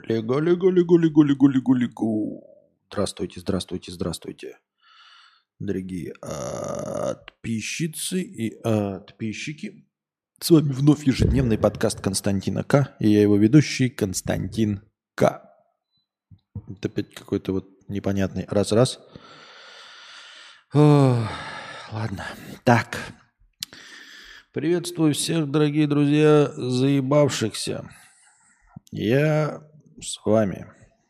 Лего, лего, лего, лего, лего, лего, лего. Здравствуйте, здравствуйте, здравствуйте, дорогие подписчицы и подписчики. С вами вновь ежедневный подкаст Константина К. И я его ведущий Константин К. Это опять какой-то вот непонятный раз-раз. Ладно. Так. Приветствую всех, дорогие друзья, заебавшихся. Я с вами.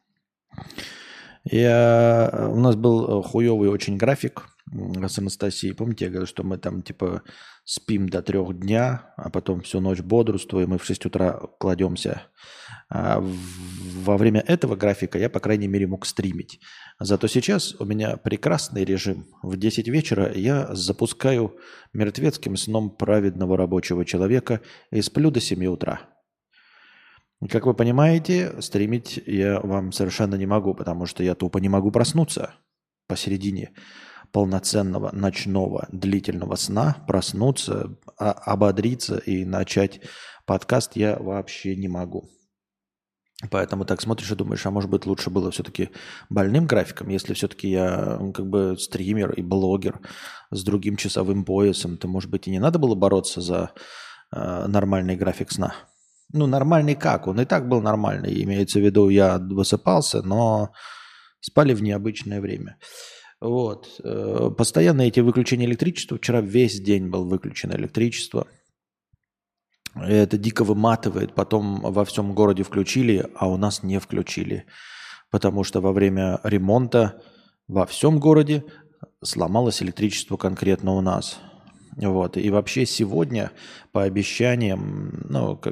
У нас был хуёвый очень график с Анастасией. Помните, я говорил, что мы там типа спим до 3 дня, а потом всю ночь бодрствуем и в 6 утра кладемся. Во время этого графика я, по крайней мере, мог стримить. Зато сейчас у меня прекрасный режим. В 10 вечера я запускаю мертвецким сном праведного рабочего человека и сплю до 7 утра. Как вы понимаете, стримить я вам совершенно не могу, потому что я тупо не могу проснуться посередине полноценного ночного длительного сна, проснуться, ободриться и начать подкаст я вообще не могу. Поэтому так смотришь и думаешь, а может быть лучше было все-таки больным графиком, если все-таки я как бы стример и блогер с другим часовым поясом, то может быть и не надо было бороться за нормальный график сна. Ну, нормальный как? Он и так был нормальный. Имеется в виду, я высыпался, но спали в необычное время. Вот. Постоянно эти выключения электричества. Вчера весь день был выключено электричество. Это дико выматывает. Потом во всем городе включили, а у нас не включили. Потому что во время ремонта во всем городе сломалось электричество конкретно у нас. Вот. И вообще сегодня по обещаниям,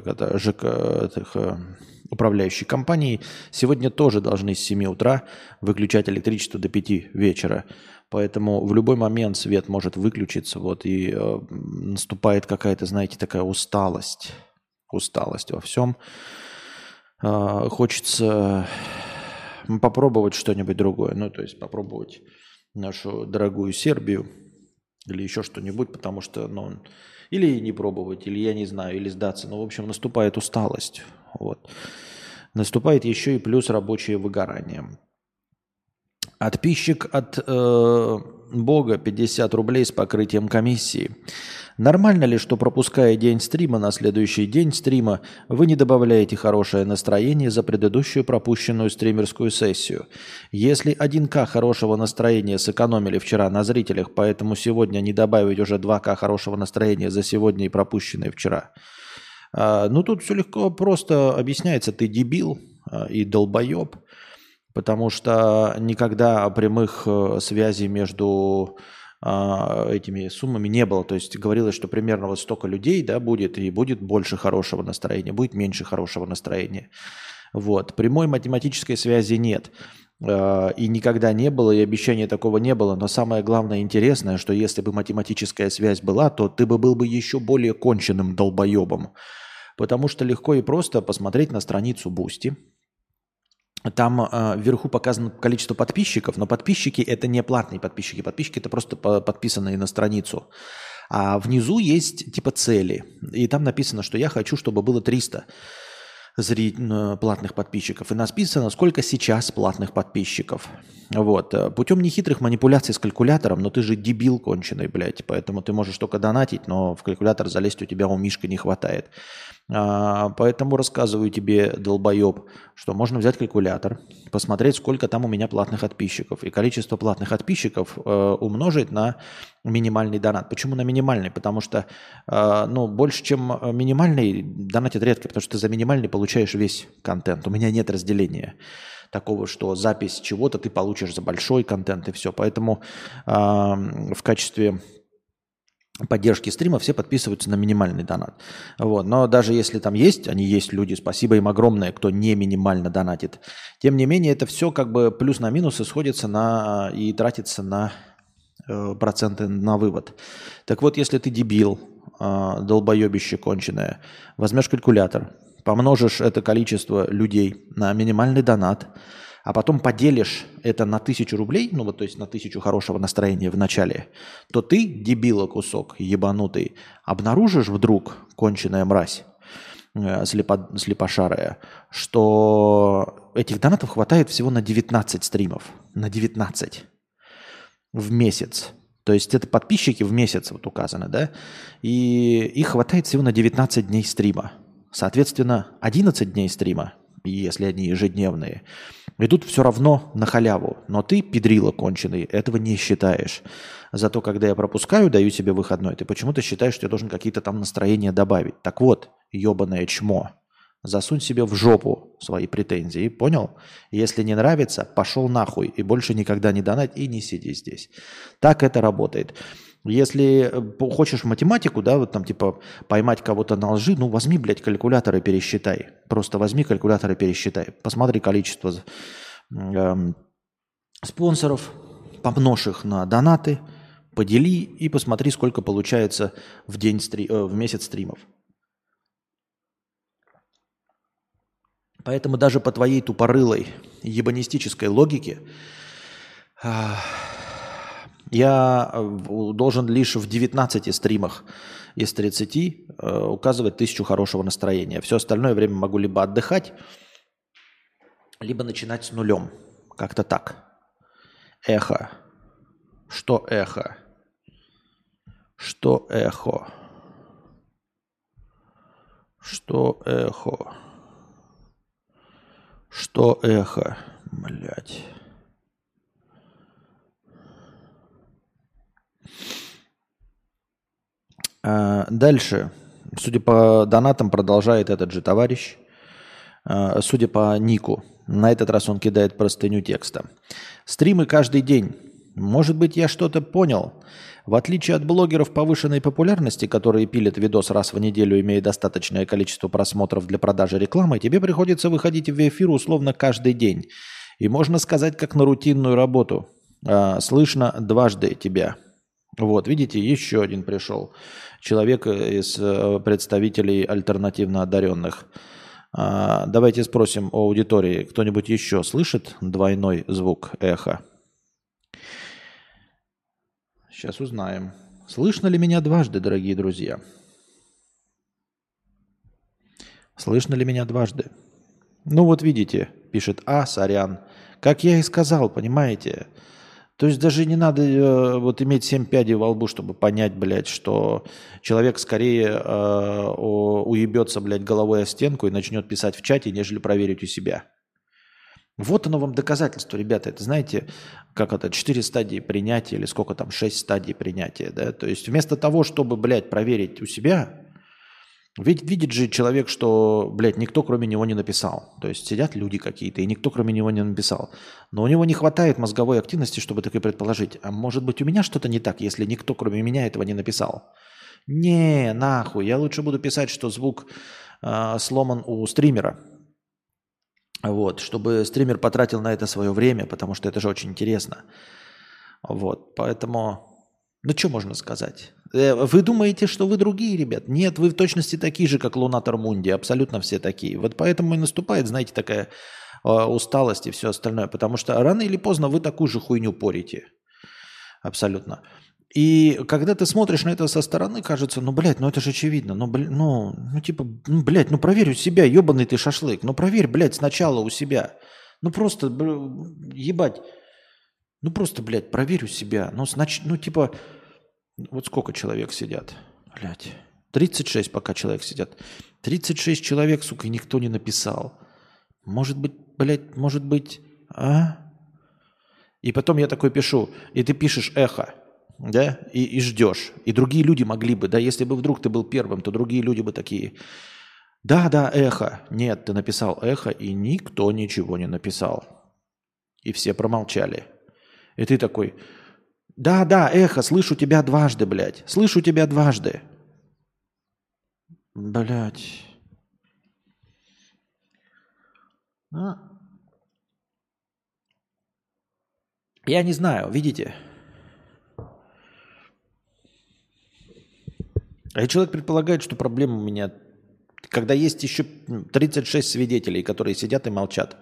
управляющей компании, сегодня тоже должны с 7 утра выключать электричество до 5 вечера. Поэтому в любой момент свет может выключиться, вот, и наступает какая-то, знаете, такая усталость. Усталость во всем. Хочется попробовать что-нибудь другое. Ну, то есть попробовать нашу дорогую Сербию, или еще что-нибудь, потому что, или не пробовать, или я не знаю, или сдаться. В общем, наступает усталость. Вот. Наступает еще и плюс рабочее выгорание. Подписчик от Бога 50 рублей с покрытием комиссии. Нормально ли, что пропуская день стрима на следующий день стрима, вы не добавляете хорошее настроение за предыдущую пропущенную стримерскую сессию? Если 1К хорошего настроения сэкономили вчера на зрителях, поэтому сегодня не добавить уже 2К хорошего настроения за сегодня и пропущенное вчера? Тут все легко просто объясняется. Ты дебил и долбоеб. Потому что никогда прямых связей между этими суммами не было. То есть говорилось, что примерно вот столько людей, да, будет, и будет больше хорошего настроения, будет меньше хорошего настроения. Вот. Прямой математической связи нет. И никогда не было, и обещания такого не было. Но самое главное интересное, что если бы математическая связь была, то ты был бы еще более конченным долбоебом. Потому что легко и просто посмотреть на страницу Boosty. Там вверху показано количество подписчиков, но подписчики – это не платные подписчики. Подписчики – это просто подписанные на страницу. А внизу есть типа цели. И там написано, что я хочу, чтобы было 300 платных подписчиков. И написано, сколько сейчас платных подписчиков. Вот. Путем нехитрых манипуляций с калькулятором, но ты же дебил конченый, блядь. Поэтому ты можешь только донатить, но в калькулятор залезть у тебя у Мишка не хватает. Поэтому рассказываю тебе, долбоеб, что можно взять калькулятор, посмотреть, сколько там у меня платных подписчиков. И количество платных подписчиков умножить на минимальный донат. Почему на минимальный? Потому что больше, чем минимальный, донатит редко, потому что ты за минимальный получаешь весь контент. У меня нет разделения такого, что запись чего-то ты получишь за большой контент и все. Поэтому в качестве поддержки стрима все подписываются на минимальный донат. Вот. Но даже если там есть, они есть люди, спасибо им огромное, кто не минимально донатит. Тем не менее, это все как бы плюс на минус исходится и тратится на проценты на вывод. Так вот, если ты дебил, долбоебище конченое, возьмешь калькулятор, помножишь это количество людей на минимальный донат, а потом поделишь это на 1000 рублей, то есть на 1000 хорошего настроения в начале, то ты, дебила кусок ебанутый, обнаружишь вдруг, конченая мразь, слепошарая, что этих донатов хватает всего на 19 стримов. На 19 в месяц. То есть это подписчики в месяц вот указано, да? И их хватает всего на 19 дней стрима. Соответственно, 11 дней стрима, если они ежедневные, идут все равно на халяву. Но ты, педрила конченый, этого не считаешь. Зато когда я пропускаю, даю себе выходной, ты почему-то считаешь, что я должен какие-то там настроения добавить. Так вот, ебаное чмо, засунь себе в жопу свои претензии, понял? Если не нравится, пошел нахуй и больше никогда не донать и не сиди здесь. Так это работает. Если хочешь математику, да, вот там типа поймать кого-то на лжи, ну возьми, блядь, калькулятор и пересчитай. Просто возьми калькулятор и пересчитай. Посмотри количество спонсоров, помножь их на донаты, подели и посмотри, сколько получается в месяц стримов. Поэтому даже по твоей тупорылой ебанистической логике я должен лишь в 19 стримах из 30 указывать 1000 хорошего настроения. Все остальное время могу либо отдыхать, либо начинать с нулем. Как-то так. Эхо. Что эхо? Что эхо? Что эхо? Что эхо? Блять. Дальше. Судя по донатам, продолжает этот же товарищ. Судя по нику. На этот раз он кидает простыню текста. Стримы каждый день. Может быть, я что-то понял. В отличие от блогеров повышенной популярности, которые пилят видос раз в неделю, имея достаточное количество просмотров для продажи рекламы, тебе приходится выходить в эфир условно каждый день. И можно сказать, как на рутинную работу. Слышно дважды тебя. Вот, видите, еще один пришел. Человек из представителей альтернативно одаренных. Давайте спросим у аудитории, кто-нибудь еще слышит двойной звук эха? Сейчас узнаем. Слышно ли меня дважды, дорогие друзья? Слышно ли меня дважды? Ну вот видите, пишет сорян. Как я и сказал, понимаете? То есть даже не надо вот иметь 7 пядей во лбу, чтобы понять, блядь, что человек скорее уебется, блядь, головой о стенку и начнет писать в чате, нежели проверить у себя. Вот оно вам доказательство, ребята. Это знаете, как это, 4 стадии принятия или сколько там, 6 стадий принятия, да? То есть вместо того, чтобы, блядь, проверить у себя, видит же человек, что, блядь, никто кроме него не написал. То есть сидят люди какие-то, и никто кроме него не написал. Но у него не хватает мозговой активности, чтобы так и предположить. А может быть, у меня что-то не так, если никто кроме меня этого не написал? Не, нахуй, я лучше буду писать, что звук сломан у стримера. Вот, чтобы стример потратил на это свое время, потому что это же очень интересно. Вот, поэтому, ну что можно сказать? Вы думаете, что вы другие, ребят? Нет, вы в точности такие же, как Лунатор Мунди, абсолютно все такие. Вот поэтому и наступает, знаете, такая усталость и все остальное, потому что рано или поздно вы такую же хуйню порите. Абсолютно. И когда ты смотришь на это со стороны, кажется, ну, блядь, ну это же очевидно. Блядь, ну проверь у себя, ебаный ты шашлык. Ну проверь, блядь, сначала у себя. Ну просто, ебать. Ну просто, блядь, проверь у себя. Вот сколько человек сидят? Блядь. 36 пока человек сидят. 36 человек, сука, никто не написал. Может быть, блядь, может быть, И потом я такой пишу, и ты пишешь эхо. Да, и ждешь. И другие люди могли бы, да, если бы вдруг ты был первым, то другие люди бы такие, да, эхо. Нет, ты написал эхо, и никто ничего не написал. И все промолчали. И ты такой, да, эхо, слышу тебя дважды, блядь. Слышу тебя дважды. Блядь. Я не знаю, видите? А человек предполагает, что проблема у меня, когда есть еще 36 свидетелей, которые сидят и молчат.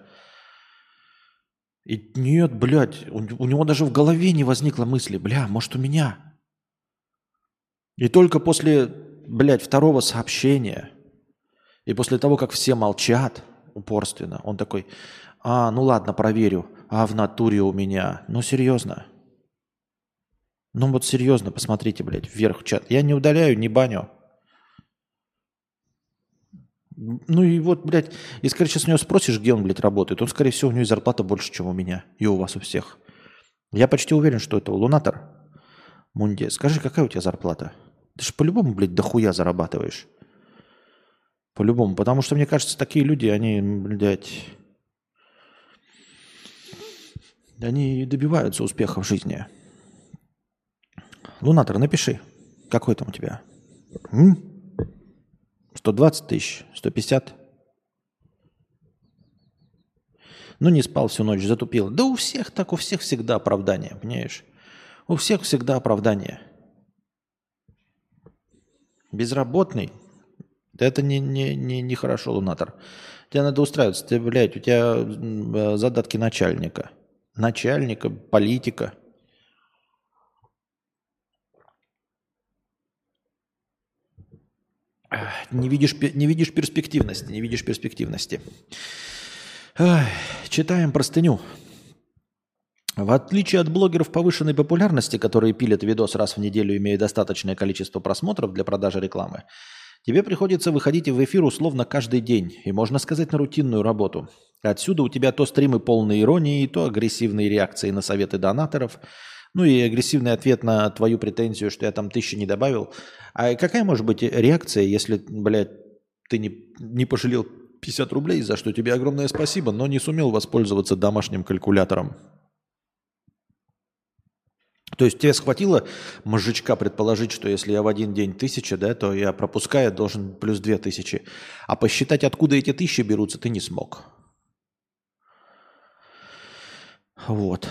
И нет, блядь, у него даже в голове не возникло мысли, может у меня. И только после, блядь, второго сообщения, И после того, как все молчат упорственно, он такой, ну ладно, проверю, в натуре у меня. Ну серьезно. Ну вот серьезно, посмотрите, блядь, вверх в чат. Я не удаляю, не баню. Ну и вот, блядь, если, короче, с него спросишь, где он, блядь, работает, он, скорее всего, у него и зарплата больше, чем у меня. И у вас у всех. Я почти уверен, что это Лунатор. Мунди, скажи, какая у тебя зарплата? Ты же по-любому, блядь, дохуя зарабатываешь. По-любому. Потому что, мне кажется, такие люди, они, блядь, они добиваются успеха в жизни. Лунатор, напиши. Какой там у тебя? 120 тысяч? 150? Ну, не спал всю ночь, затупил. Да у всех так, у всех всегда оправдание, понимаешь? У всех всегда оправдание. Безработный? Да это не хорошо, Лунатор. Тебе надо устраиваться. Ты, блядь, у тебя задатки начальника. Начальника, политика. Не видишь перспективности, не видишь перспективности. Читаем простыню. В отличие от блогеров повышенной популярности, которые пилят видос раз в неделю, имея достаточное количество просмотров для продажи рекламы, тебе приходится выходить в эфир условно каждый день, и можно сказать на рутинную работу. Отсюда у тебя то стримы полные иронии, то агрессивные реакции на советы донаторов, ну и агрессивный ответ на твою претензию, что я там 1000 не добавил. А какая может быть реакция, если, блядь, ты не пожалел 50 рублей, за что тебе огромное спасибо, но не сумел воспользоваться домашним калькулятором? То есть тебе схватило мозжечка предположить, что если я в один день 1000, да, то я, пропуская, должен плюс 2000. А посчитать, откуда эти 1000 берутся, ты не смог. Вот.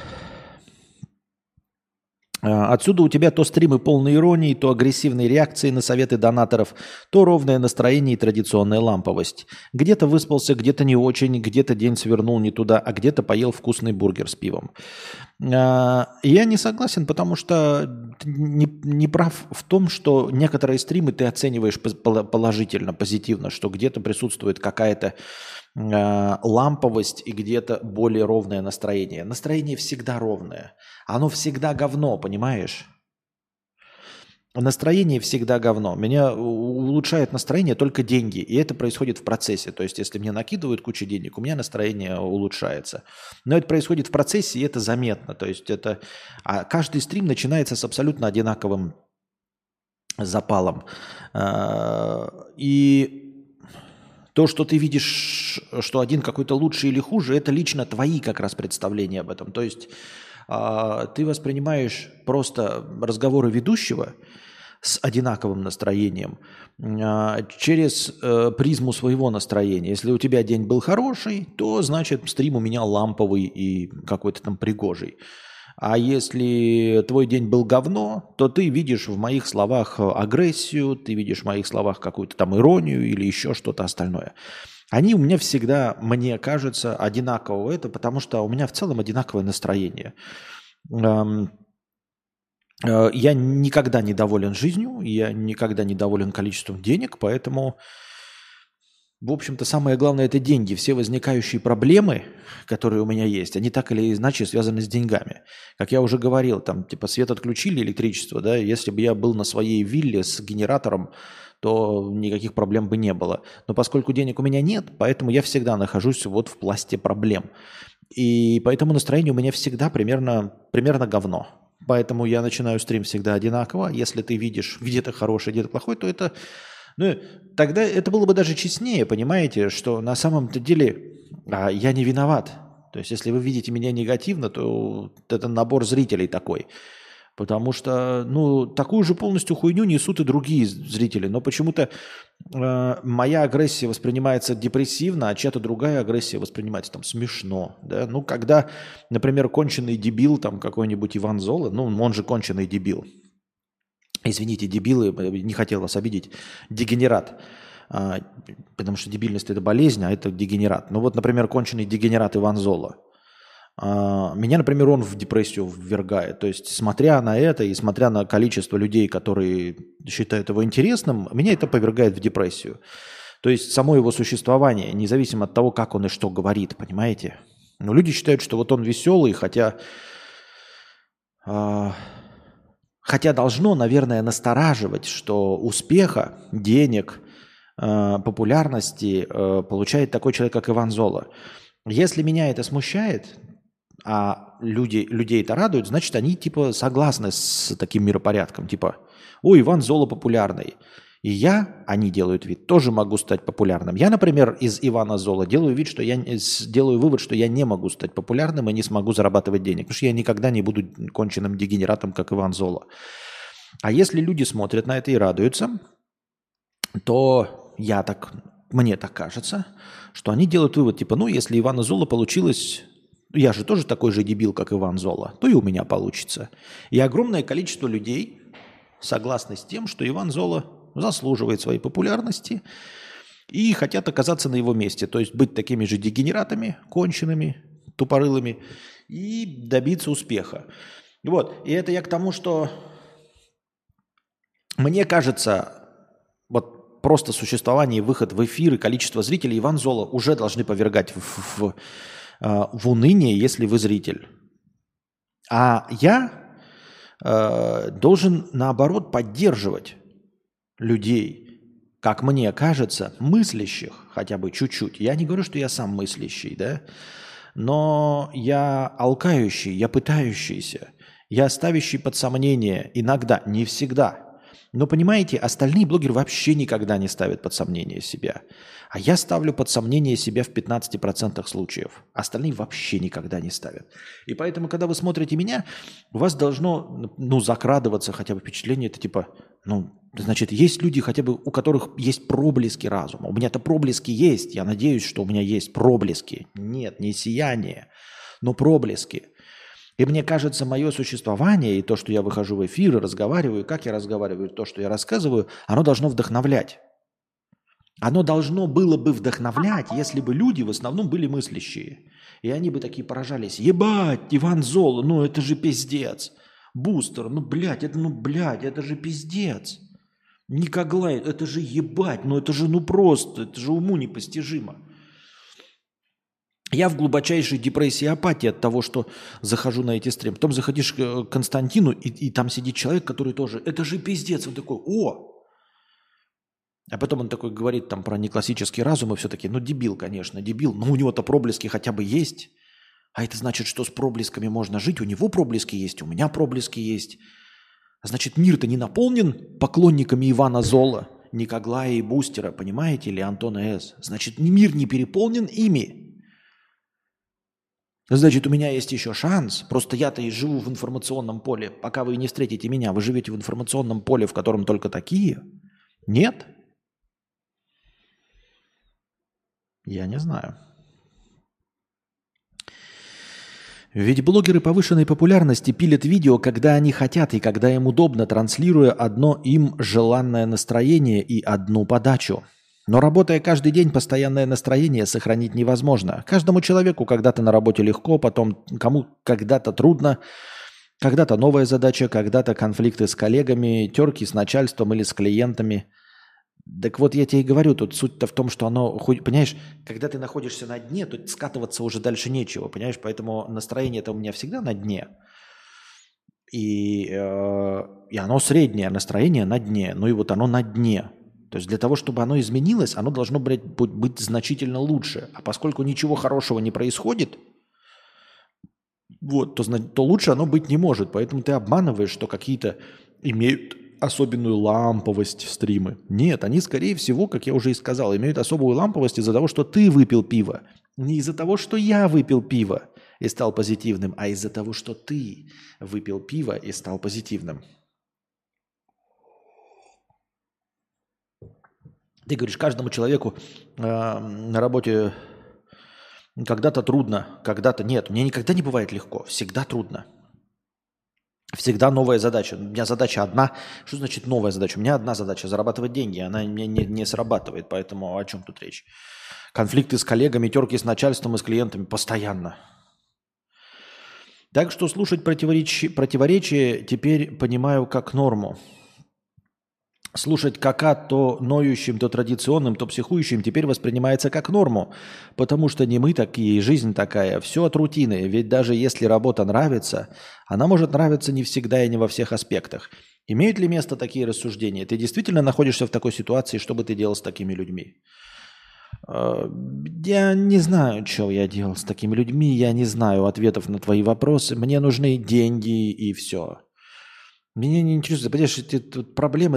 Отсюда у тебя то стримы полной иронии, то агрессивные реакции на советы донаторов, то ровное настроение и традиционная ламповость. Где-то выспался, где-то не очень, где-то день свернул не туда, а где-то поел вкусный бургер с пивом. Я не согласен, потому что ты не прав в том, что некоторые стримы ты оцениваешь положительно, позитивно, что где-то присутствует какая-то ламповость и где-то более ровное настроение. Настроение всегда ровное. Оно всегда говно, понимаешь? Настроение всегда говно. Меня улучшает настроение только деньги. И это происходит в процессе. То есть, если мне накидывают кучу денег, у меня настроение улучшается. Но это происходит в процессе, и это заметно. То есть, это... А каждый стрим начинается с абсолютно одинаковым запалом. И то, что ты видишь, что один какой-то лучше или хуже, это лично твои как раз представления об этом. То есть ты воспринимаешь просто разговоры ведущего с одинаковым настроением через призму своего настроения. Если у тебя день был хороший, то значит стрим у меня ламповый и какой-то там пригожий. А если твой день был говно, то ты видишь в моих словах агрессию, ты видишь в моих словах какую-то там иронию или еще что-то остальное. Они у меня всегда, мне кажется, одинакового. Это потому что у меня в целом одинаковое настроение. Я никогда не доволен жизнью, я никогда не доволен количеством денег, поэтому, в общем-то, самое главное – это деньги. Все возникающие проблемы, которые у меня есть, они так или иначе связаны с деньгами. Как я уже говорил, там, типа, свет отключили, электричество, да, если бы я был на своей вилле с генератором, то никаких проблем бы не было. Но поскольку денег у меня нет, поэтому я всегда нахожусь вот в пласте проблем. И поэтому настроение у меня всегда примерно говно. Поэтому я начинаю стрим всегда одинаково. Если ты видишь где-то хороший, где-то плохой, то это... Ну, тогда это было бы даже честнее, понимаете, что на самом-то деле я не виноват. То есть если вы видите меня негативно, то это набор зрителей такой. Потому что, ну, такую же полностью хуйню несут и другие зрители. Но почему-то моя агрессия воспринимается депрессивно, а чья-то другая агрессия воспринимается там смешно. Да? Ну, когда, например, конченый дебил, там какой-нибудь Иван Зола, ну, он же конченый дебил. Извините, дебилы, не хотел вас обидеть. Дегенерат. Потому что дебильность – это болезнь, а это дегенерат. Ну вот, например, конченый дегенерат Иван Зола. Меня, например, он в депрессию ввергает. То есть, смотря на это и смотря на количество людей, которые считают его интересным, меня это повергает в депрессию. То есть само его существование, независимо от того, как он и что говорит, понимаете? Но люди считают, что вот он веселый, хотя должно, наверное, настораживать, что успеха, денег, популярности получает такой человек, как Иван Золо. Если меня это смущает, а людей это радует, значит, они типа согласны с таким миропорядком. Типа, ой, Иван Золо популярный. И они делают вид, тоже могу стать популярным. Я, например, из Ивана Зола делаю вывод, что я не могу стать популярным и не смогу зарабатывать денег. Потому что я никогда не буду конченным дегенератом, как Иван Золо. А если люди смотрят на это и радуются, то мне так кажется, что они делают вывод, типа, ну, если Ивана Зола получилось, я же тоже такой же дебил, как Иван Зола, то и у меня получится. И огромное количество людей согласны с тем, что Иван Зола заслуживает своей популярности и хотят оказаться на его месте. То есть быть такими же дегенератами, конченными, тупорылыми и добиться успеха. Вот. И это я к тому, что мне кажется, вот просто существование, выход в эфир и количество зрителей Иван Зола уже должны повергать в уныние, если вы зритель. А я должен, наоборот, поддерживать людей, как мне кажется, мыслящих хотя бы чуть-чуть. Я не говорю, что я сам мыслящий, да, но я алкающий, я пытающийся, я ставящий под сомнение иногда, не всегда. Но понимаете, остальные блогеры вообще никогда не ставят под сомнение себя. А я ставлю под сомнение себя в 15% случаев. Остальные вообще никогда не ставят. И поэтому, когда вы смотрите меня, у вас должно закрадываться хотя бы впечатление, это типа, значит, есть люди, хотя бы у которых есть проблески разума. У меня-то проблески есть. Я надеюсь, что у меня есть проблески. Нет, не сияние, но проблески. И мне кажется, мое существование и то, что я выхожу в эфир, разговариваю, как я разговариваю, то, что я рассказываю, оно должно вдохновлять. Оно должно было бы вдохновлять, если бы люди в основном были мыслящие. И они бы такие поражались. Ебать, Иван Золо, это же пиздец. Бустер, это же пиздец. Никоглай, это же ебать, это же просто, это же уму непостижимо. Я в глубочайшей депрессии и апатии от того, что захожу на эти стримы. Потом заходишь к Константину, и там сидит человек, который тоже, это же пиздец. Он такой, о! А потом он такой говорит там про неклассический разум, и все таки дебил, конечно, дебил, но у него-то проблески хотя бы есть. А это значит, что с проблесками можно жить, у него проблески есть, у меня проблески есть. Значит, мир-то не наполнен поклонниками Ивана Зола, Никоглая и Бустера, понимаете, или Антона С. Значит, мир не переполнен ими. Значит, у меня есть еще шанс. Просто я-то и живу в информационном поле. Пока вы не встретите меня, вы живете в информационном поле, в котором только такие? Нет? Я не знаю. Ведь блогеры повышенной популярности пилят видео, когда они хотят и когда им удобно, транслируя одно им желанное настроение и одну подачу. Но работая каждый день, постоянное настроение сохранить невозможно. Каждому человеку когда-то на работе легко, потом кому когда-то трудно, когда-то новая задача, когда-то конфликты с коллегами, терки с начальством или с клиентами. Так вот я тебе и говорю, тут суть-то в том, что оно, понимаешь, когда ты находишься на дне, то скатываться уже дальше нечего, понимаешь, поэтому настроение-то у меня всегда на дне. И оно среднее, настроение на дне, и вот оно на дне. То есть для того, чтобы оно изменилось, оно должно быть значительно лучше. А поскольку ничего хорошего не происходит, то лучше оно быть не может. Поэтому ты обманываешь, что какие-то имеют особенную ламповость стримы. Нет, они, скорее всего, как я уже и сказал, имеют особую ламповость из-за того, что ты выпил пиво. Не из-за того, что я выпил пиво и стал позитивным, а из-за того, что ты выпил пиво и стал позитивным. Ты говоришь, каждому человеку на работе когда-то трудно, когда-то нет. Мне никогда не бывает легко, всегда трудно. Всегда новая задача. У меня задача одна. Что значит новая задача? У меня одна задача – зарабатывать деньги. Она мне не срабатывает, поэтому о чем тут речь? Конфликты с коллегами, терки с начальством и с клиентами постоянно. Так что слушать противоречия теперь понимаю как норму. Слушать кака то ноющим, то традиционным, то психующим теперь воспринимается как норму, потому что не мы такие, и жизнь такая. Все от рутины, ведь даже если работа нравится, она может нравиться не всегда и не во всех аспектах. Имеют ли место такие рассуждения? Ты действительно находишься в такой ситуации, что бы ты делал с такими людьми? Я не знаю, что я делал с такими людьми, я не знаю ответов на твои вопросы. Мне нужны деньги и все. Меня не интересует, понимаешь, тут проблемы,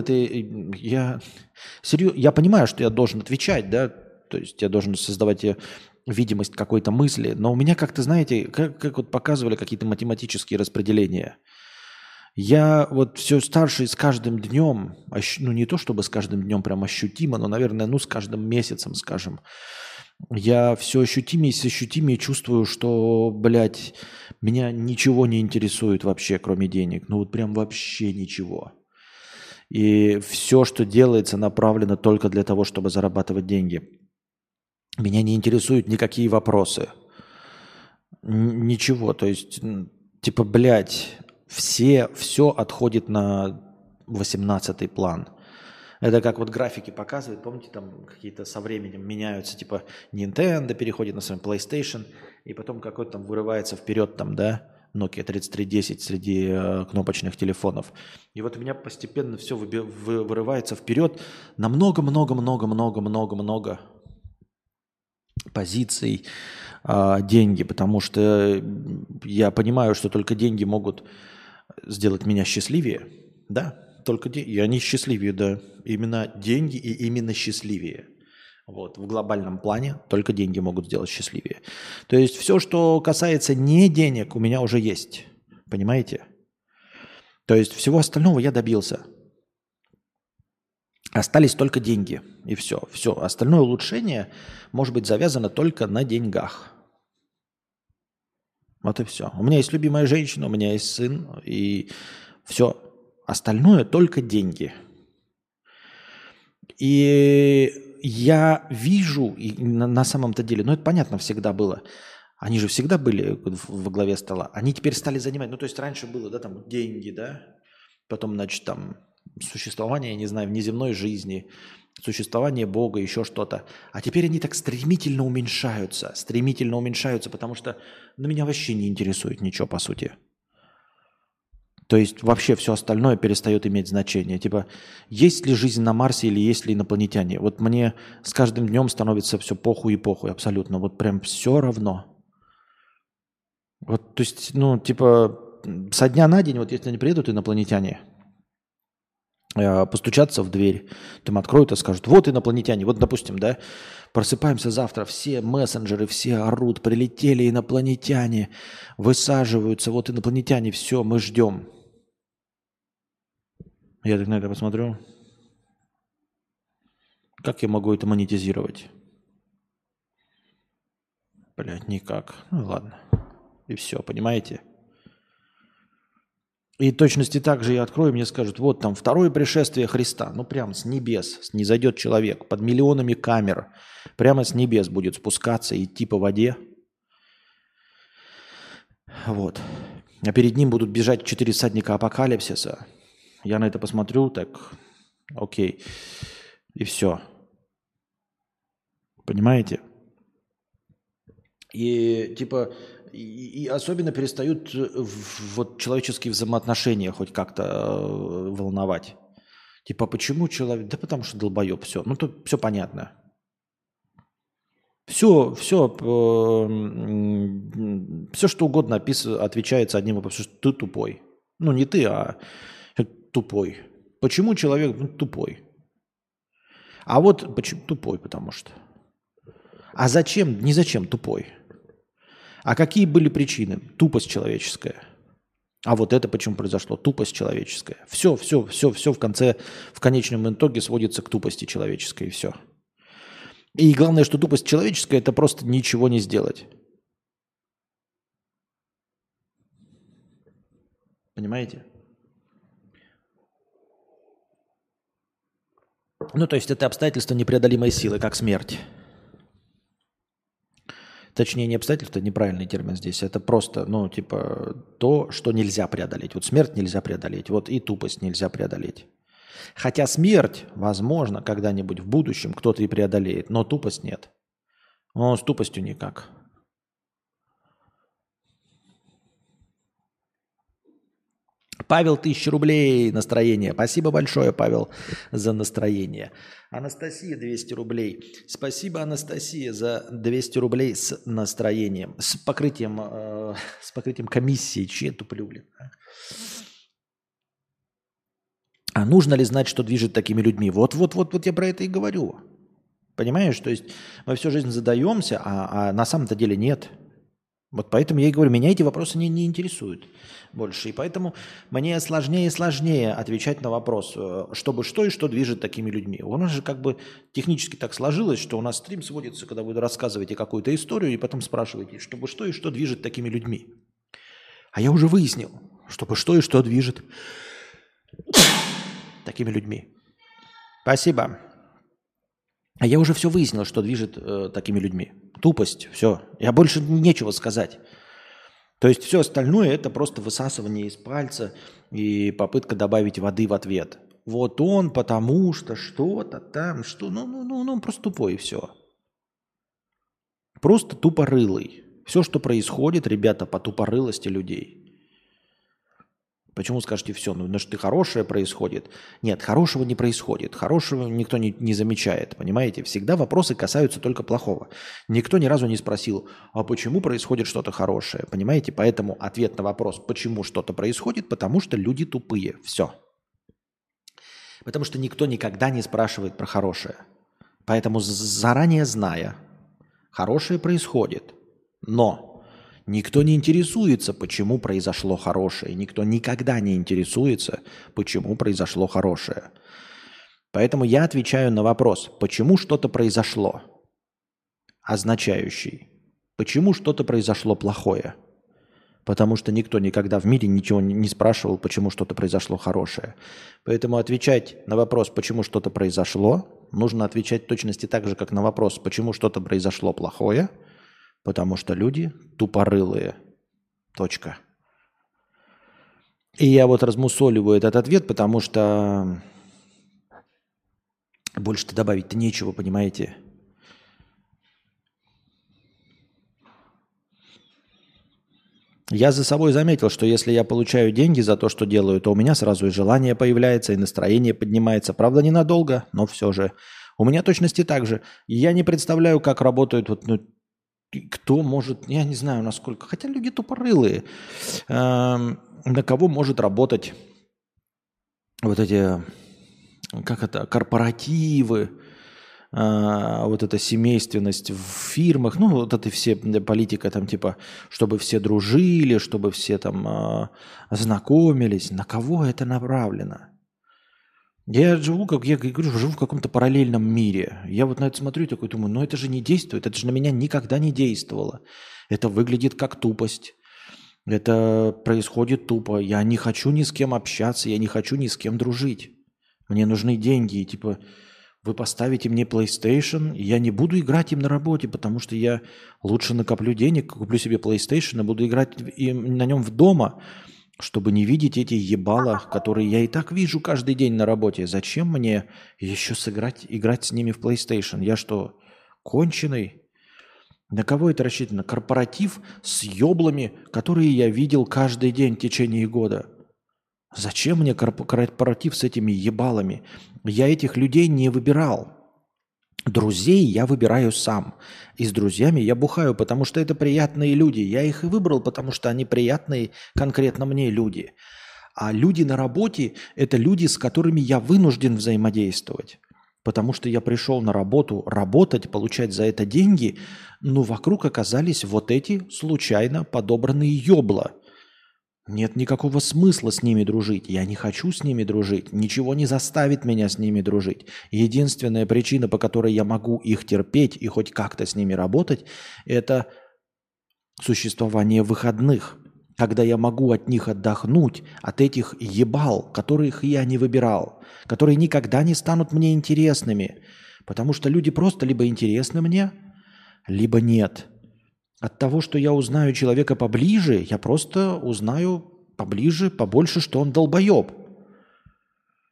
я понимаю, что я должен отвечать, да, то есть я должен создавать видимость какой-то мысли, но у меня как-то, знаете, как вот показывали какие-то математические распределения. Я вот все старше с каждым днем, ну не то чтобы с каждым днем прям ощутимо, но, наверное, ну с каждым месяцем, скажем, я все ощутимее чувствую, что, блядь, меня ничего не интересует вообще, кроме денег. Ну вот прям вообще ничего. И все, что делается, направлено только для того, чтобы зарабатывать деньги. Меня не интересуют никакие вопросы. Ничего. То есть, типа, блядь, все отходит на 18-й план. Это как вот графики показывают, помните, там какие-то со временем меняются, типа Nintendo переходит на свой PlayStation, и потом какой-то там вырывается вперед там, да, Nokia 3310 среди кнопочных телефонов. И вот у меня постепенно все вырывается вперед на много-много-много-много-много-много позиций, деньги, потому что я понимаю, что только деньги могут сделать меня счастливее, да, только деньги, и они счастливее, да, именно деньги и именно счастливее. Вот, в глобальном плане только деньги могут сделать счастливее. То есть все, что касается не денег, у меня уже есть, понимаете? То есть всего остального я добился. Остались только деньги, и все. Все, остальное улучшение может быть завязано только на деньгах. Вот и все. У меня есть любимая женщина, у меня есть сын, и все. Остальное только деньги. И я вижу, и на самом-то деле, ну это понятно всегда было, они же всегда были во главе стола, они теперь стали занимать, ну то есть раньше было, да, там деньги, да, потом, значит, там существование, я не знаю, внеземной жизни, существование Бога, еще что-то. А теперь они так стремительно уменьшаются, потому что ну, меня вообще не интересует ничего, по сути. То есть вообще все остальное перестает иметь значение. Типа, есть ли жизнь на Марсе или есть ли инопланетяне? Вот мне с каждым днем становится все похуй и похуй абсолютно. Вот прям все равно. Вот, то есть, ну, типа, со дня на день, вот если они приедут инопланетяне, постучаться в дверь, там откроют и скажут, вот инопланетяне, вот, допустим, да, просыпаемся завтра, все мессенджеры, все орут, прилетели инопланетяне, высаживаются, вот инопланетяне, все, мы ждем. Я так на это посмотрю. Как я могу это монетизировать? Блядь, никак. Ну ладно. И все, понимаете? И точности так же я открою, мне скажут, вот там второе пришествие Христа, ну прям с небес снизойдет человек под миллионами камер, прямо с небес будет спускаться, идти по воде. Вот. А перед ним будут бежать 4 всадника апокалипсиса. Я на это посмотрю, так, окей. И все. Понимаете? И типа, и особенно перестают вот человеческие взаимоотношения хоть как-то волновать. Типа, почему человек? Да потому что долбоеб, все. Ну, тут все понятно. Все, что угодно отвечается одним вопросом, что ты тупой. Ну, не ты, а тупой. Почему человек тупой? А вот почему тупой, потому что. А зачем? Не зачем тупой. А какие были причины? Тупость человеческая. А вот это почему произошло? Тупость человеческая. Все в конечном итоге сводится к тупости человеческой, и все. И главное, что тупость человеческая – это просто ничего не сделать. Понимаете? Ну, то есть это обстоятельство непреодолимой силы, как смерть. Точнее, не обстоятельство, неправильный термин здесь. Это просто, ну, типа, то, что нельзя преодолеть. Вот смерть нельзя преодолеть, вот и тупость нельзя преодолеть. Хотя смерть, возможно, когда-нибудь в будущем кто-то и преодолеет, но тупость нет. Но с тупостью никак. Павел, 1000 рублей настроение. Спасибо большое, Павел, за настроение. Анастасия, 200 рублей. Спасибо, Анастасия, за 200 рублей с настроением. С покрытием комиссии. Че я туплю, блин? А нужно ли знать, что движет такими людьми? Вот я про это и говорю. Понимаешь? То есть мы всю жизнь задаемся, а на самом-то деле нет. Вот поэтому я и говорю, меня эти вопросы не интересуют больше. И поэтому мне сложнее и сложнее отвечать на вопрос, чтобы что и что движет такими людьми. У нас же как бы технически так сложилось, что у нас стрим сводится, когда вы рассказываете какую-то историю, и потом спрашиваете, чтобы что и что движет такими людьми. А я уже выяснил, чтобы что и что движет такими людьми. Спасибо. А я уже все выяснил, что движет такими людьми. Тупость, все. Я больше нечего сказать. То есть все остальное это просто высасывание из пальца и попытка добавить воды в ответ. Вот он, потому что что-то там, что... Ну, просто тупой и все. Просто тупорылый. Все, что происходит, ребята, по тупорылости людей. Почему скажете все? Ну, что хорошее происходит. Нет, хорошего не происходит. Хорошего никто не замечает, понимаете? Всегда вопросы касаются только плохого. Никто ни разу не спросил, а почему происходит что-то хорошее, понимаете? Поэтому ответ на вопрос, почему что-то происходит, потому что люди тупые. Все. Потому что никто никогда не спрашивает про хорошее. Поэтому заранее зная, хорошее происходит, но... Никто не интересуется, почему произошло хорошее. Никто никогда не интересуется, почему произошло хорошее. Поэтому я отвечаю на вопрос, почему что-то произошло, означающий, почему что-то произошло плохое. Потому что никто никогда в мире ничего не спрашивал, почему что-то произошло хорошее. Поэтому отвечать на вопрос, почему что-то произошло, нужно отвечать в точности так же, как на вопрос, почему что-то произошло плохое, потому что люди тупорылые. Точка. И я вот размусоливаю этот ответ, потому что больше-то добавить-то нечего, понимаете? Я за собой заметил, что если я получаю деньги за то, что делаю, то у меня сразу и желание появляется, и настроение поднимается. Правда, ненадолго, но все же. У меня точности так же. Я не представляю, как работают кто может, я не знаю насколько, хотя люди тупорылые, на кого может работать вот эти, корпоративы, вот эта семейственность в фирмах, ну вот это все политика там типа, чтобы все дружили, чтобы все там знакомились, на кого это направлено? Я живу, как я говорю, живу в каком-то параллельном мире. Я вот на это смотрю и такой думаю, ну это же не действует, это же на меня никогда не действовало. Это выглядит как тупость. Это происходит тупо. Я не хочу ни с кем общаться, я не хочу ни с кем дружить. Мне нужны деньги. И типа, вы поставите мне PlayStation, и я не буду играть им на работе, потому что я лучше накоплю денег, куплю себе PlayStation и буду играть на нем в дома, чтобы не видеть эти ебала, которые я и так вижу каждый день на работе. Зачем мне еще играть с ними в PlayStation? Я что, конченый? На кого это рассчитано? Корпоратив с еблами, которые я видел каждый день в течение года. Зачем мне корпоратив с этими ебалами? Я этих людей не выбирал. Друзей я выбираю сам. И с друзьями я бухаю, потому что это приятные люди. Я их и выбрал, потому что они приятные конкретно мне люди. А люди на работе– это люди, с которыми я вынужден взаимодействовать. Потому что я пришел на работу работать, получать за это деньги, но вокруг оказались вот эти случайно подобранные ёбла. Нет никакого смысла с ними дружить. Я не хочу с ними дружить. Ничего не заставит меня с ними дружить. Единственная причина, по которой я могу их терпеть и хоть как-то с ними работать, это существование выходных, когда я могу от них отдохнуть, от этих ебал, которых я не выбирал, которые никогда не станут мне интересными, потому что люди просто либо интересны мне, либо нет. От того, что я узнаю человека поближе, я просто узнаю поближе, побольше, что он долбоеб.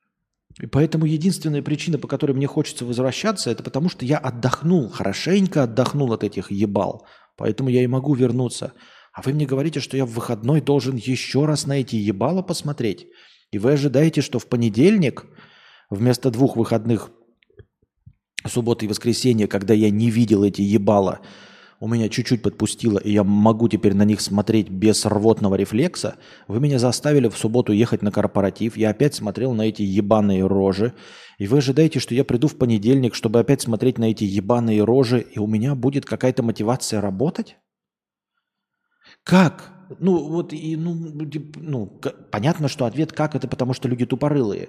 И поэтому единственная причина, по которой мне хочется возвращаться, это потому что я отдохнул, хорошенько отдохнул от этих ебал. Поэтому я и могу вернуться. А вы мне говорите, что я в выходной должен еще раз на эти ебала посмотреть. И вы ожидаете, что в понедельник вместо 2 выходных, субботы и воскресенья, когда я не видел эти ебала, у меня чуть-чуть подпустило, и я могу теперь на них смотреть без рвотного рефлекса, вы меня заставили в субботу ехать на корпоратив, я опять смотрел на эти ебаные рожи, и вы ожидаете, что я приду в понедельник, чтобы опять смотреть на эти ебаные рожи, и у меня будет какая-то мотивация работать? Как? Ну, вот, и, понятно, что ответ «как» — это потому, что люди тупорылые.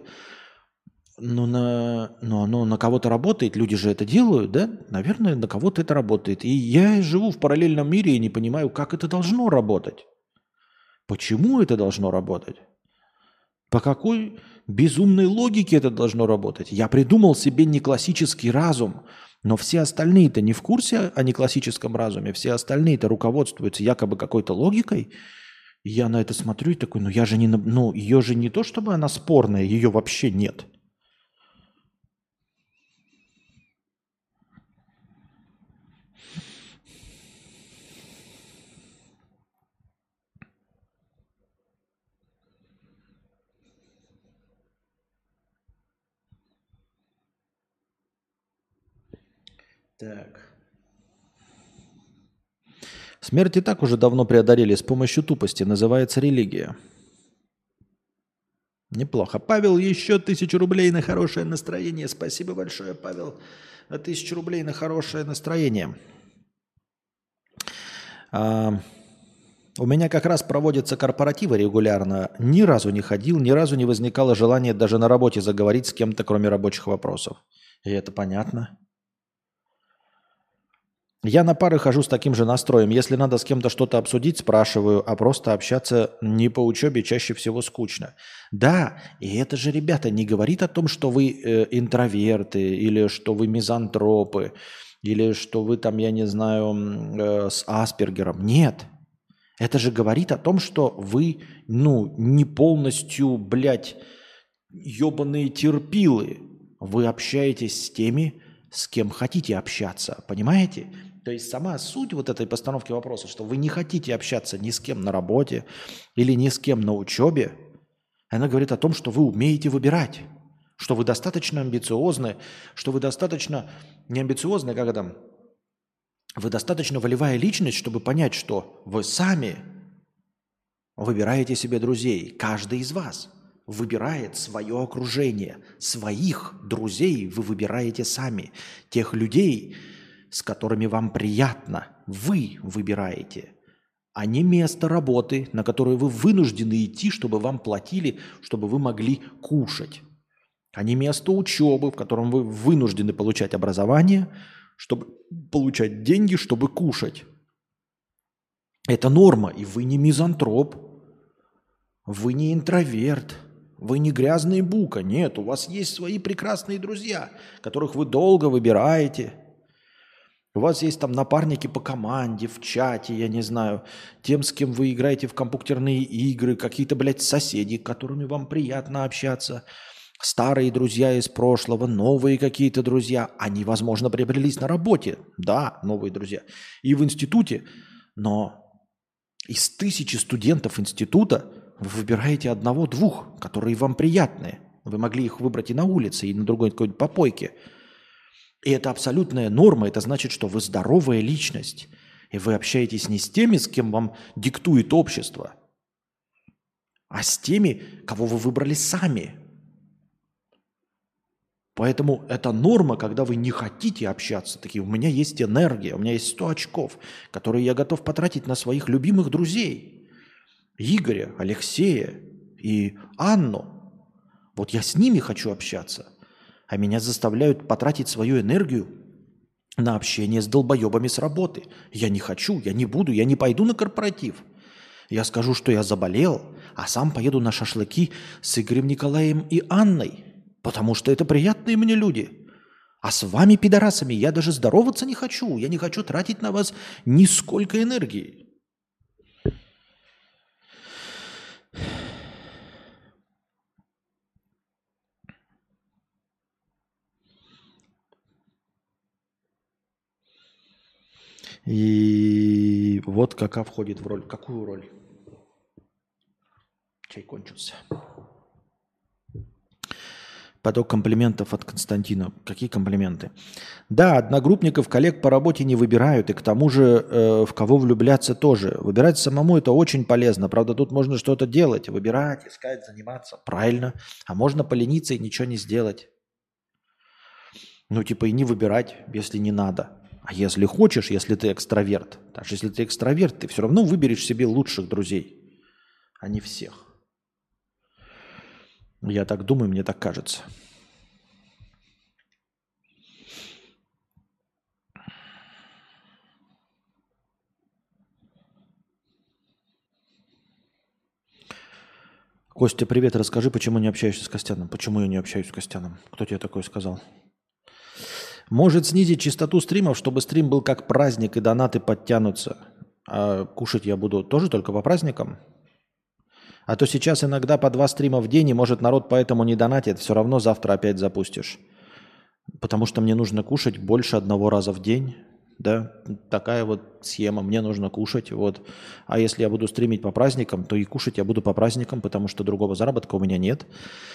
Но оно на кого-то работает, люди же это делают, да? Наверное, на кого-то это работает. И я живу в параллельном мире и не понимаю, как это должно работать. Почему это должно работать? По какой безумной логике это должно работать? Я придумал себе неклассический разум, но все остальные-то не в курсе о неклассическом разуме, все остальные-то руководствуются якобы какой-то логикой. И я на это смотрю и такой, я же не, ее же не то, чтобы она спорная, ее вообще нет. Так. Смерть и так уже давно преодолели с помощью тупости. Называется религия. Неплохо. Павел, еще 1000 рублей на хорошее настроение. Спасибо большое, Павел. 1000 рублей на хорошее настроение. У меня как раз проводятся корпоративы регулярно. Ни разу не ходил, ни разу не возникало желания даже на работе заговорить с кем-то, кроме рабочих вопросов. И это понятно. Я на пары хожу с таким же настроем. Если надо с кем-то что-то обсудить, спрашиваю, а просто общаться не по учебе чаще всего скучно. Да, и это же, ребята, не говорит о том, что вы интроверты, или что вы мизантропы, или что вы там, я не знаю, с Аспергером. Нет. Это же говорит о том, что вы, не полностью, блядь, ебаные терпилы. Вы общаетесь с теми, с кем хотите общаться. Понимаете? То есть сама суть вот этой постановки вопроса, что вы не хотите общаться ни с кем на работе или ни с кем на учебе, она говорит о том, что вы умеете выбирать, что вы достаточно амбициозны, что вы достаточно не амбициозны, как там, вы достаточно волевая личность, чтобы понять, что вы сами выбираете себе друзей, каждый из вас выбирает свое окружение, своих друзей вы выбираете сами, тех людей, с которыми вам приятно, вы выбираете, а не место работы, на которое вы вынуждены идти, чтобы вам платили, чтобы вы могли кушать, а не место учебы, в котором вы вынуждены получать образование, чтобы получать деньги, чтобы кушать. Это норма, и вы не мизантроп, вы не интроверт, вы не грязный бука. Нет, у вас есть свои прекрасные друзья, которых вы долго выбираете. У вас есть там напарники по команде, в чате, я не знаю, тем, с кем вы играете в компьютерные игры, какие-то, блядь, соседи, с которыми вам приятно общаться, старые друзья из прошлого, новые какие-то друзья. Они, возможно, приобрелись на работе, да, новые друзья, и в институте, но из 1000 студентов института вы выбираете одного-двух, которые вам приятны. Вы могли их выбрать и на улице, и на другой какой-нибудь попойке. И это абсолютная норма. Это значит, что вы здоровая личность. И вы общаетесь не с теми, с кем вам диктует общество, а с теми, кого вы выбрали сами. Поэтому это норма, когда вы не хотите общаться. Такие, у меня есть энергия, у меня есть 100 очков, которые я готов потратить на своих любимых друзей. Игоря, Алексея и Анну. Вот я с ними хочу общаться. А меня заставляют потратить свою энергию на общение с долбоебами с работы. Я не хочу, я не буду, я не пойду на корпоратив. Я скажу, что я заболел, а сам поеду на шашлыки с Игорем Николаем и Анной, потому что это приятные мне люди. А с вами, пидорасами, я даже здороваться не хочу. Я не хочу тратить на вас нисколько энергии. И вот кака входит в роль. Какую роль? Чай кончился. Поток комплиментов от Константина. Какие комплименты? Да, одногруппников, коллег по работе не выбирают, и к тому же в кого влюбляться тоже. Выбирать самому это очень полезно. Правда, тут можно что-то делать, выбирать, искать, заниматься. Правильно. А можно полениться и ничего не сделать. Ну, типа и не выбирать, если не надо. А если хочешь, если ты экстраверт, даже если ты экстраверт, ты все равно выберешь себе лучших друзей, а не всех. Я так думаю, мне так кажется. Костя, привет. Расскажи, почему не общаешься с Костяном? Почему я не общаюсь с Костяном? Кто тебе такое сказал? Может снизить частоту стримов, чтобы стрим был как праздник и донаты подтянутся. А кушать я буду тоже только по праздникам? А то сейчас иногда по 2 стрима в день, и может народ поэтому не донатит, все равно завтра опять запустишь. Потому что мне нужно кушать больше 1 раза в день. Да, такая вот схема. Мне нужно кушать. Вот. А если я буду стримить по праздникам, то и кушать я буду по праздникам, потому что другого заработка у меня нет.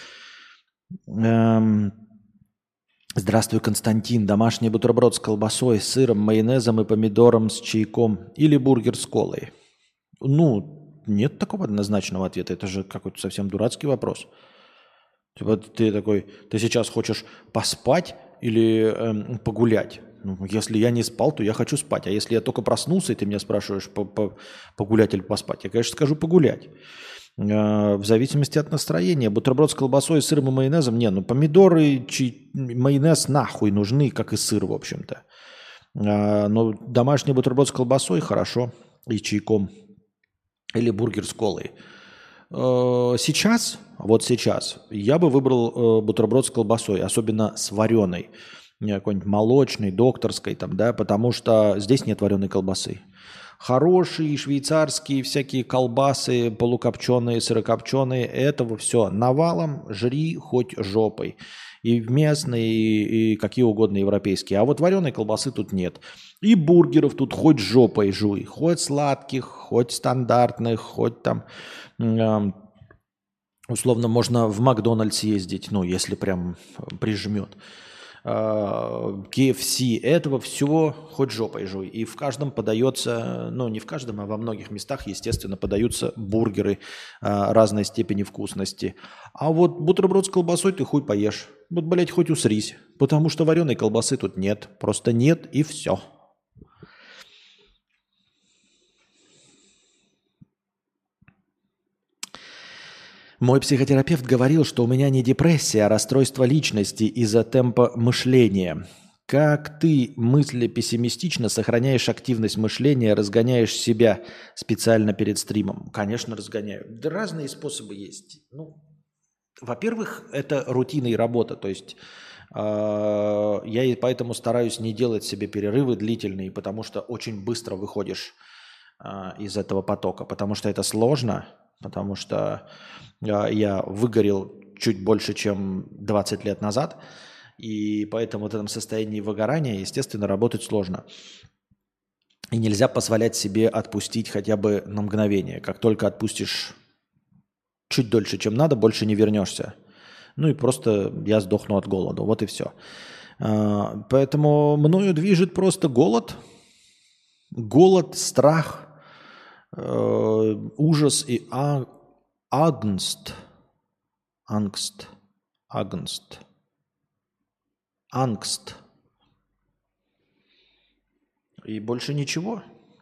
Здравствуй, Константин. Домашний бутерброд с колбасой, сыром, майонезом и помидором с чайком. Или бургер с колой. Ну, нет такого однозначного ответа. Это же какой-то совсем дурацкий вопрос. Типа ты такой, ты сейчас хочешь поспать или погулять? Ну, если я не спал, то я хочу спать. А если я только проснулся, и ты меня спрашиваешь погулять или поспать, я, конечно, скажу погулять. В зависимости от настроения. Бутерброд с колбасой, сыром и майонезом. Не, ну помидоры, майонез нахуй нужны, как и сыр, в общем-то. Но домашний бутерброд с колбасой хорошо. И чайком. Или бургер с колой. Сейчас, вот сейчас, я бы выбрал бутерброд с колбасой, особенно с вареной. Какой-нибудь молочной, докторской, там, да, потому что здесь нет вареной колбасы. Хорошие швейцарские всякие колбасы, полукопченые, сырокопченые, этого все навалом, жри хоть жопой. И местные, и какие угодно европейские. А вот вареной колбасы тут нет. И бургеров тут хоть жопой жуй. Хоть сладких, хоть стандартных, хоть там... условно, можно в Макдональдс ездить, ну, если прям прижмет. KFC, этого всего хоть жопой жуй. И в каждом подается, ну не в каждом, а во многих местах, естественно, подаются бургеры разной степени вкусности. А вот бутерброд с колбасой ты хуй поешь. Вот, блядь, хоть усрись. Потому что вареной колбасы тут нет. Просто нет и все. Мой психотерапевт говорил, что у меня не депрессия, а расстройство личности из-за темпа мышления. Как ты мысли пессимистично сохраняешь активность мышления, разгоняешь себя специально перед стримом? Конечно, разгоняю. Да разные способы есть. Ну, во-первых, это рутина и работа. То есть я и поэтому стараюсь не делать себе перерывы длительные, потому что очень быстро выходишь из этого потока. Потому что это сложно, потому что я выгорел чуть больше, чем 20 лет назад, и поэтому в этом состоянии выгорания, естественно, работать сложно. И нельзя позволять себе отпустить хотя бы на мгновение. Как только отпустишь чуть дольше, чем надо, больше не вернешься. Ну и просто я сдохну от голода. Вот и все. Поэтому мною движет просто голод. Голод, страх, ужас и Angst. Angst. Angst. Angst. И больше ничего.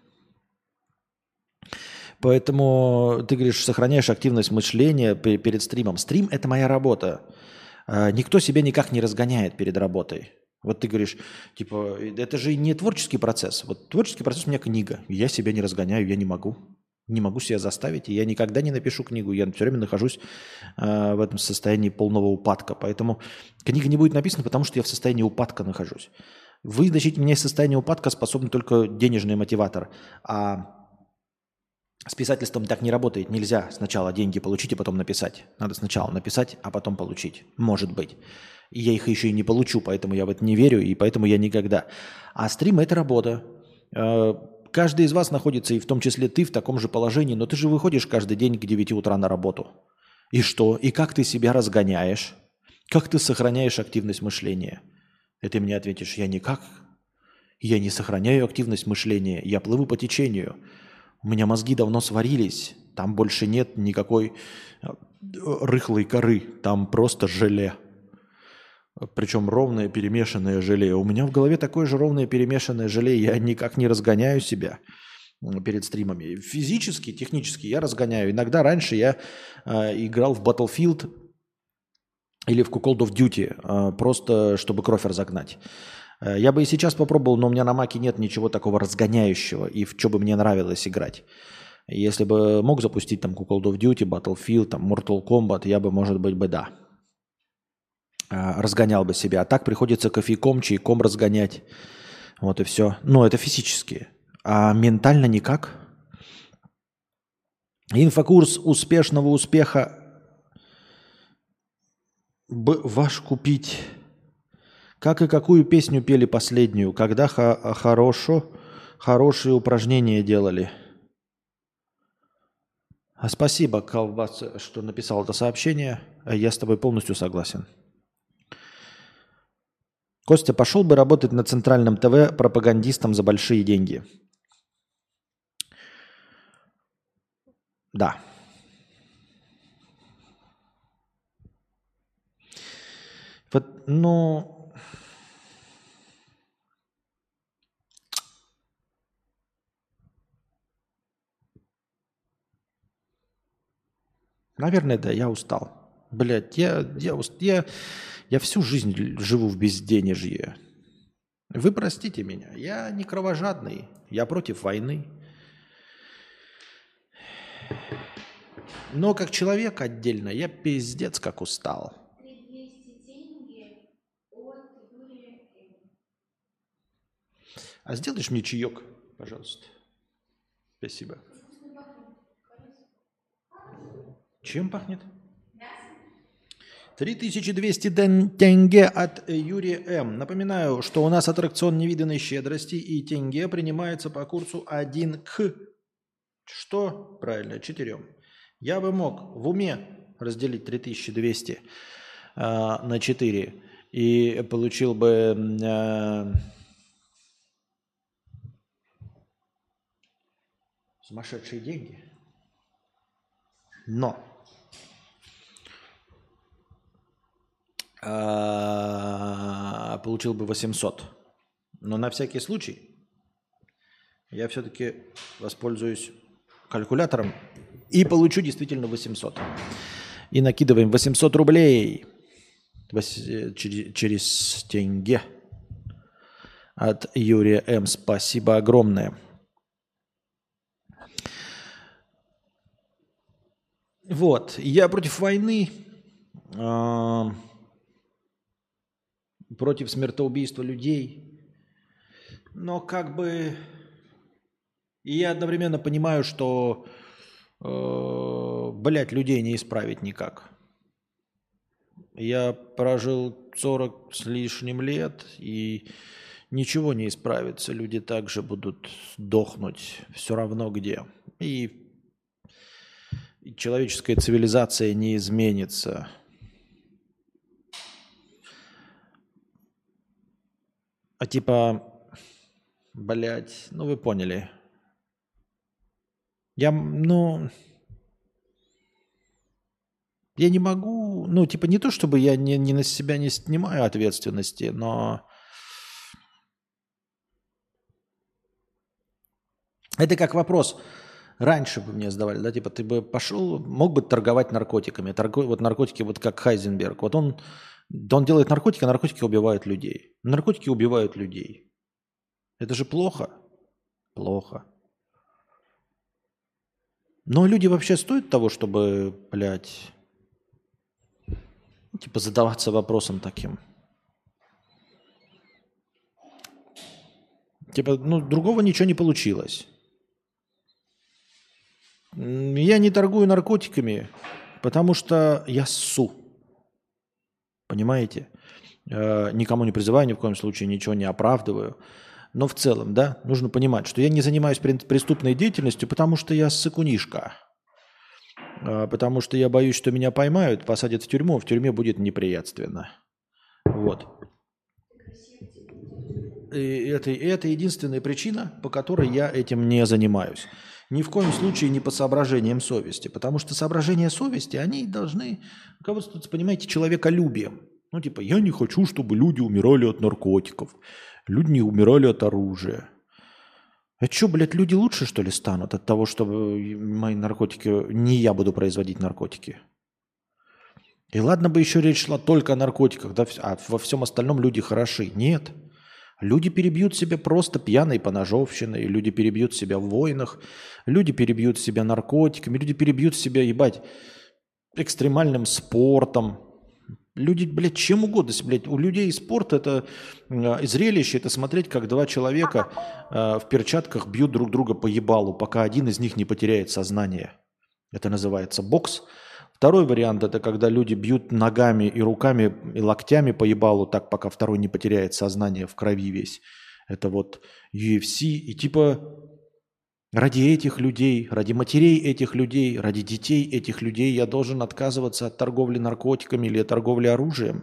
Поэтому ты говоришь, сохраняешь активность мышления перед стримом. Стрим – это моя работа. Никто себя никак не разгоняет перед работой. Вот ты говоришь, типа, это же не творческий процесс. Вот творческий процесс у меня книга. Я себя не разгоняю, я не могу. Не могу себя заставить, и я никогда не напишу книгу. Я все время нахожусь в этом состоянии полного упадка. Поэтому книга не будет написана, потому что я в состоянии упадка нахожусь. Вытащить меня из состояния упадка способен только денежный мотиватор. А с писательством так не работает. Нельзя сначала деньги получить, а потом написать. Надо сначала написать, а потом получить. Может быть. И я их еще и не получу, поэтому я в это не верю, и поэтому я никогда. А стрим – это работа. Каждый из вас находится, и в том числе ты, в таком же положении, но ты же выходишь каждый день к 9 утра на работу. И что? И как ты себя разгоняешь? Как ты сохраняешь активность мышления? И ты мне ответишь, я никак. Я не сохраняю активность мышления, я плыву по течению. У меня мозги давно сварились, там больше нет никакой рыхлой коры, там просто желе. Причем ровное перемешанное желе. У меня в голове такое же ровное перемешанное желе, я никак не разгоняю себя перед стримами. Физически, технически я разгоняю. Иногда раньше я играл в Battlefield или в Call of Duty, просто чтобы кровь разогнать. Я бы и сейчас попробовал, но у меня на маке нет ничего такого разгоняющего, и в что бы мне нравилось играть. Если бы мог запустить там Call of Duty, Battlefield, там Mortal Kombat, я бы, может быть, бы да. Разгонял бы себя. А так приходится кофейком, чайком разгонять. Вот и все. Но это физически. А ментально никак. Инфокурс успешного успеха ваш купить. Как и какую песню пели последнюю? Когда хорошие упражнения делали? Спасибо, Колбас, что написал это сообщение. Я с тобой полностью согласен. Костя, пошел бы работать на Центральном ТВ пропагандистом за большие деньги. Да. Вот, ну, наверное, да, я устал. Блядь, я всю жизнь живу в безденежье. Вы простите меня, я не кровожадный, я против войны. Но как человек отдельно я пиздец как устал. 3200 деньги от Юрия М. А сделаешь мне чаек, пожалуйста? Спасибо. Вкусно пахнет. Чем пахнет? Мясо? 3200 тенге от Юрия М. Напоминаю, что у нас аттракцион невиданной щедрости, и тенге принимается по курсу 1 к... Что? Правильно, 4. Я бы мог в уме разделить 3200 на 4 и получил бы сумасшедшие деньги. Но получил бы 800. Но на всякий случай я все-таки воспользуюсь калькулятором и получу действительно 800. И накидываем 800 рублей через тенге от Юрия М. Спасибо огромное. Вот, я против войны, против смертоубийства людей, но как бы и я одновременно понимаю, что, блядь, людей не исправить никак. Я прожил 40 с лишним лет, и ничего не исправится. Люди также будут дохнуть все равно где. И человеческая цивилизация не изменится. А типа, блядь, ну вы поняли. Я не могу, типа не то, чтобы я не на себя не снимаю ответственности, но это как вопрос. Раньше бы мне задавали, да, типа ты бы пошел, мог бы торговать наркотиками. Вот наркотики, вот как Хайзенберг. Вот он делает наркотики, а наркотики убивают людей. Наркотики убивают людей. Это же плохо. Плохо. Но люди вообще стоят того, чтобы, блядь, типа задаваться вопросом таким. Типа, другого ничего не получилось. Я не торгую наркотиками, потому что я ссу. Понимаете? Никому не призываю, ни в коем случае ничего не оправдываю. Но в целом, да, нужно понимать, что я не занимаюсь преступной деятельностью, потому что я ссыкунишка. Потому что я боюсь, что меня поймают, посадят в тюрьму, в тюрьме будет неприятственно. Вот. И это единственная причина, по которой я этим не занимаюсь. Ни в коем случае не по соображениям совести. Потому что соображения совести, они должны руководствоваться, понимаете, человеколюбием. Ну, типа, я не хочу, чтобы люди умирали от наркотиков. Люди не умирали от оружия. А что, блядь, люди лучше, что ли, станут от того, чтобы мои наркотики... Не я буду производить наркотики. И ладно бы еще речь шла только о наркотиках, да, а во всем остальном люди хороши. Нет. Люди перебьют себя просто пьяной поножовщиной, люди перебьют себя в войнах, люди перебьют себя наркотиками, люди перебьют себя, ебать, экстремальным спортом. Люди, блядь, чем угодно. Блядь, у людей спорт – это зрелище, это смотреть, как два человека в перчатках бьют друг друга по ебалу, пока один из них не потеряет сознание. Это называется бокс. Второй вариант – это когда люди бьют ногами и руками и локтями по ебалу, так пока второй не потеряет сознание в крови весь. Это вот UFC. И типа ради этих людей, ради матерей этих людей, ради детей этих людей я должен отказываться от торговли наркотиками или от торговли оружием.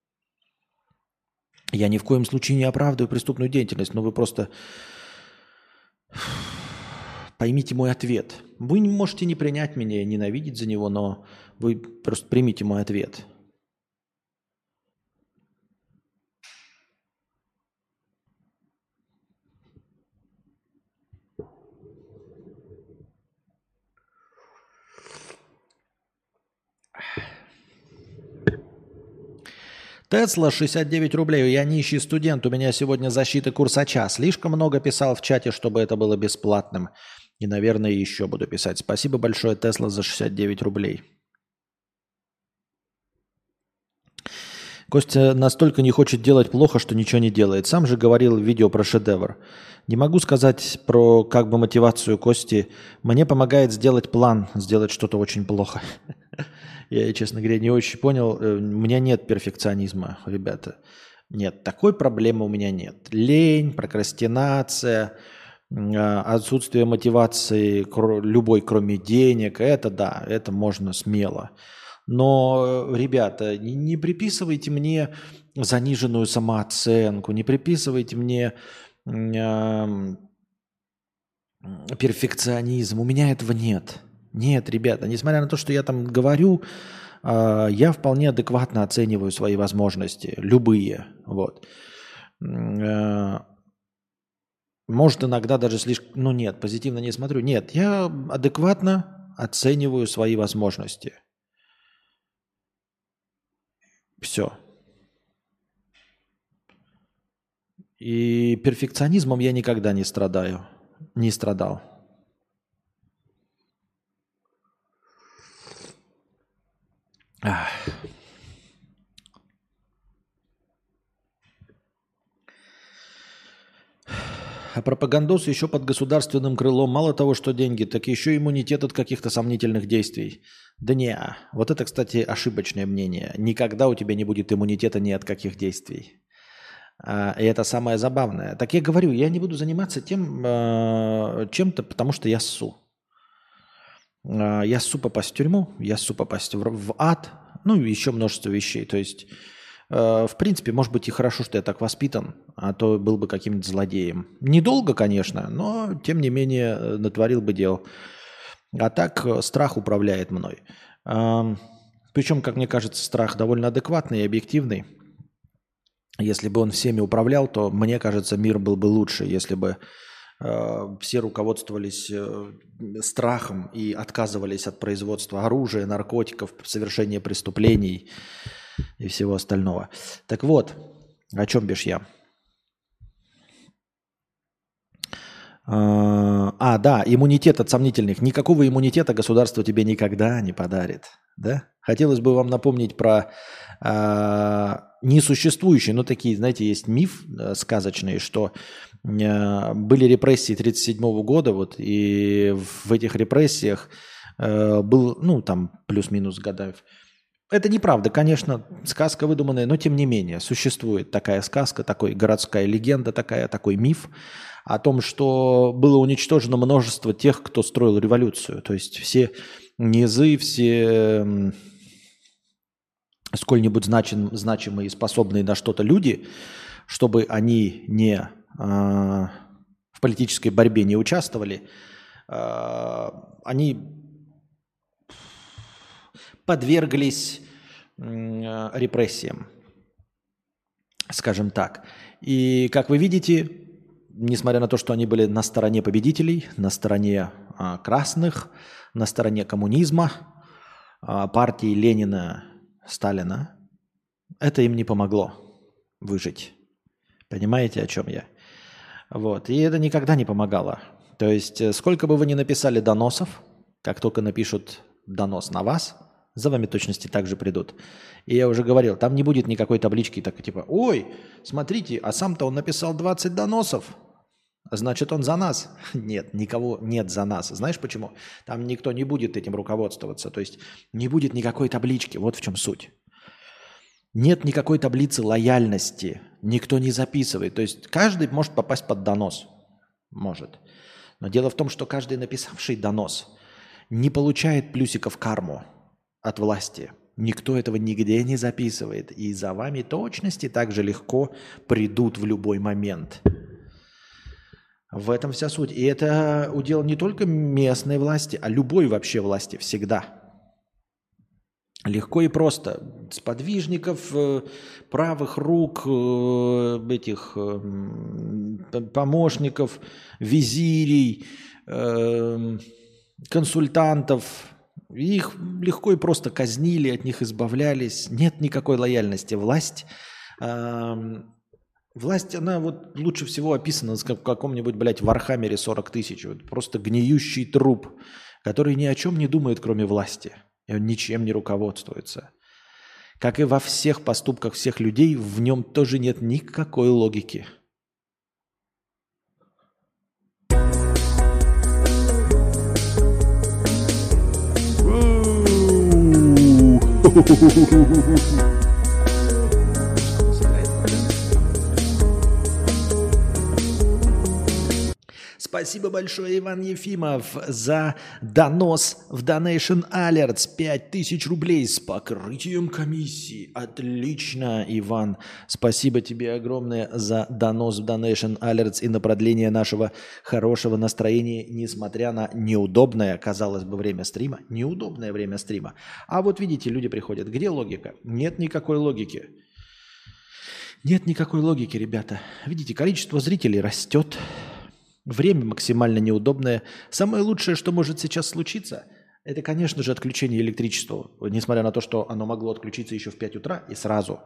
Я ни в коем случае не оправдываю преступную деятельность, но вы просто поймите мой ответ. Вы можете не принять меня и ненавидеть за него, но вы просто примите мой ответ. Тесла 69 рублей. Я нищий студент. У меня сегодня защита курсача. Слишком много писал в чате, чтобы это было бесплатным. И, наверное, еще буду писать. Спасибо большое, Тесла, за 69 рублей. Костя настолько не хочет делать плохо, что ничего не делает. Сам же говорил в видео про шедевр. Не могу сказать про как бы мотивацию Кости. Мне помогает сделать план, сделать что-то очень плохо. Я, честно говоря, не очень понял. У меня нет перфекционизма, ребята. Нет, такой проблемы у меня нет. Лень, прокрастинация, отсутствие мотивации любой, кроме денег. Это да, это можно смело. Но, ребята, не приписывайте мне заниженную самооценку, не приписывайте мне перфекционизм. У меня этого нет. Нет, ребята, несмотря на то, что я там говорю, я вполне адекватно оцениваю свои возможности, любые. Вот. Может, иногда даже слишком... Ну нет, позитивно не смотрю. Нет, я адекватно оцениваю свои возможности. Все. И перфекционизмом я никогда не страдаю. Не страдал. А пропагандосы еще под государственным крылом. Мало того, что деньги, так еще иммунитет от каких-то сомнительных действий. Да не, вот это, кстати, ошибочное мнение. Никогда у тебя не будет иммунитета ни от каких действий. И это самое забавное. Так я говорю, я не буду заниматься тем чем-то, потому что я ссу. Я ссу попасть в тюрьму, я ссу попасть в ад, ну и еще множество вещей. То есть, в принципе, может быть и хорошо, что я так воспитан, а то был бы каким-то злодеем. Недолго, конечно, но тем не менее натворил бы дел. А так страх управляет мной. Причем, как мне кажется, страх довольно адекватный и объективный. Если бы он всеми управлял, то, мне кажется, мир был бы лучше, если бы все руководствовались страхом и отказывались от производства оружия, наркотиков, совершения преступлений и всего остального. Так вот, о чем бишь я? Да, иммунитет от сомнительных. Никакого иммунитета государство тебе никогда не подарит. Да? Хотелось бы вам напомнить про несуществующие, но такие, знаете, есть миф сказочный, что были репрессии 1937 года, вот, и в этих репрессиях был, ну, там, плюс-минус годов, Это неправда, конечно, сказка выдуманная, но тем не менее существует такая сказка, такой городская легенда, такой миф о том, что было уничтожено множество тех, кто строил революцию. То есть все низы, все сколь-нибудь значимые и способные на что-то люди, чтобы они в политической борьбе не участвовали, они подверглись репрессиям, скажем так. И, как вы видите, несмотря на то, что они были на стороне победителей, на стороне красных, на стороне коммунизма, партии Ленина, Сталина, это им не помогло выжить. Понимаете, о чем я? Вот. И это никогда не помогало. То есть, сколько бы вы ни написали доносов, как только напишут донос на вас, за вами точности так же придут. И я уже говорил, там не будет никакой таблички, так типа, ой, смотрите, а сам-то он написал 20 доносов, значит, он за нас. Нет, никого нет за нас. Знаешь почему? Там никто не будет этим руководствоваться. То есть не будет никакой таблички. Вот в чем суть. Нет никакой таблицы лояльности. Никто не записывает. То есть каждый может попасть под донос. Может. Но дело в том, что каждый написавший донос не получает плюсиков карму от власти. Никто этого нигде не записывает. И за вами точности так же легко придут в любой момент. В этом вся суть. И это удел не только местной власти, а любой вообще власти всегда. Легко и просто. Сподвижников, правых рук, этих помощников, визирей, консультантов. Их легко и просто казнили, от них избавлялись. Нет никакой лояльности. Власть, она вот лучше всего описана в каком-нибудь, блядь, Вархаммере 40 тысяч. Вот просто гниющий труп, который ни о чем не думает, кроме власти. И он ничем не руководствуется. Как и во всех поступках всех людей, в нем тоже нет никакой логики. Спасибо большое, Иван Ефимов, за донос в Donation Alerts. 5000 рублей с покрытием комиссии. Отлично, Иван. Спасибо тебе огромное за донос в Donation Alerts и на продление нашего хорошего настроения, несмотря на неудобное, казалось бы, время стрима. Неудобное время стрима. А вот видите, люди приходят. Где логика? Нет никакой логики. Нет никакой логики, ребята. Видите, количество зрителей растет. Время максимально неудобное. Самое лучшее, что может сейчас случиться, это, конечно же, отключение электричества. Несмотря на то, что оно могло отключиться еще в 5 утра и сразу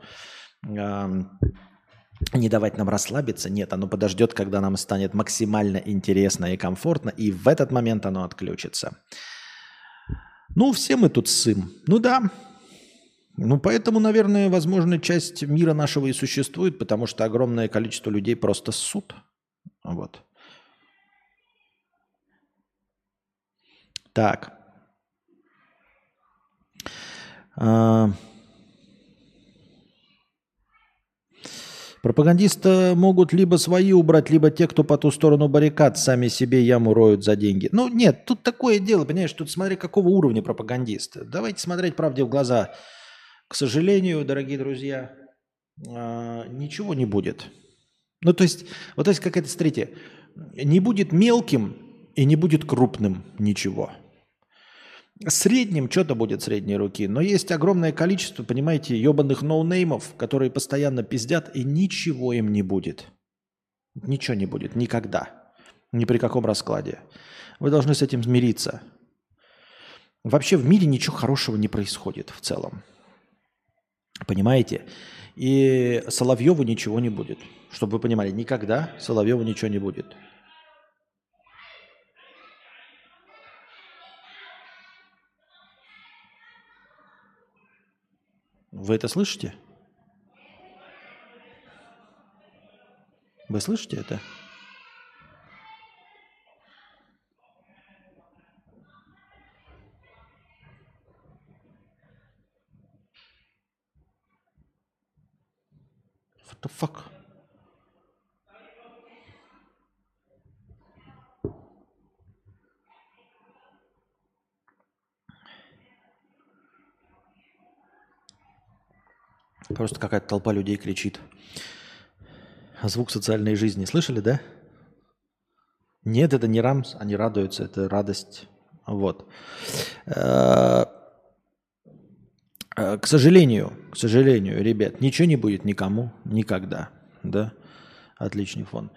не давать нам расслабиться. Нет, оно подождет, когда нам станет максимально интересно и комфортно, и в этот момент оно отключится. Ну, все мы тут ссым. Ну да. Ну, поэтому, наверное, возможно, часть мира нашего и существует, потому что огромное количество людей просто ссут. Вот. Так. Пропагандисты могут либо свои убрать, либо те, кто по ту сторону баррикад, сами себе яму роют за деньги. Ну нет, тут такое дело, понимаешь, тут смотри, какого уровня пропагандисты. Давайте смотреть правде в глаза. К сожалению, дорогие друзья, ничего не будет. Ну то есть, вот то есть какая-то, смотрите, не будет мелким и не будет крупным ничего. Средним что-то будет средней руки, но есть огромное количество, понимаете, ебаных ноунеймов, которые постоянно пиздят, и ничего им не будет. Ничего не будет, никогда. Ни при каком раскладе. Вы должны с этим смириться. Вообще в мире ничего хорошего не происходит в целом. Понимаете? И Соловьеву ничего не будет. Чтобы вы понимали, никогда Соловьеву ничего не будет. Вы это слышите? Вы слышите это? The fuck? Просто какая-то толпа людей кричит. А звук социальной жизни. Слышали, да? Нет, это не рамс, они радуются, это радость. Вот. К сожалению, ребят, ничего не будет никому, никогда. Да? Отличный фон.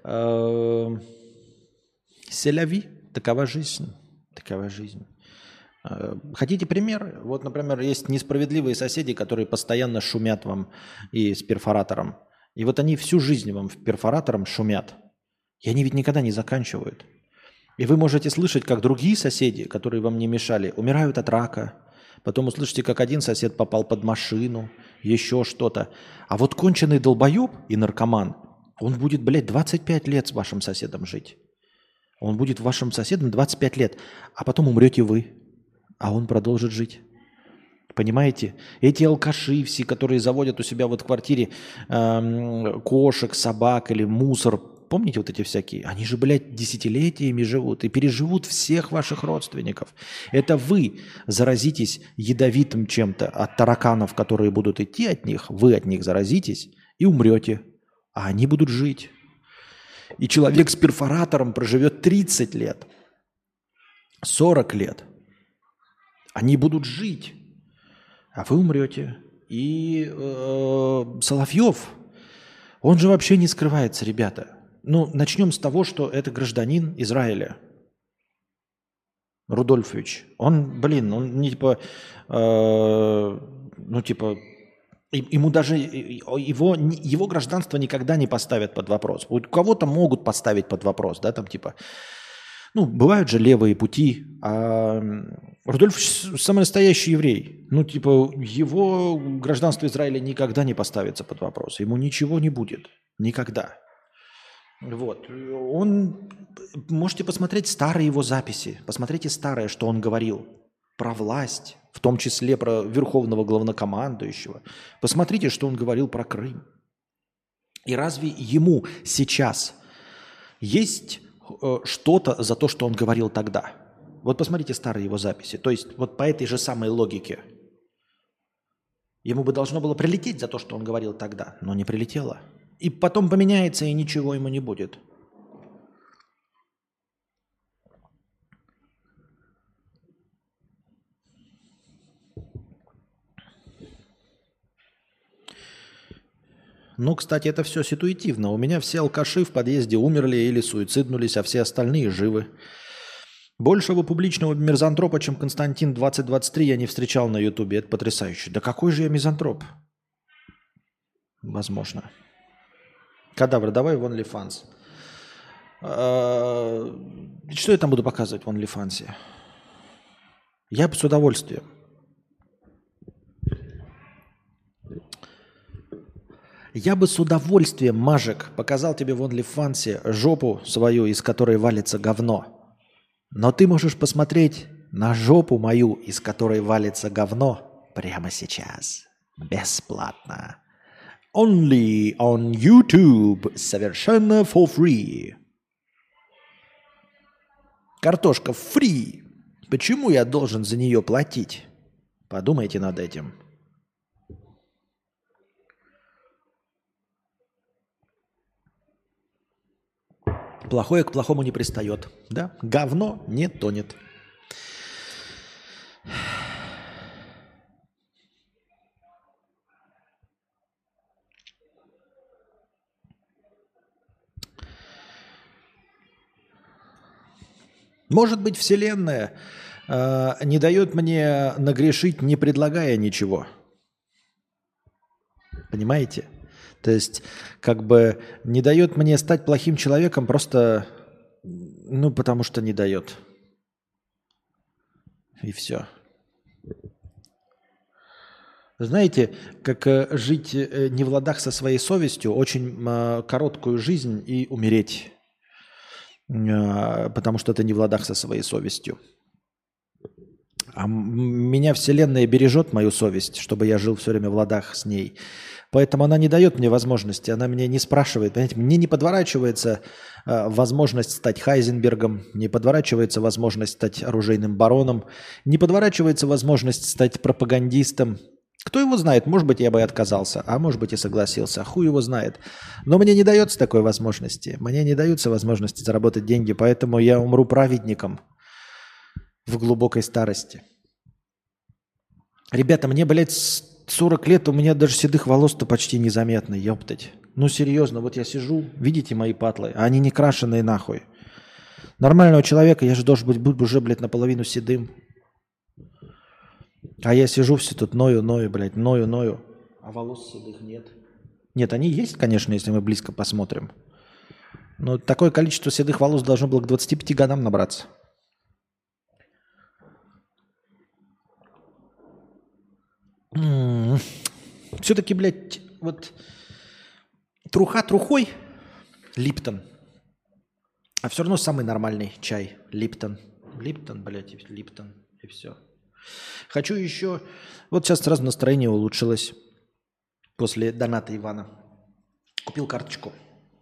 Селяви, такова жизнь. Такова жизнь. Хотите пример? Вот, например, есть несправедливые соседи, которые постоянно шумят вам и с перфоратором. И вот они всю жизнь вам перфоратором шумят. И они ведь никогда не заканчивают. И вы можете слышать, как другие соседи, которые вам не мешали, умирают от рака. Потом услышите, как один сосед попал под машину, еще что-то. А вот конченый долбоеб и наркоман, он будет, блядь, 25 лет с вашим соседом жить. Он будет вашим соседом 25 лет, а потом умрете вы, а он продолжит жить. Понимаете? Эти алкаши все, которые заводят у себя вот в квартире кошек, собак или мусор, помните вот эти всякие? Они же, блядь, десятилетиями живут и переживут всех ваших родственников. Это вы заразитесь ядовитым чем-то от тараканов, которые будут идти от них, вы от них заразитесь и умрете, а они будут жить. И человек с перфоратором проживет 30 лет, 40 лет. Они будут жить, а вы умрете. И Соловьев, он же вообще не скрывается, ребята. Ну, начнем с того, что это гражданин Израиля. Рудольфович. Он, блин, он не типа, ему даже его гражданство никогда не поставят под вопрос. У кого-то могут поставить под вопрос, да, там типа, ну, бывают же левые пути, а Рудольфович самый настоящий еврей. Ну, типа, его гражданство Израиля никогда не поставится под вопрос. Ему ничего не будет. Никогда. Вот. Он... Можете посмотреть старые его записи. Посмотрите старое, что он говорил про власть, в том числе про верховного главнокомандующего. Посмотрите, что он говорил про Крым. И разве ему сейчас есть что-то за то, что он говорил тогда? Вот посмотрите старые его записи. То есть вот по этой же самой логике. Ему бы должно было прилететь за то, что он говорил тогда, но не прилетело. И потом поменяется, и ничего ему не будет. Ну, кстати, это все ситуативно. У меня все алкаши в подъезде умерли или суициднулись, а все остальные живы. Большего публичного мизантропа, чем Константин 2023, я не встречал на Ютубе. Это потрясающе. Да какой же я мизантроп? Возможно. Кадавр, давай в OnlyFans. Что я там буду показывать в OnlyFans? Я бы с удовольствием. Я бы с удовольствием, Мажик, показал тебе в OnlyFans жопу свою, из которой валится говно. Но ты можешь посмотреть на жопу мою, из которой валится говно, прямо сейчас. Бесплатно. Only on YouTube. Совершенно for free. Картошка free. Почему я должен за нее платить? Подумайте над этим. Плохое к плохому не пристает. Да? Говно не тонет. Может быть, Вселенная не дает мне нагрешить, не предлагая ничего. Понимаете? То есть, как бы не дает мне стать плохим человеком просто, ну, потому что не дает. И все. Знаете, как жить не в ладах со своей совестью, очень короткую жизнь и умереть, потому что ты не в ладах со своей совестью. Меня Вселенная бережет мою совесть, чтобы я жил все время в ладах с ней. Поэтому она не дает мне возможности, она мне не спрашивает. Понимаете, мне не подворачивается возможность стать Хайзенбергом, не подворачивается возможность стать оружейным бароном, не подворачивается возможность стать пропагандистом. Кто его знает, может быть, я бы и отказался, а может быть и согласился, хуй его знает. Но мне не дается такой возможности, мне не даются возможности заработать деньги, поэтому я умру праведником в глубокой старости. Ребята, мне, блядь, 40 лет, у меня даже седых волос-то почти незаметно, ёптать. Ну, серьезно, вот я сижу, видите мои патлы, а они не крашеные нахуй. Нормального человека, я же должен быть уже, блядь, наполовину седым. А я сижу все тут ною, блядь, ною. А волос седых нет. Нет, они есть, конечно, если мы близко посмотрим. Но такое количество седых волос должно было к 25 годам набраться. Все-таки, блядь, вот труха трухой, Липтон. А все равно самый нормальный чай, Липтон. Липтон, блядь, Липтон, и все. Хочу еще... Вот сейчас сразу настроение улучшилось после доната Ивана. Купил карточку.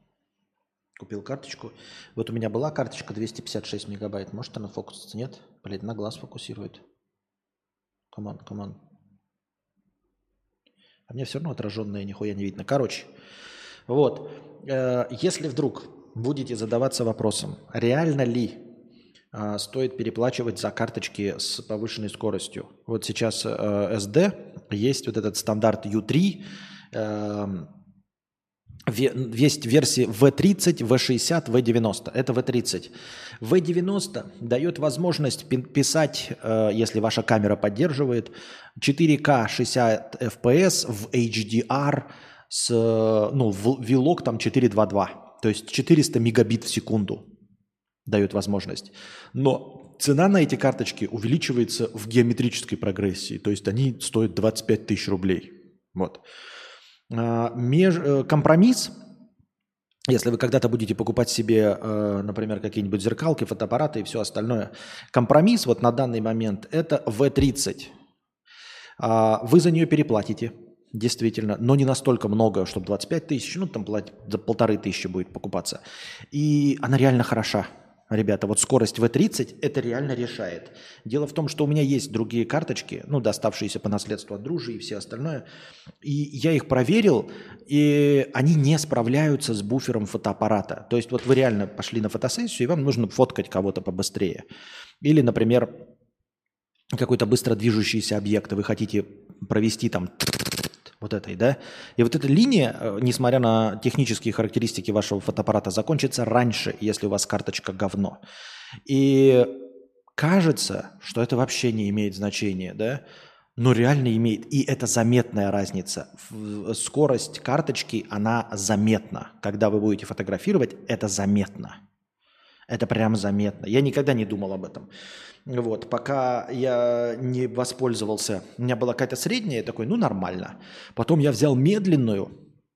Вот у меня была карточка 256 мегабайт. Может она фокусится? Нет? Блядь, на глаз фокусирует. Come on. А мне все равно отраженное нихуя не видно. Короче, вот. Если вдруг будете задаваться вопросом, реально ли стоит переплачивать за карточки с повышенной скоростью. Вот сейчас SD, есть вот этот стандарт U3, есть версии V30, V60, V90. Это V30. V90 дает возможность писать, если ваша камера поддерживает, 4К 60 FPS в HDR с Vlog там 422. То есть 400 мегабит в секунду дает возможность. Но цена на эти карточки увеличивается в геометрической прогрессии. То есть они стоят 25 тысяч рублей. Вот. Компромисс, если вы когда-то будете покупать себе, например, какие-нибудь зеркалки, фотоаппараты и все остальное, компромисс вот на данный момент это V30. Вы за нее переплатите, действительно, но не настолько много, чтобы 25 тысяч, ну там за 1500 будет покупаться. И она реально хороша. Ребята, вот скорость V30 это реально решает. Дело в том, что у меня есть другие карточки, ну, доставшиеся по наследству от дружи и все остальное. И я их проверил, и они не справляются с буфером фотоаппарата. То есть вот вы реально пошли на фотосессию, и вам нужно фоткать кого-то побыстрее. Или, например, какой-то быстро движущийся объект, и вы хотите провести там вот этой, да? И вот эта линия, несмотря на технические характеристики вашего фотоаппарата, закончится раньше, если у вас карточка говно. И кажется, что это вообще не имеет значения, да? Но реально имеет. И это заметная разница. Скорость карточки, она заметна. Когда вы будете фотографировать, это заметно. Это прям заметно. Я никогда не думал об этом. Вот, пока я не воспользовался, у меня была какая-то средняя, я такой, ну нормально. Потом я взял медленную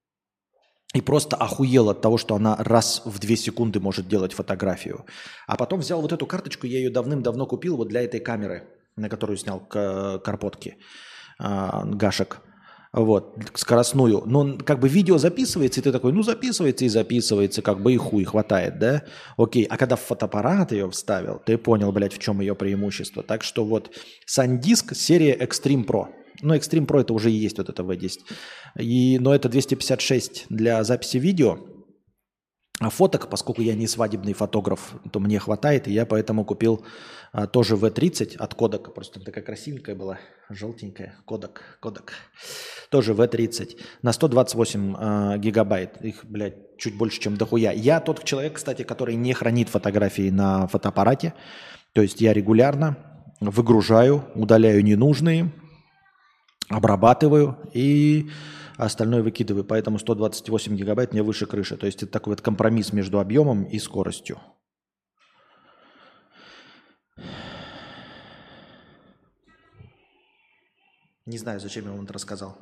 и просто охуел от того, что она раз в 2 секунды может делать фотографию. А потом взял вот эту карточку, я ее давным-давно купил вот для этой камеры, на которую снял карпотки, гашек. Вот, скоростную. Но как бы видео записывается, и ты такой, ну записывается и записывается, как бы и хуй хватает, да? Окей, а когда в фотоаппарат ее вставил, ты понял, блядь, в чем ее преимущество. Так что вот SanDisk серия Extreme Pro. Ну, Extreme Pro это уже и есть вот это V10. Но это 256 для записи видео. А фоток, поскольку я не свадебный фотограф, то мне хватает, и я поэтому купил тоже V30 от Kodak. Просто такая красивенькая была, желтенькая. Kodak. Тоже V30 на 128 гигабайт. Их, блядь, чуть больше, чем дохуя. Я тот человек, кстати, который не хранит фотографии на фотоаппарате. То есть я регулярно выгружаю, удаляю ненужные, обрабатываю и остальное выкидываю. Поэтому 128 гигабайт мне выше крыши. То есть это такой вот компромисс между объемом и скоростью. Не знаю, зачем я вам это рассказал.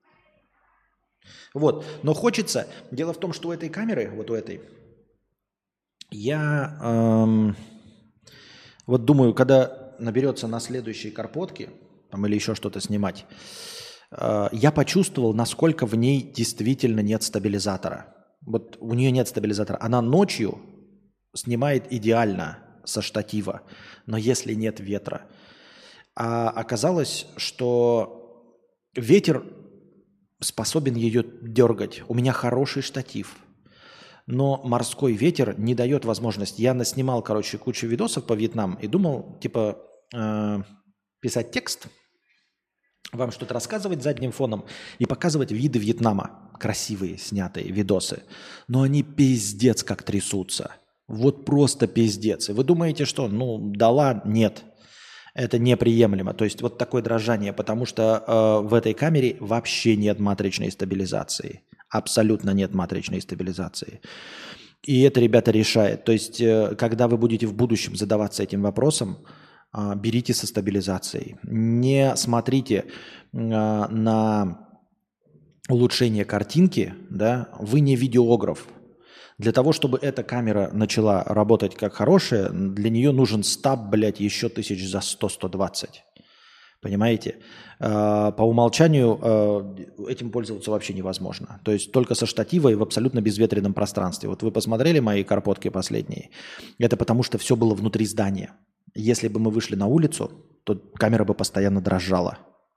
Вот, но хочется... Дело в том, что у этой камеры, вот у этой, я вот думаю, когда наберется на следующие карпотки там, или еще что-то снимать, я почувствовал, насколько в ней действительно нет стабилизатора. Вот у нее нет стабилизатора. Она ночью снимает идеально со штатива, но если нет ветра. А оказалось, что ветер способен ее дергать. У меня хороший штатив, но морской ветер не дает возможности. Я наснимал, короче, кучу видосов по Вьетнаму и думал, типа, писать текст, вам что-то рассказывать задним фоном и показывать виды Вьетнама. Красивые, снятые видосы. Но они пиздец как трясутся. Вот просто пиздец. И вы думаете, что, ну, да ладно, нет. Это неприемлемо. То есть вот такое дрожание, потому что в этой камере вообще нет матричной стабилизации. Абсолютно нет матричной стабилизации. И это, ребята, решает. То есть когда вы будете в будущем задаваться этим вопросом, берите со стабилизацией. Не смотрите на улучшение картинки, да, вы не видеограф. Для того, чтобы эта камера начала работать как хорошая, для нее нужен стаб, блядь, еще тысяч за 100-120. Понимаете? По умолчанию этим пользоваться вообще невозможно. То есть только со штатива и в абсолютно безветренном пространстве. Вот вы посмотрели мои карпотки последние. Это потому, что все было внутри здания. Если бы мы вышли на улицу, то камера бы постоянно дрожала.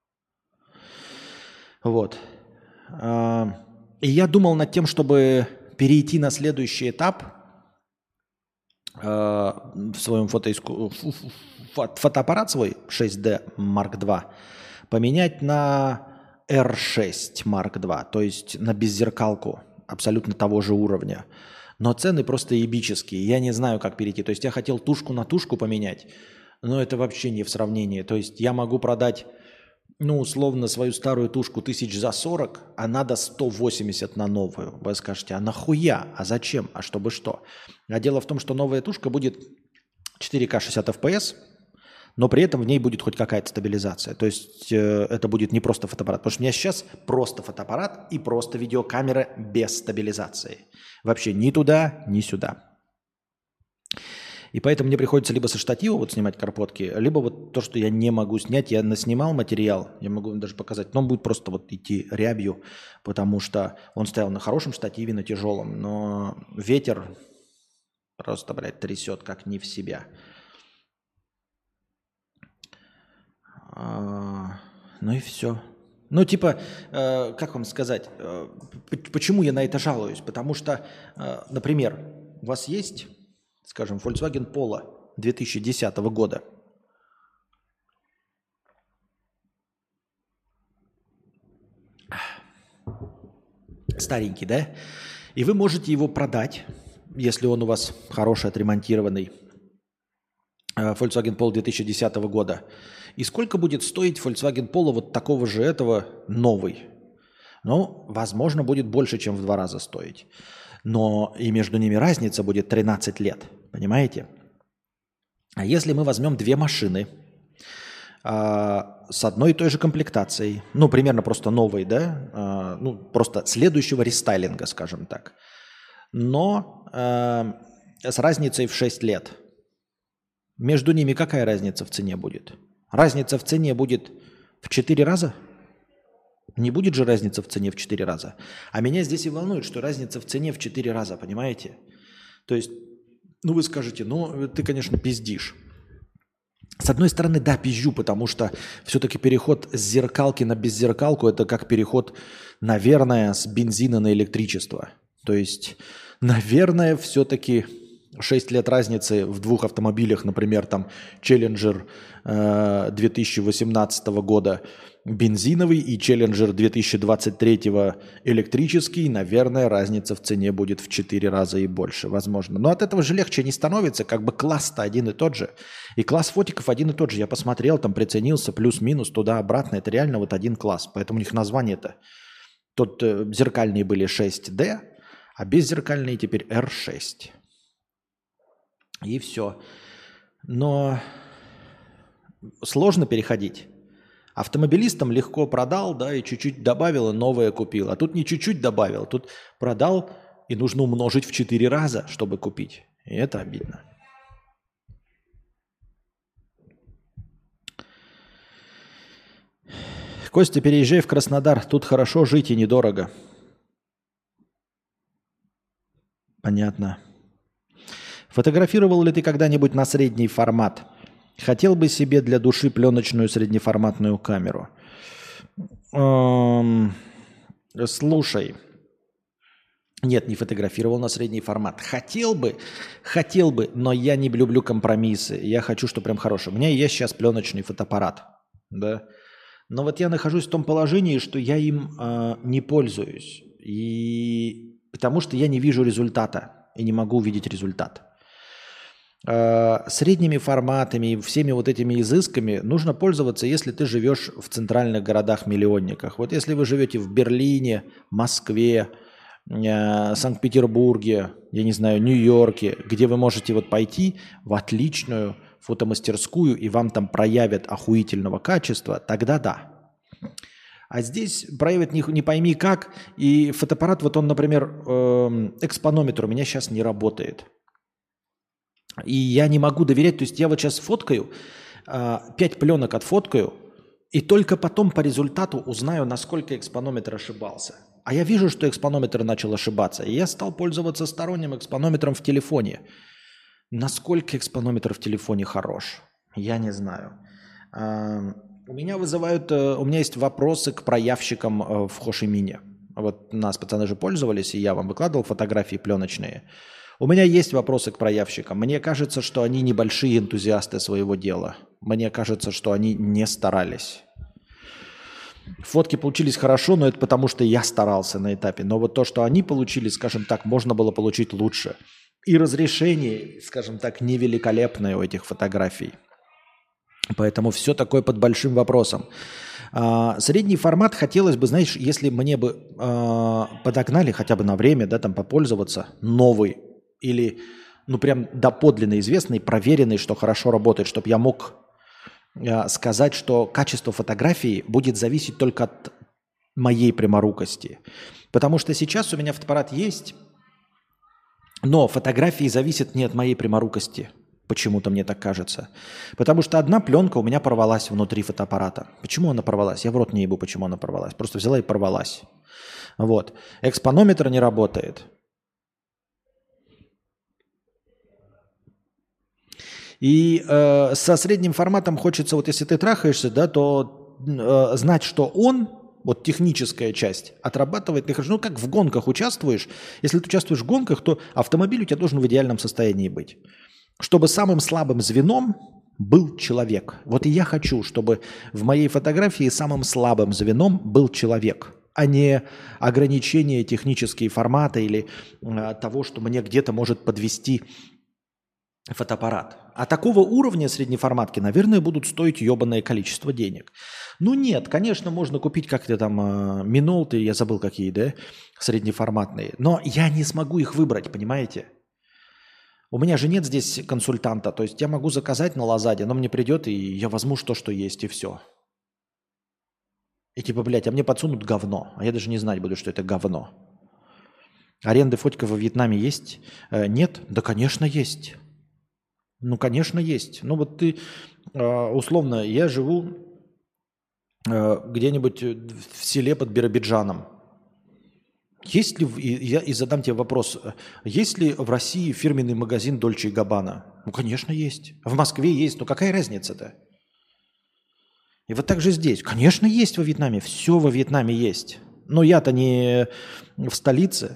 Вот. И я думал над тем, чтобы перейти на следующий этап в своем фотоаппарат свой 6D Mark II поменять на R6 Mark II, то есть на беззеркалку абсолютно того же уровня. Но цены просто ебические. Я не знаю, как перейти. То есть я хотел тушку на тушку поменять, но это вообще не в сравнении. То есть я могу продать, ну, условно, свою старую тушку тысяч за 40, а надо 180 на новую. Вы скажете, а нахуя? А зачем? А чтобы что? А дело в том, что новая тушка будет 4К 60 FPS, но при этом в ней будет хоть какая-то стабилизация. То есть это будет не просто фотоаппарат. Потому что у меня сейчас просто фотоаппарат и просто видеокамера без стабилизации. Вообще ни туда, ни сюда. И поэтому мне приходится либо со штатива вот снимать карпотки, либо вот то, что я не могу снять. Я наснимал материал, я могу вам даже показать, но он будет просто вот идти рябью, потому что он стоял на хорошем штативе, на тяжелом, но ветер просто, блядь, трясет как не в себя. Ну и все. Ну, типа, как вам сказать, почему я на это жалуюсь? Потому что, например, у вас есть, скажем, Volkswagen Polo 2010 года. Старенький, да? И вы можете его продать, если он у вас хороший, отремонтированный, Volkswagen Polo 2010 года. И сколько будет стоить Volkswagen Polo вот такого же этого новый? Ну, возможно, будет больше, чем в 2 раза стоить. Но и между ними разница будет 13 лет. Понимаете? А если мы возьмем 2 машины с одной и той же комплектацией, ну, примерно просто новой, да, ну, просто следующего рестайлинга, скажем так, но с разницей в 6 лет, между ними какая разница в цене будет? Разница в цене будет в 4 раза? Не будет же разница в цене в 4 раза. А меня здесь и волнует, что разница в цене в 4 раза, понимаете? То есть, ну вы скажете, ну ты, конечно, пиздишь. С одной стороны, да, пизжу, потому что все-таки переход с зеркалки на беззеркалку – это как переход, наверное, с бензина на электричество. То есть, наверное, все-таки 6 лет разницы в 2 автомобилях, например, там Challenger 2018 года бензиновый и Challenger 2023 электрический, наверное, разница в цене будет в 4 раза и больше, возможно. Но от этого же легче не становится, как бы класс-то один и тот же. И класс фотиков один и тот же. Я посмотрел, там приценился, плюс-минус, туда-обратно. Это реально вот один класс. Поэтому у них название-то. Тут зеркальные были 6D, а беззеркальные теперь R6. И все. Но сложно переходить. Автомобилистам легко продал, да, и чуть-чуть добавил, и новое купил. А тут не чуть-чуть добавил, тут продал, и нужно умножить в 4 раза, чтобы купить. И это обидно. Костя, переезжай в Краснодар. Тут хорошо жить и недорого. Понятно. Фотографировал ли ты когда-нибудь на средний формат? Хотел бы себе для души пленочную среднеформатную камеру. Слушай. Нет, не фотографировал на средний формат. Хотел бы, но я не люблю компромиссы. Я хочу, что прям хорошее. У меня есть сейчас пленочный фотоаппарат. Да? Но вот я нахожусь в том положении, что я им не пользуюсь. И потому что я не вижу результата. И не могу увидеть результат. Средними форматами и всеми вот этими изысками нужно пользоваться, если ты живешь в центральных городах-миллионниках. Вот если вы живете в Берлине, Москве, Санкт-Петербурге, я не знаю, Нью-Йорке, где вы можете вот пойти в отличную фотомастерскую и вам там проявят охуительного качества, тогда да. А здесь проявят не пойми как, и фотоаппарат, вот он, например, экспонометр у меня сейчас не работает. И я не могу доверять, то есть я вот сейчас фоткаю, 5 пленок отфоткаю, и только потом по результату узнаю, насколько экспонометр ошибался. А я вижу, что экспонометр начал ошибаться, и я стал пользоваться сторонним экспонометром в телефоне. Насколько экспонометр в телефоне хорош, я не знаю. У меня есть вопросы к проявщикам в Хошимине. Вот нас пацаны же пользовались, и я вам выкладывал фотографии пленочные. У меня есть вопросы к проявщикам. Мне кажется, что они небольшие энтузиасты своего дела. Мне кажется, что они не старались. Фотки получились хорошо, но это потому, что я старался на этапе. Но вот то, что они получили, скажем так, можно было получить лучше. И разрешение, скажем так, невеликолепное у этих фотографий. Поэтому все такое под большим вопросом. Средний формат хотелось бы, знаешь, если мне бы подогнали хотя бы на время, да, там попользоваться, новый или, ну, прям доподлинно известный, проверенный, что хорошо работает, чтобы я мог сказать, что качество фотографии будет зависеть только от моей пряморукости. Потому что сейчас у меня фотоаппарат есть, но фотографии зависят не от моей пряморукости. Почему-то мне так кажется. Потому что одна пленка у меня порвалась внутри фотоаппарата. Почему она порвалась? Я в рот не ебу, почему она порвалась. Просто взяла и порвалась. Вот. Экспонометр не работает. И со средним форматом хочется, вот если ты трахаешься, да, то знать, что он, вот техническая часть, отрабатывает нехорошо. Ну, как в гонках участвуешь. Если ты участвуешь в гонках, то автомобиль у тебя должен в идеальном состоянии быть. Чтобы самым слабым звеном был человек. Вот и я хочу, чтобы в моей фотографии самым слабым звеном был человек, а не ограничение технические форматы или того, что мне где-то может подвести фотоаппарат. А такого уровня среднеформатки, наверное, будут стоить ебаное количество денег. Ну нет, конечно, можно купить как-то там минолты, я забыл какие, да, среднеформатные. Но я не смогу их выбрать, понимаете? У меня же нет здесь консультанта, то есть я могу заказать на Лазаде, но мне придет, и я возьму то, что есть, и все. И типа, блядь, а мне подсунут говно, а я даже не знать буду, что это говно. Аренды фотиков во Вьетнаме есть? Нет? Да, конечно, есть. Ну, конечно, есть. Ну, вот ты, условно, я живу где-нибудь в селе под Биробиджаном. Есть ли, и задам тебе вопрос, есть ли в России фирменный магазин Дольче и Габбана? Ну, конечно, есть. В Москве есть, но какая разница-то? И вот так же здесь. Конечно, есть во Вьетнаме, все во Вьетнаме есть. Но я-то не в столице.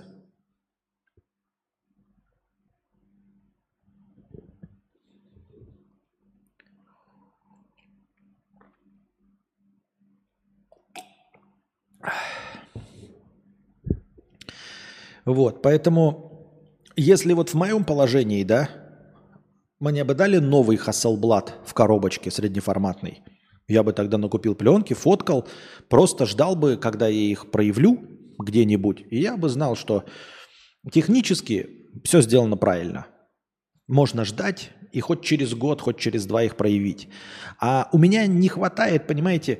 Вот, поэтому, если вот в моем положении, да, мне бы дали новый Hasselblad в коробочке среднеформатный, я бы тогда накупил пленки, фоткал, просто ждал бы, когда я их проявлю где-нибудь, и я бы знал, что технически все сделано правильно. Можно ждать и хоть через год, хоть через 2 их проявить. А у меня не хватает, понимаете,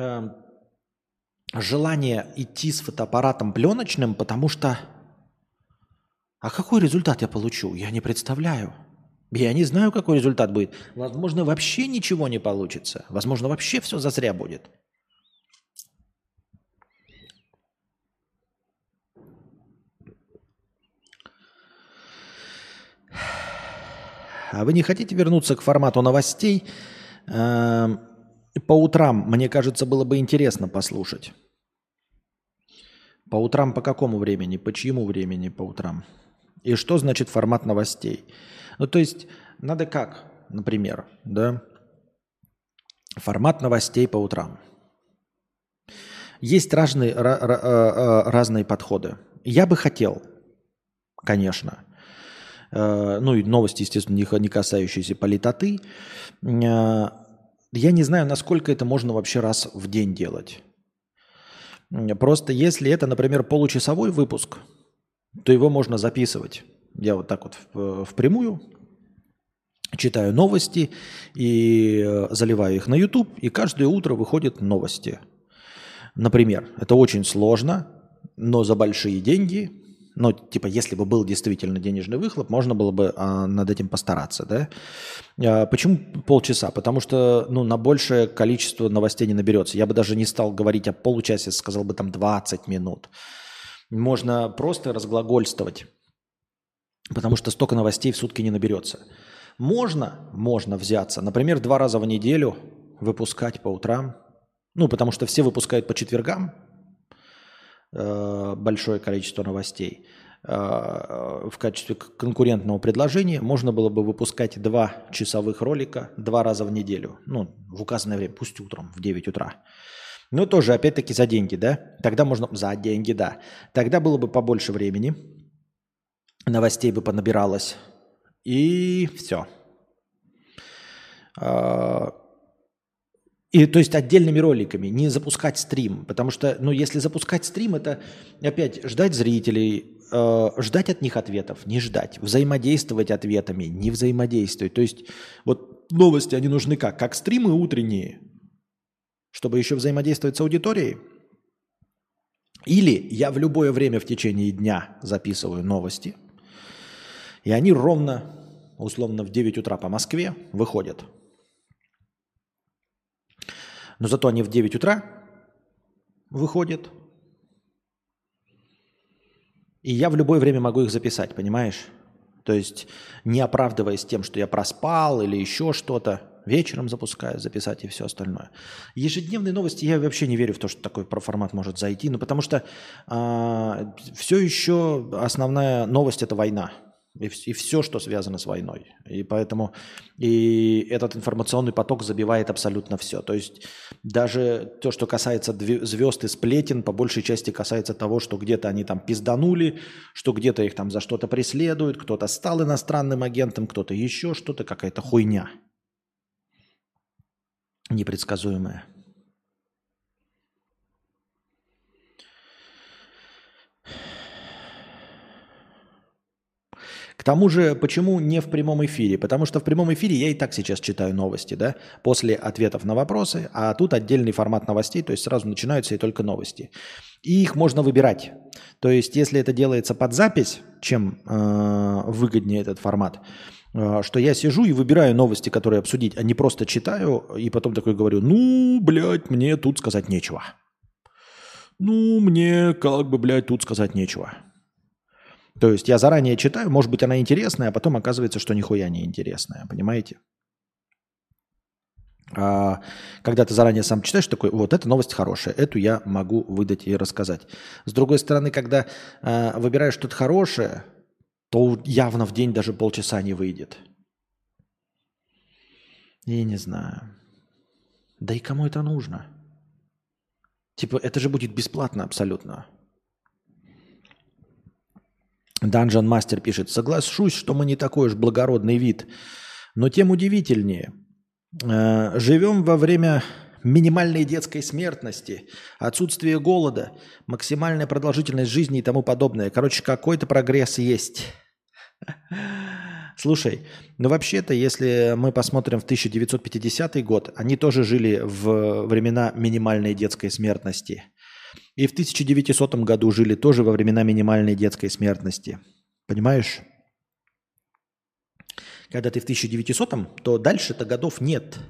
желания идти с фотоаппаратом пленочным, потому что... А какой результат я получу? Я не представляю. Я не знаю, какой результат будет. Возможно, вообще ничего не получится. Возможно, вообще все зазря будет. А вы не хотите вернуться к формату новостей? По утрам, мне кажется, было бы интересно послушать. По утрам по какому времени? По чьему времени по утрам? И что значит формат новостей? Ну, то есть, надо как, например, да? Формат новостей по утрам. Есть разные подходы. Я бы хотел, конечно, ну и новости, естественно, не касающиеся политоты. Я не знаю, насколько это можно вообще раз в день делать. Просто если это, например, получасовой выпуск, то его можно записывать. Я вот так вот впрямую читаю новости и заливаю их на YouTube, и каждое утро выходят новости. Например, это очень сложно, но за большие деньги, ну, типа, если бы был действительно денежный выхлоп, можно было бы над этим постараться, да? Почему полчаса? Потому что, ну, на большее количество новостей не наберется. Я бы даже не стал говорить о получасе, сказал бы там 20 минут. Можно просто разглагольствовать, потому что столько новостей в сутки не наберется. Можно взяться, например, 2 раза в неделю выпускать по утрам, ну, потому что все выпускают по четвергам большое количество новостей. В качестве конкурентного предложения можно было бы выпускать 2 часовых ролика 2 раза в неделю. Ну, в указанное время, пусть утром, в 9 утра. Но тоже, опять-таки, за деньги, да? Тогда можно... За деньги, да. Тогда было бы побольше времени, новостей бы понабиралось, и все. И то есть отдельными роликами, не запускать стрим. Потому что, ну, если запускать стрим, это опять ждать зрителей, ждать от них ответов, не ждать, взаимодействовать ответами, не взаимодействовать. То есть вот новости, они нужны как? Как стримы утренние, чтобы еще взаимодействовать с аудиторией. Или я в любое время в течение дня записываю новости, и они ровно, условно, в 9 утра по Москве выходят. Но зато они в 9 утра выходят. И я в любое время могу их записать, понимаешь? То есть не оправдываясь тем, что я проспал или еще что-то, вечером запускаю, записать и все остальное. Ежедневные новости, я вообще не верю в то, что такой формат может зайти, ну потому что все еще основная новость – это война. И все, что связано с войной. И поэтому и этот информационный поток забивает абсолютно все. То есть даже то, что касается звезд и сплетен, по большей части касается того, что где-то они там пизданули, что где-то их там за что-то преследуют, кто-то стал иностранным агентом, кто-то еще что-то, какая-то хуйня непредсказуемая. К тому же, почему не в прямом эфире? Потому что в прямом эфире я и так сейчас читаю новости, да, после ответов на вопросы, а тут отдельный формат новостей, то есть сразу начинаются и только новости. И их можно выбирать. То есть, если это делается под запись, чем выгоднее этот формат, что я сижу и выбираю новости, которые обсудить, а не просто читаю и потом такой говорю, ну, блядь, мне тут сказать нечего. Ну, мне как бы, блядь, тут сказать нечего. То есть я заранее читаю, может быть, она интересная, а потом оказывается, что нихуя не интересная, понимаете? А когда ты заранее сам читаешь, такой, вот эта новость хорошая, эту я могу выдать и рассказать. С другой стороны, когда выбираешь что-то хорошее, то явно в день даже полчаса не выйдет. Я не знаю. Да и кому это нужно? Типа, это же будет бесплатно абсолютно. Dungeon Master пишет, соглашусь, что мы не такой уж благородный вид, но тем удивительнее. Живем во время минимальной детской смертности, отсутствия голода, максимальная продолжительность жизни и тому подобное. Короче, какой-то прогресс есть. Слушай, ну вообще-то, если мы посмотрим в 1950 год, они тоже жили в времена минимальной детской смертности. И в 1900 году жили тоже во времена минимальной детской смертности. Понимаешь? Когда ты в 1900-м, то дальше-то годов нет.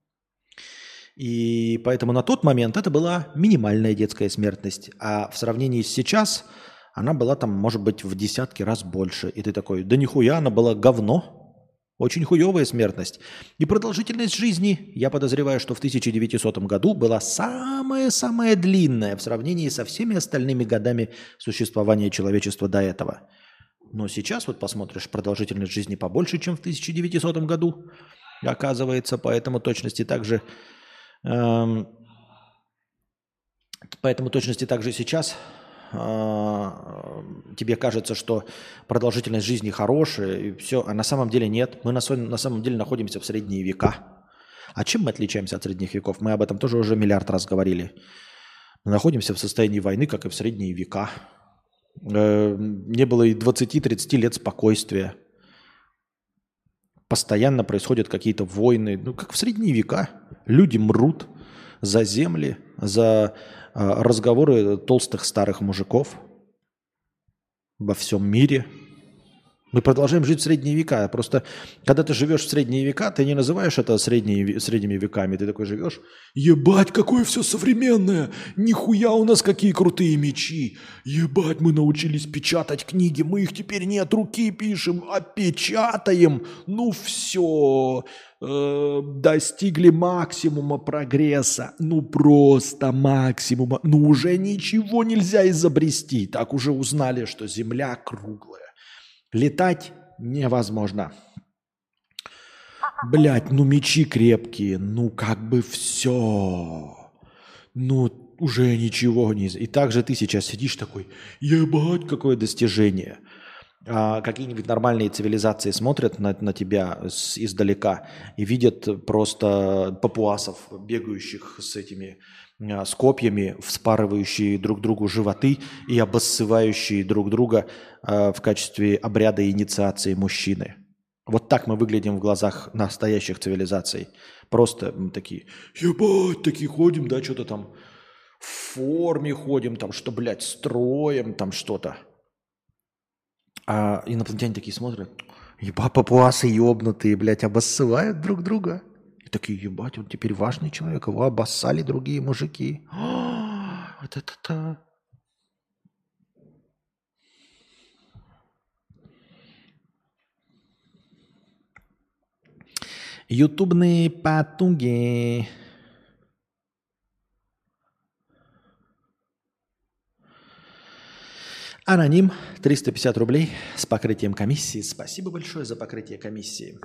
И поэтому на тот момент это была минимальная детская смертность. А в сравнении с сейчас она была там, может быть, в десятки раз больше. И ты такой, да нихуя, она была говно. Очень хуевая смертность. И продолжительность жизни, я подозреваю, что в 1900 году была самая-самая длинная в сравнении со всеми остальными годами существования человечества до этого. Но сейчас вот посмотришь, продолжительность жизни побольше, чем в 1900 году, оказывается, эм, поэтому точности также сейчас тебе кажется, что продолжительность жизни хорошая, и все, а на самом деле нет. Мы на самом деле находимся в средние века. А чем мы отличаемся от средних веков? Мы об этом тоже уже миллиард раз говорили. Мы находимся в состоянии войны, как и в средние века. Не было и 20-30 лет спокойствия. Постоянно происходят какие-то войны. Ну, как в средние века. Люди мрут за земли, за разговоры толстых старых мужиков во всем мире. Мы продолжаем жить в средние века. Просто когда ты живешь в средние века, ты не называешь это средними веками. Ты такой живешь, ебать, какое все современное. Нихуя у нас какие крутые мечи. Ебать, мы научились печатать книги. Мы их теперь не от руки пишем, а печатаем. Ну все, достигли максимума прогресса. Ну просто максимума. Ну уже ничего нельзя изобрести. Так уже узнали, что Земля круглая. Летать невозможно. Блять, ну мечи крепкие, ну как бы все. Ну уже ничего не... И также ты сейчас сидишь такой, ебать, какое достижение. А какие-нибудь нормальные цивилизации смотрят на тебя издалека и видят просто папуасов, бегающих с этими с копьями, вспарывающие друг другу животы и обоссывающие друг друга в качестве обряда инициации мужчины. Вот так мы выглядим в глазах настоящих цивилизаций. Просто мы такие, ебать, такие ходим, да, что-то там в форме ходим, там что, блядь, строим, там что-то. А инопланетяне такие смотрят, ебать, папуасы ебнутые, блядь, обоссывают друг друга. И такие, ебать, он теперь важный человек, его обоссали другие мужики. Вот это-то. Ютубные потуги. Аноним, 350 рублей с покрытием комиссии. Спасибо большое за покрытие комиссии.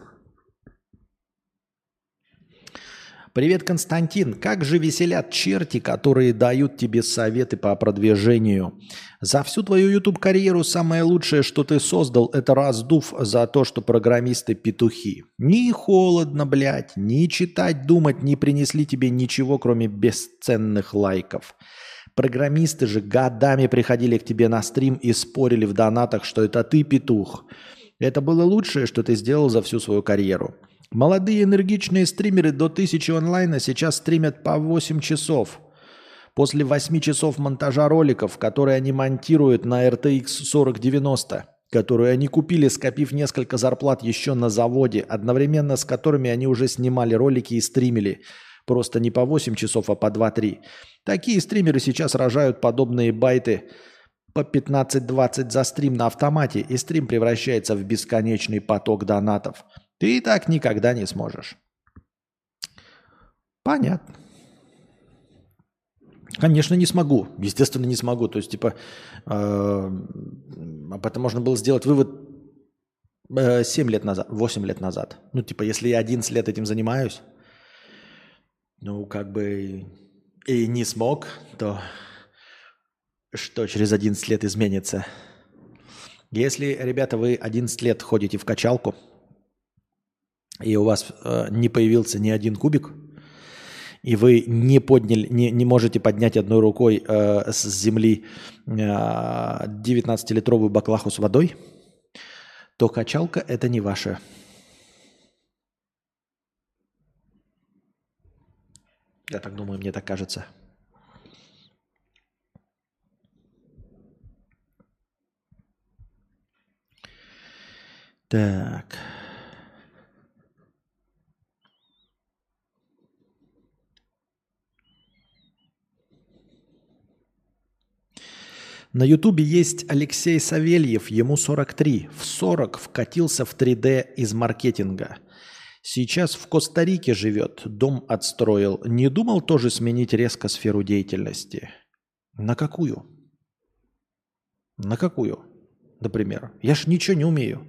Привет, Константин. Как же веселят черти, которые дают тебе советы по продвижению. За всю твою YouTube-карьеру самое лучшее, что ты создал, это раздув за то, что программисты петухи. Ни холодно, блядь, ни читать, думать не принесли тебе ничего, кроме бесценных лайков. Программисты же годами приходили к тебе на стрим и спорили в донатах, что это ты петух. Это было лучшее, что ты сделал за всю свою карьеру. Молодые энергичные стримеры до 1000 онлайна сейчас стримят по 8 часов. После 8 часов монтажа роликов, которые они монтируют на RTX 4090, которую они купили, скопив несколько зарплат еще на заводе, одновременно с которыми они уже снимали ролики и стримили. Просто не по 8 часов, а по 2-3. Такие стримеры сейчас рожают подобные байты по 15-20 за стрим на автомате, и стрим превращается в бесконечный поток донатов. Ты и так никогда не сможешь. Понятно. Конечно, не смогу. Естественно, не смогу. То есть, типа, об этом можно было сделать вывод 7 лет назад, 8 лет назад. Ну, типа, если я 11 лет этим занимаюсь, ну, как бы и не смог, то что через 11 лет изменится? Если, ребята, вы 11 лет ходите в качалку, и у вас не появился ни один кубик, и вы не подняли, не можете поднять одной рукой с земли 19-литровую баклаху с водой, то качалка – это не ваша. Я так думаю, мне так кажется. Так. На Ютубе есть Алексей Савельев, ему 43. В 40 вкатился в 3D из маркетинга. Сейчас в Коста-Рике живет, дом отстроил. Не думал тоже сменить резко сферу деятельности? На какую? На какую, например? Я ж ничего не умею.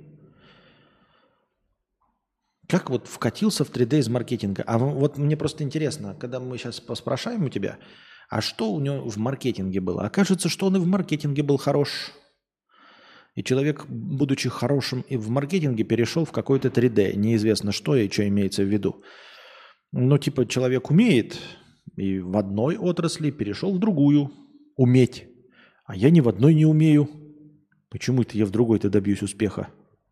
Как вот вкатился в 3D из маркетинга? А вот мне просто интересно, когда мы сейчас поспрашаем у тебя, а что у него в маркетинге было? Окажется, что он и в маркетинге был хорош. И человек, будучи хорошим и в маркетинге, перешел в какой-то 3D. Неизвестно что и что имеется в виду. Ну, типа, человек умеет и в одной отрасли перешел в другую. Уметь. А я ни в одной не умею. Почему это я в другой-то добьюсь успеха?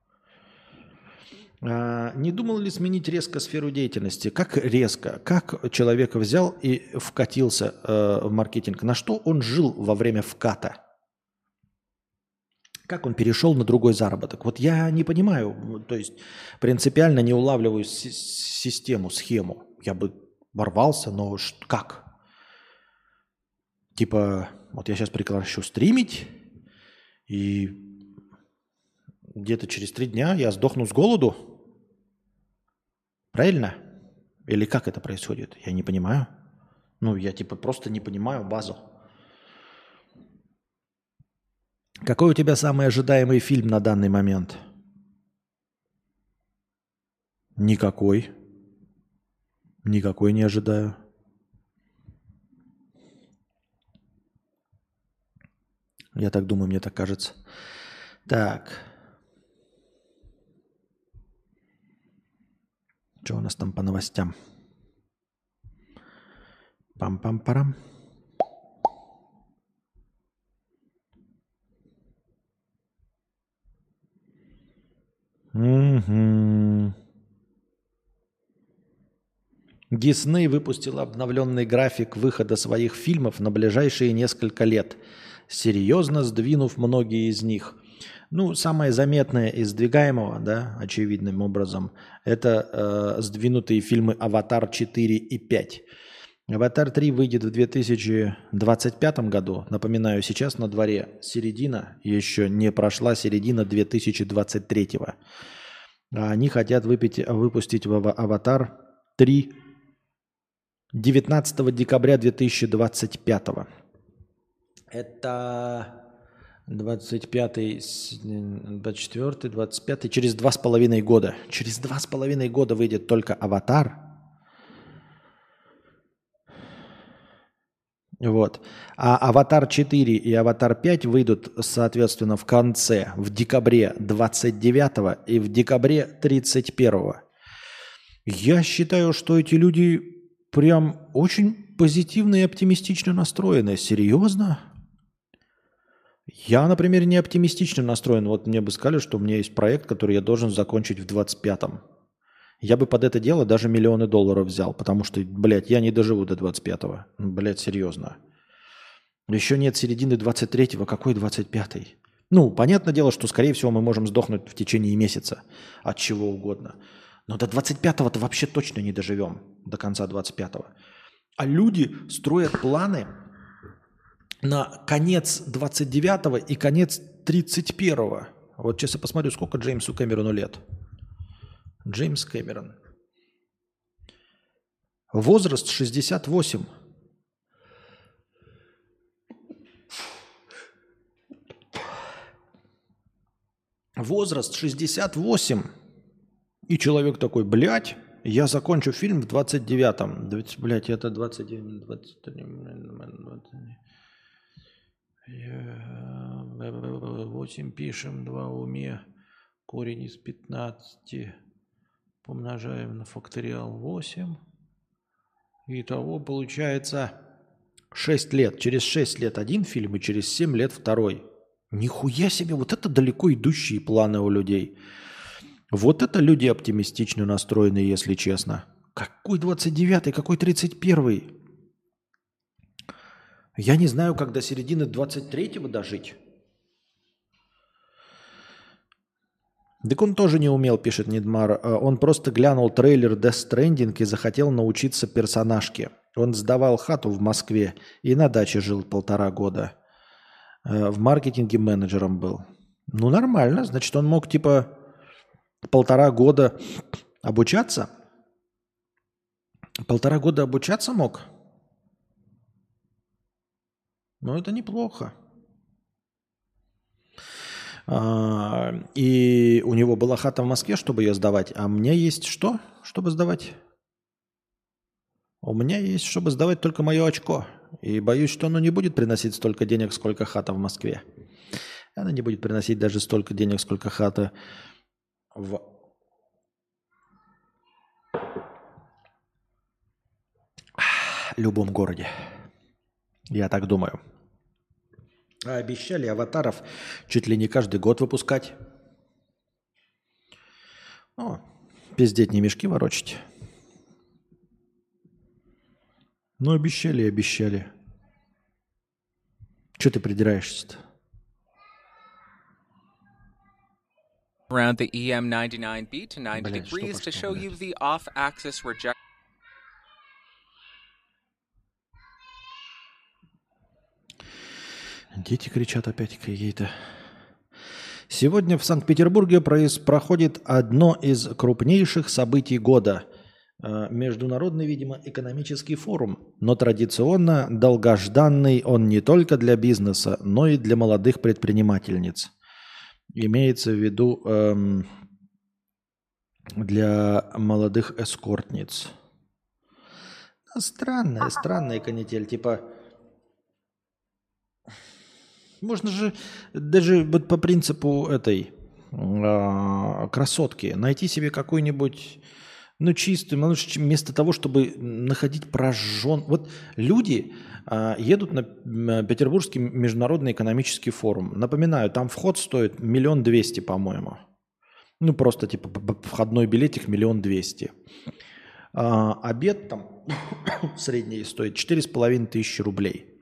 Не думал ли сменить резко сферу деятельности? Как резко? Как человек взял и вкатился в маркетинг? На что он жил во время вката? Как он перешел на другой заработок? Вот я не понимаю, то есть принципиально не улавливаю систему, схему. Я бы ворвался, но как? Типа, вот я сейчас прекращу стримить, и где-то через 3 дня я сдохну с голоду? Правильно? Или как это происходит? Я не понимаю. Ну, я типа просто не понимаю базу. Какой у тебя самый ожидаемый фильм на данный момент? Никакой. Никакой не ожидаю. Я так думаю, мне так кажется. Так. Что у нас там по новостям? Пам-пам-парам. Угу. Дисней выпустил обновленный график выхода своих фильмов на ближайшие несколько лет, серьезно сдвинув многие из них. Ну, самое заметное из сдвигаемого, да, очевидным образом, это сдвинутые фильмы «Аватар 4» и «5». «Аватар 3» выйдет в 2025 году. Напоминаю, сейчас на дворе середина, еще не прошла середина 2023. Они хотят выпустить «Аватар 3» 19 декабря 2025. Это 25-й, 24-й, 25-й, через 2,5 года. Через 2,5 года выйдет только «Аватар». Вот. А «Аватар 4» и «Аватар 5» выйдут, соответственно, в конце, в декабре 29 и в декабре 31. Я считаю, что эти люди прям очень позитивно и оптимистично настроены. Серьезно? Я, например, не оптимистично настроен. Вот мне бы сказали, что у меня есть проект, который я должен закончить в 25-м. Я бы под это дело даже миллионы долларов взял, потому что, блядь, я не доживу до 25-го. Блядь, серьезно. Еще нет середины 23-го, какой 25-й? Ну, понятное дело, что, скорее всего, мы можем сдохнуть в течение месяца от чего угодно. Но до 25-го-то вообще точно не доживем, до конца 25-го. А люди строят планы на конец 29-го и конец 31-го. Вот сейчас я посмотрю, сколько Джеймсу Кэмерону лет. Джеймс Кэмерон. Возраст 68. Возраст 68. И человек такой, блядь, я закончу фильм в 29-м. Блядь, это 29, 23, 8 пишем, 2 в уме, корень из 15 помножаем на факториал 8. Итого получается 6 лет. Через 6 лет один фильм и через 7 лет второй. Нихуя себе, вот это далеко идущие планы у людей. Вот это люди оптимистично настроенные, если честно. Какой 29-й, какой 31-й? Я не знаю, как до середины 23-го дожить. Так он тоже не умел, пишет Нидмар. Он просто глянул трейлер Death Stranding и захотел научиться персонажке. Он сдавал хату в Москве и на даче жил 1,5 года. В маркетинге менеджером был. Ну, нормально. Значит, он мог типа 1,5 года обучаться. 1,5 года обучаться мог? Ну, это неплохо. И у него была хата в Москве, чтобы ее сдавать. А у меня есть что, чтобы сдавать? У меня есть, чтобы сдавать только мое очко. И боюсь, что оно не будет приносить столько денег, сколько хата в Москве. Она не будет приносить даже столько денег, сколько хата в любом городе. Я так думаю. А обещали аватаров чуть ли не каждый год выпускать. Ну, пиздеть, не мешки ворочать. Ну, обещали и обещали. Че ты придираешься-то? Around the EM99B to 90 Блин, что degrees to пошло, show блядь? you the off-axis rejection. Дети кричат опять какие-то. Сегодня в Санкт-Петербурге проходит одно из крупнейших событий года. Международный, видимо, экономический форум. Но традиционно долгожданный он не только для бизнеса, но и для молодых предпринимательниц. Имеется в виду для молодых эскортниц. Странная канитель. Типа, можно же даже вот по принципу этой красотки найти себе какую-нибудь, ну, чистую, вместо того, чтобы находить прожжен. Вот люди едут на Петербургский международный экономический форум. Напоминаю, там вход стоит 1 200 000, по-моему. Ну, просто типа входной билетик 1 200 000. Обед там средний стоит 4500 рублей.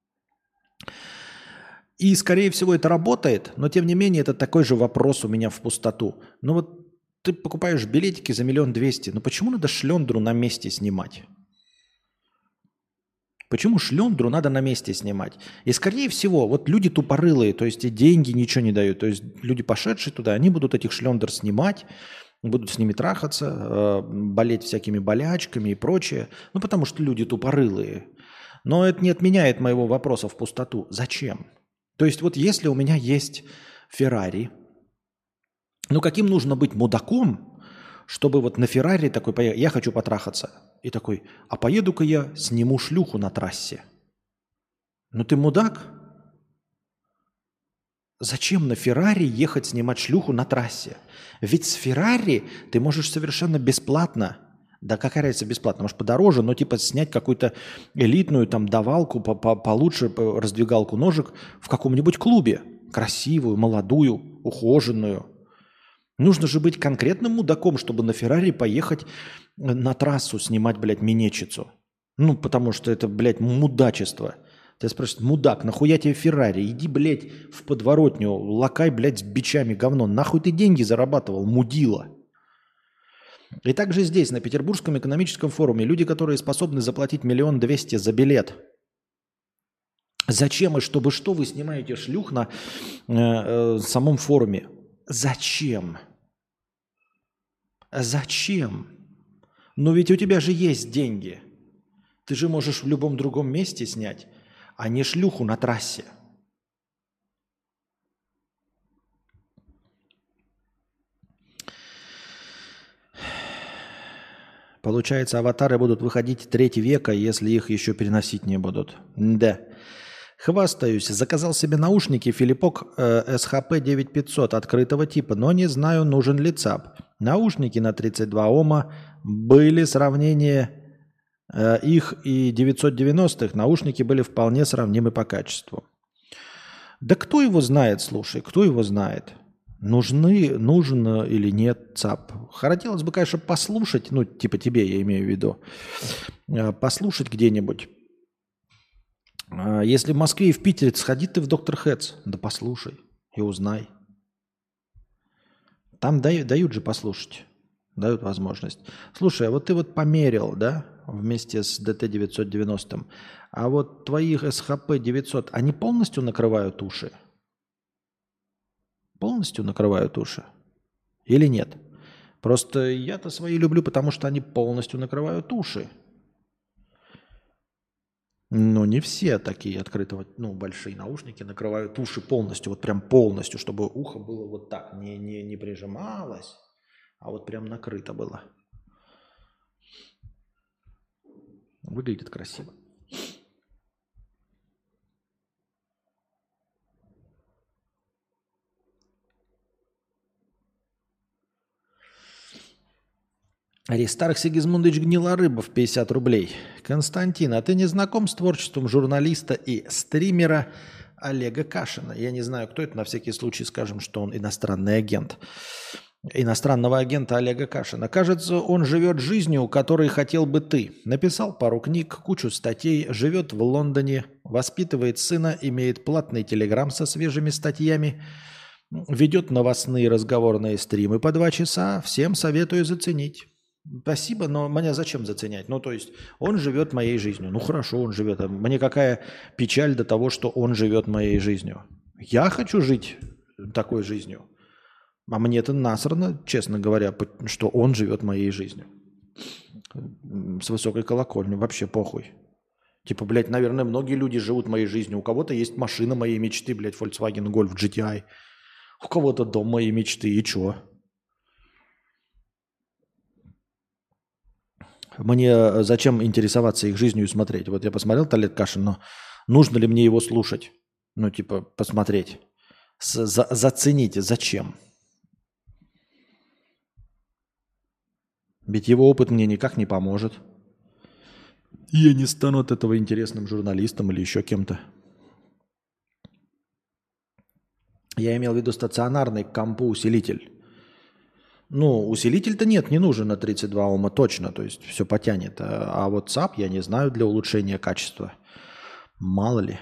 И, скорее всего, это работает, но, тем не менее, это такой же вопрос у меня в пустоту. Ну вот ты покупаешь билетики за 1 200 000, ну почему надо шлендру на месте снимать? Почему шлендру надо на месте снимать? И, скорее всего, вот люди тупорылые, то есть и деньги ничего не дают, то есть люди, пошедшие туда, они будут этих шлендр снимать, будут с ними трахаться, болеть всякими болячками и прочее, ну потому что люди тупорылые. Но это не отменяет моего вопроса в пустоту. Зачем? То есть вот если у меня есть Феррари, ну каким нужно быть мудаком, чтобы вот на Феррари такой, я хочу потрахаться, и такой, а поеду-ка я сниму шлюху на трассе. Ну ты мудак? Зачем на Феррари ехать снимать шлюху на трассе? Ведь с Феррари ты можешь совершенно бесплатно, да какая разница бесплатно, может подороже, но типа снять какую-то элитную там давалку, получше раздвигалку ножек в каком-нибудь клубе. Красивую, молодую, ухоженную. Нужно же быть конкретным мудаком, чтобы на Феррари поехать на трассу снимать, блядь, минетчицу. Ну, потому что это, блядь, мудачество. Ты спрашиваешь, мудак, нахуя тебе Феррари? Иди, блядь, в подворотню, лакай, блядь, с бичами говно. Нахуй ты деньги зарабатывал, мудила? И также здесь, на Петербургском экономическом форуме, люди, которые способны заплатить 1 200 000 за билет. Зачем и чтобы что вы снимаете шлюх на самом форуме? Зачем? Зачем? Но ведь у тебя же есть деньги. Ты же можешь в любом другом месте снять, а не шлюху на трассе. Получается, аватары будут выходить 3 века, если их еще переносить не будут. Да. Хвастаюсь. Заказал себе наушники Филиппок SHP 9500 открытого типа, но не знаю, нужен ли ЦАП. Наушники на 32 Ома были сравнение их и 990-х. Наушники были вполне сравнимы по качеству. Да кто его знает, слушай, кто его знает? Нужен или нет ЦАП. Хотелось бы, конечно, послушать, ну, типа тебе, я имею в виду, послушать где-нибудь. Если в Москве и в Питере, сходи ты в Доктор Хэтс, да послушай и узнай. Там дают же послушать, дают возможность. Слушай, а вот ты вот померил, да? вместе с ДТ-990. А вот твои СХП-900, они полностью накрывают уши? Полностью накрывают уши? Или нет? Просто я-то свои люблю, потому что они полностью накрывают уши. Но не все такие открытые, большие наушники накрывают уши полностью, вот прям полностью, чтобы ухо было вот так, не прижималось, а вот прям накрыто было. Выглядит красиво. Аристарх Сигизмундович Гнилорыбов, 50 рублей. Константин, а ты не знаком с творчеством журналиста и стримера Олега Кашина? Я не знаю, кто это, на всякий случай скажем, что он иностранный агент. Иностранного агента Олега Кашина. Кажется, он живет жизнью, которой хотел бы ты. Написал пару книг, кучу статей, живет в Лондоне, воспитывает сына, имеет платный телеграм со свежими статьями, ведет новостные разговорные стримы по 2 часа. Всем советую заценить. Спасибо, но мне зачем заценять? То есть он живет моей жизнью. Хорошо, он живет. А мне какая печаль до того, что он живет моей жизнью? Я хочу жить такой жизнью. А мне-то насрано, честно говоря, что он живет моей жизнью. С высокой колокольни. Вообще похуй. Наверное, многие люди живут моей жизнью. У кого-то есть машина моей мечты, Volkswagen Golf GTI. У кого-то дом моей мечты. И чё? Мне зачем интересоваться их жизнью и смотреть? Вот я посмотрел Олег Кашин, но нужно ли мне его слушать? Посмотреть. Зацените. Зачем? Ведь его опыт мне никак не поможет. Я не стану от этого интересным журналистом или еще кем-то. Я имел в виду стационарный к компу усилитель. Усилитель-то нет, не нужен на 32 Ома точно, то есть все потянет. А вот САП я не знаю для улучшения качества. Мало ли.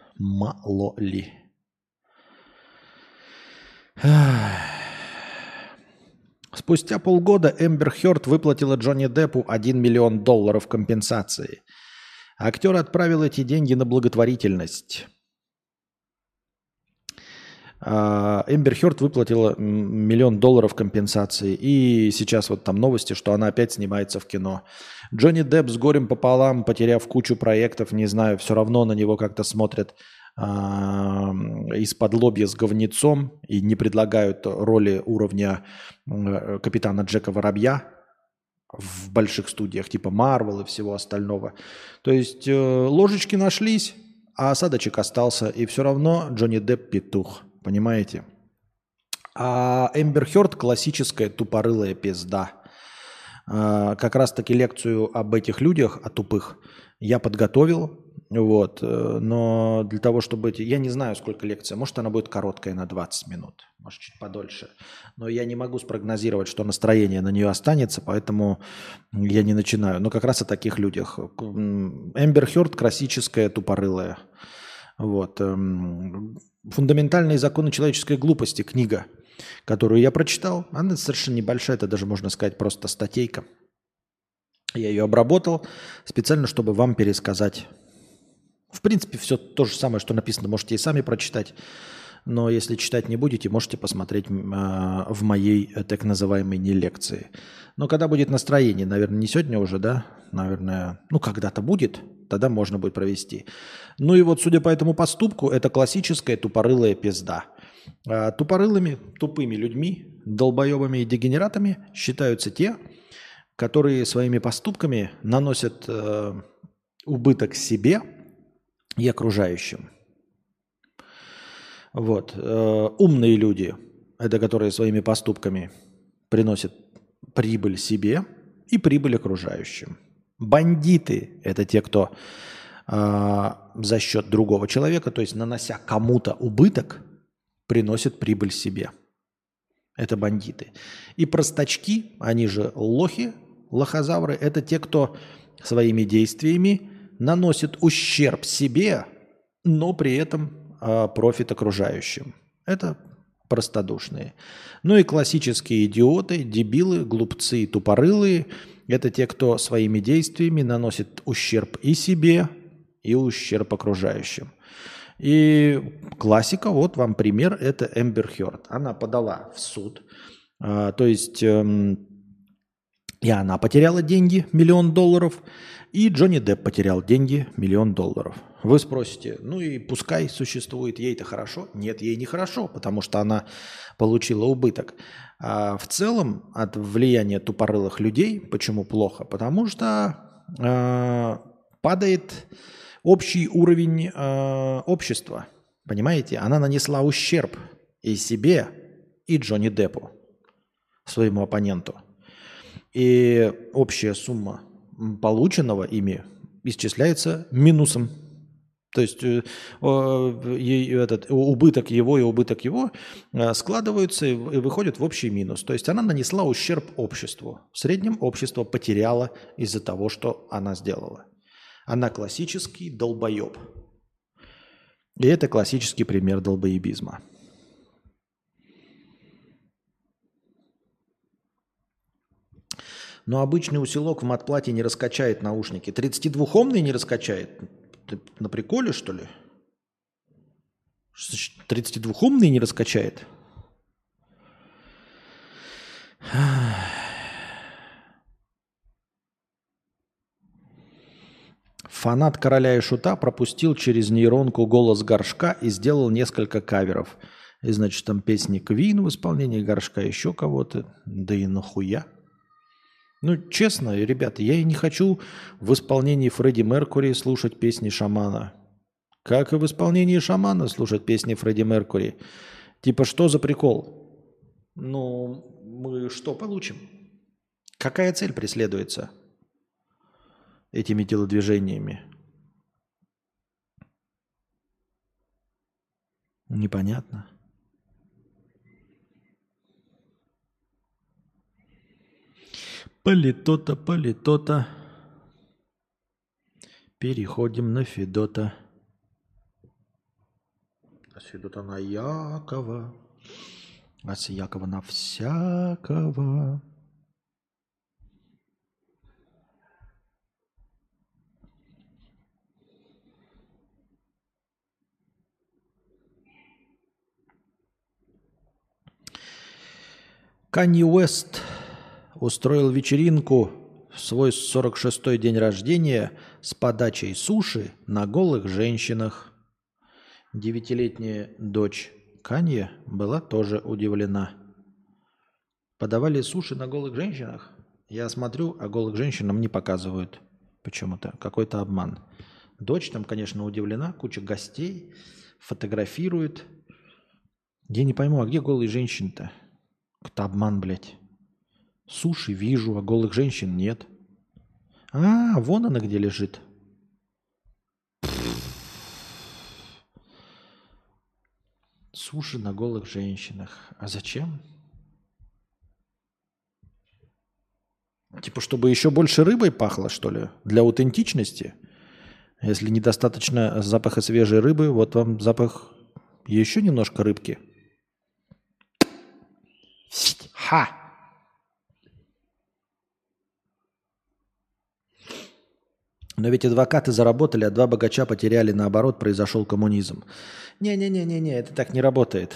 Спустя полгода Эмбер Хёрд выплатила Джонни Деппу $1 миллион компенсации. Актер отправил эти деньги на благотворительность. Эмбер Хёрд выплатила $1 миллион компенсации. И сейчас вот там новости, что она опять снимается в кино. Джонни Депп с горем пополам, потеряв кучу проектов, не знаю, все равно на него как-то смотрят из-под лобья с говнецом и не предлагают роли уровня капитана Джека Воробья в больших студиях типа Marvel и всего остального. То есть ложечки нашлись, а осадочек остался, и все равно Джонни Депп петух. Понимаете? А Эмбер Хёрд классическая тупорылая пизда. Как раз-таки лекцию об этих людях, о тупых, я подготовил. Но для того, чтобы... Я не знаю, сколько лекция. Может, она будет короткая на 20 минут. Может, чуть подольше. Но я не могу спрогнозировать, что настроение на нее останется, поэтому я не начинаю. Но как раз о таких людях. Эмбер Хёрд классическая тупорылая. «Фундаментальные законы человеческой глупости» книга, которую я прочитал. Она совершенно небольшая, это даже можно сказать просто статейка. Я ее обработал специально, чтобы вам пересказать. В принципе, все то же самое, что написано, можете и сами прочитать. Но если читать не будете, можете посмотреть в моей так называемой не лекции. Но когда будет настроение, наверное, не сегодня уже, да? Наверное, когда-то будет, тогда можно будет провести. И вот, судя по этому поступку, это классическая тупорылая пизда. Тупорылыми, тупыми людьми, долбоебами и дегенератами считаются те, которые своими поступками наносят убыток себе и окружающим. Умные люди – это которые своими поступками приносят прибыль себе и прибыль окружающим. Бандиты – это те, кто за счет другого человека, то есть нанося кому-то убыток, приносят прибыль себе. Это бандиты. И простачки, они же лохи, лохозавры, это те, кто своими действиями наносит ущерб себе, но при этом профит окружающим. Это простодушные. И классические идиоты, дебилы, глупцы, тупорылые Это те, кто своими действиями наносит ущерб и себе, и ущерб окружающим. И классика, вот вам пример, это Эмбер Хёрд. Она подала в суд, то есть и она потеряла деньги, $1 000 000, и Джонни Депп потерял деньги, $1 000 000. Вы спросите, ну и пускай существует, ей-то хорошо? Нет, ей не хорошо, потому что она получила убыток. А в целом от влияния тупорылых людей, почему плохо? Потому что падает общий уровень общества. Понимаете? Она нанесла ущерб и себе, и Джонни Деппу, своему оппоненту. И общая сумма полученного ими исчисляется минусом. То есть убыток его и убыток его складываются и выходят в общий минус. То есть она нанесла ущерб обществу. В среднем общество потеряло из-за того, что она сделала. Она классический долбоеб. И это классический пример долбоебизма. Но обычный усилок в матплате не раскачает наушники. 32-омный не раскачает? Ты на приколе, что ли? 32-омный не раскачает? Фанат «Короля и Шута» пропустил через нейронку голос Горшка и сделал несколько каверов. И, значит, там песни Квин в исполнении Горшка, еще кого-то. Да и нахуя? Ну, честно, ребята, я и не хочу в исполнении Фредди Меркури слушать песни Шамана. Как и в исполнении Шамана слушать песни Фредди Меркури. Типа, что за прикол? Ну, мы что получим? Какая цель преследуется этими телодвижениями? Непонятно. Полито-то, полито-то. Переходим на Федота. А с Федота на Якова. А с Якова на всякого. Канье Уэст устроил вечеринку в свой 46-й день рождения с подачей суши на голых женщинах. 9-летняя дочь Канье была тоже удивлена. Подавали суши на голых женщинах? Я смотрю, а голых женщинам не показывают почему-то. Какой-то обман. Дочь там, конечно, удивлена, куча гостей, фотографирует. Я не пойму, а где голые женщины-то? Какой-то обман, блядь. Суши вижу, а голых женщин нет. А, вон она где лежит. Суши на голых женщинах. А зачем? Типа, чтобы еще больше рыбой пахло, что ли? Для аутентичности? Если недостаточно запаха свежей рыбы, вот вам запах еще немножко рыбки. Ха! Но ведь адвокаты заработали, а два богача потеряли, наоборот, произошел коммунизм. Не-не-не-не-не, это так не работает.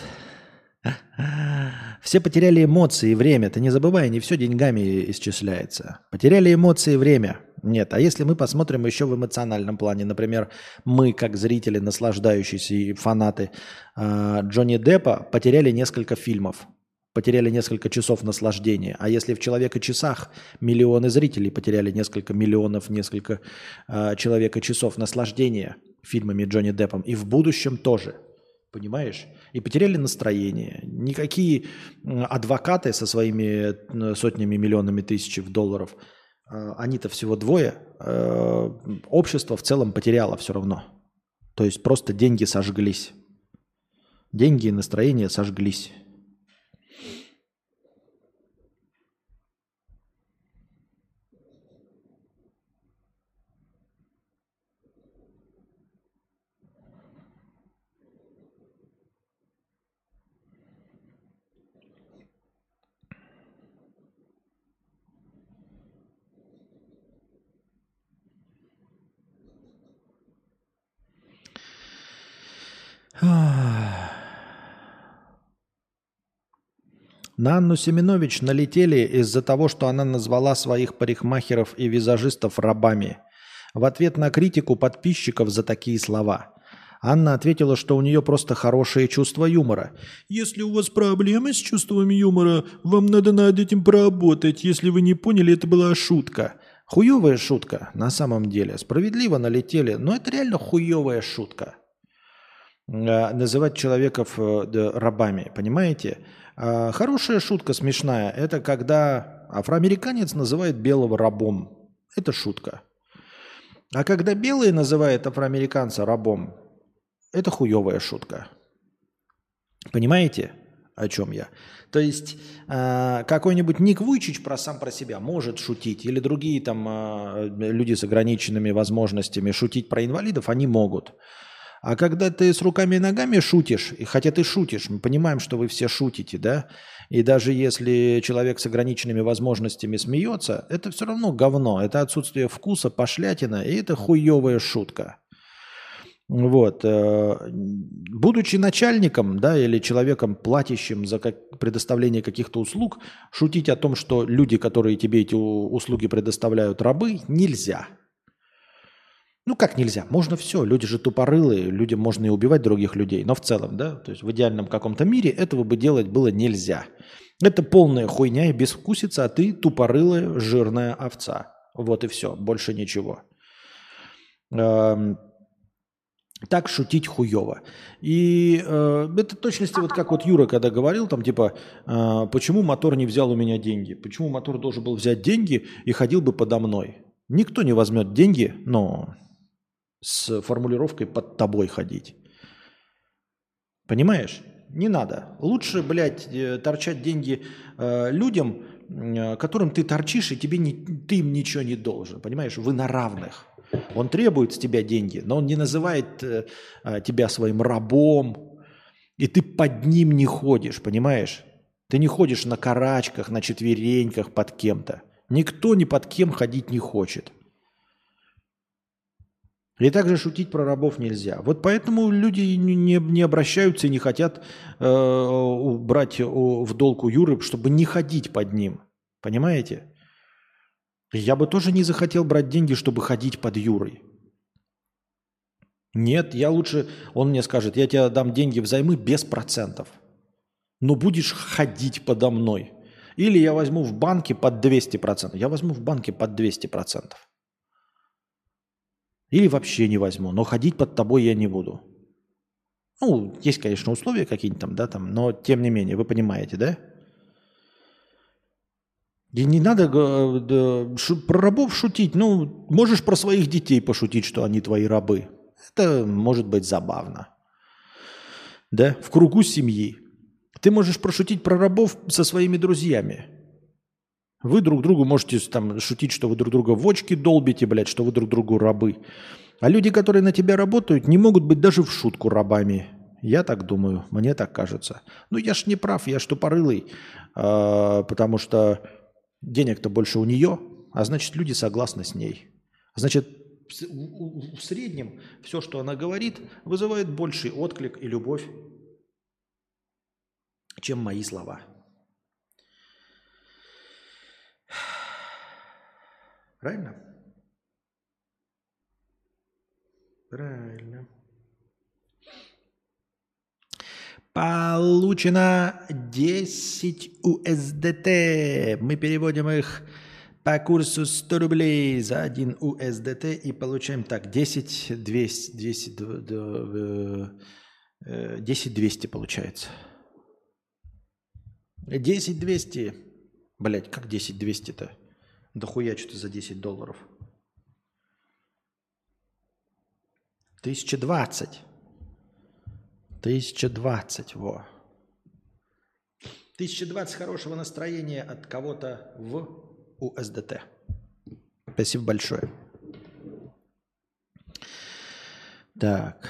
Все потеряли эмоции и время. Ты не забывай, не все деньгами исчисляется. Потеряли эмоции и время. Нет. А если мы посмотрим еще в эмоциональном плане, например, мы, как зрители, наслаждающиеся и фанаты Джонни Деппа, потеряли несколько фильмов, потеряли несколько часов наслаждения. А если в «Человека-часах» миллионы зрителей потеряли несколько миллионов, несколько человека-часов наслаждения фильмами Джонни Деппом, и в будущем тоже. Понимаешь? И потеряли настроение. Никакие адвокаты со своими сотнями, миллионами, тысячами долларов, они-то всего двое, общество в целом потеряло все равно. То есть просто деньги сожглись. Деньги и настроение сожглись. На Анну Семенович налетели из-за того, что она назвала своих парикмахеров и визажистов рабами. В ответ на критику подписчиков за такие слова. Анна ответила, что у нее просто хорошее чувство юмора. «Если у вас проблемы с чувством юмора, вам надо над этим поработать. Если вы не поняли, это была шутка». Хуевая шутка, на самом деле. Справедливо налетели, но это реально хуевая шутка. Называть человеков рабами, понимаете? Хорошая шутка, смешная, это когда афроамериканец называет белого рабом. Это шутка. А когда белый называет афроамериканца рабом, это хуевая шутка. Понимаете, о чем я? То есть какой-нибудь Ник Вуйчич сам про себя может шутить, или другие там люди с ограниченными возможностями шутить про инвалидов, они могут. А когда ты с руками и ногами шутишь, и хотя ты шутишь, мы понимаем, что вы все шутите, да? И даже если человек с ограниченными возможностями смеется, это все равно говно, это отсутствие вкуса, пошлятина, и это хуевая шутка. Вот. Будучи начальником, да, или человеком, платящим за предоставление каких-то услуг, шутить о том, что люди, которые тебе эти услуги предоставляют, рабы, нельзя. Ну как нельзя? Можно все. Люди же тупорылые, людям можно и убивать других людей. Но в целом, да, то есть в идеальном каком-то мире этого бы делать было нельзя. Это полная хуйня и безвкусица, а ты тупорылая жирная овца. Вот и все, больше ничего. Так шутить хуево. И это точности, вот как вот Юра когда говорил, там типа, почему мотор не взял у меня деньги? Почему мотор должен был взять деньги и ходил бы подо мной? Никто не возьмет деньги, но с формулировкой «под тобой ходить». Понимаешь? Не надо. Лучше, блядь, торчать деньги людям, которым ты торчишь, и ты им ничего не должен. Понимаешь? Вы на равных. Он требует с тебя деньги, но он не называет тебя своим рабом, и ты под ним не ходишь, понимаешь? Ты не ходишь на карачках, на четвереньках под кем-то. Никто ни под кем ходить не хочет. И также шутить про рабов нельзя. Вот поэтому люди не обращаются и не хотят брать в долг у Юры, чтобы не ходить под ним. Понимаете? Я бы тоже не захотел брать деньги, чтобы ходить под Юрой. Нет, я лучше, он мне скажет, я тебе дам деньги взаймы без процентов, но будешь ходить подо мной. Или я возьму в банке под 200%. Я возьму в банке под 200%. Или вообще не возьму, но ходить под тобой я не буду. Ну, есть, конечно, условия какие-нибудь там, да, там, но тем не менее, вы понимаете, да? И не надо про рабов шутить. Ну, можешь про своих детей пошутить, что они твои рабы. Это может быть забавно. Да? В кругу семьи. Ты можешь пошутить про рабов со своими друзьями. Вы друг другу можете там шутить, что вы друг друга в очки долбите, блядь, что вы друг другу рабы. А люди, которые на тебя работают, не могут быть даже в шутку рабами. Я так думаю, мне так кажется. Ну, я ж не прав, я ж тупорылый, потому что денег-то больше у нее, а значит, люди согласны с ней. Значит, в среднем все, что она говорит, вызывает больший отклик и любовь, чем мои слова. Правильно? Правильно. Получено 10 USDT. Мы переводим их по курсу 100 рублей за 1 USDT и получаем так 10 200 получается. 10 200. Блять, как 10 200-то? Да хуя что-то за $10. 1020. 1020, во. 1020 хорошего настроения от кого-то в USDT. Спасибо большое. Так.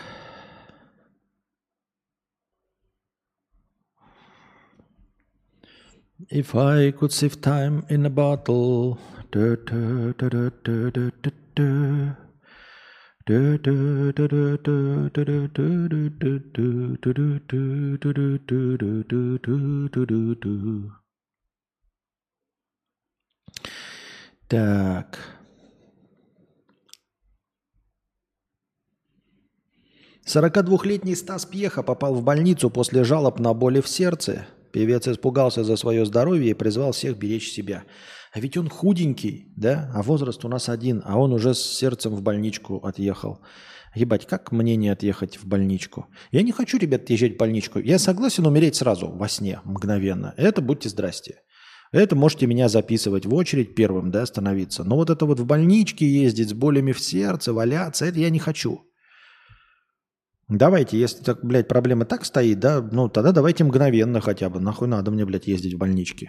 If I could save time in a bottle. Так. «42-летний Стас Пьеха попал в больницу после жалоб на боли в сердце. Певец испугался за свое здоровье и призвал всех беречь себя. А ведь он худенький, да? А возраст у нас один, а он уже с сердцем в больничку отъехал. Ебать, как мне не отъехать в больничку? Я не хочу, ребят, отъезжать в больничку. Я согласен умереть сразу, во сне, мгновенно. Это будьте здрасте. Это можете меня записывать в очередь первым, да, становиться. Но вот это вот в больничке ездить с болями в сердце, валяться, это я не хочу. Давайте, если так, блядь, проблема так стоит, да, ну тогда давайте мгновенно хотя бы. Нахуй надо мне, блядь, ездить в больничке.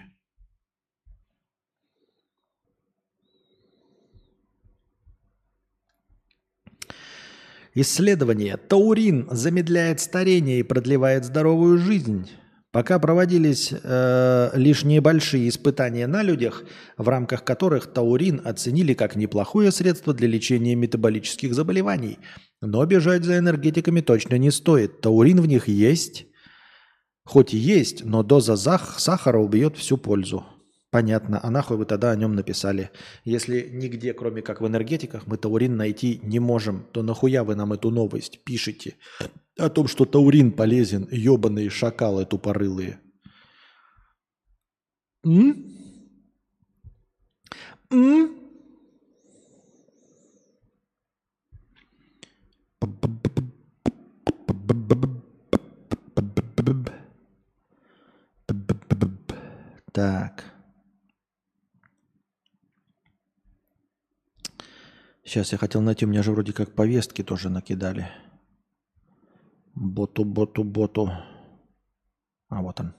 Исследование. Таурин замедляет старение и продлевает здоровую жизнь. Пока проводились лишь небольшие испытания на людях, в рамках которых таурин оценили как неплохое средство для лечения метаболических заболеваний. Но бежать за энергетиками точно не стоит. Таурин в них есть, хоть и есть, но доза сахара убьет всю пользу. Понятно. А нахуй вы тогда о нем написали? Если нигде, кроме как в энергетиках, мы таурин найти не можем, то нахуя вы нам эту новость пишете? О том, что таурин полезен, ебаные шакалы тупорылые. Так. Сейчас я хотел найти, у меня же вроде как повестки тоже накидали. Боту. А вот он.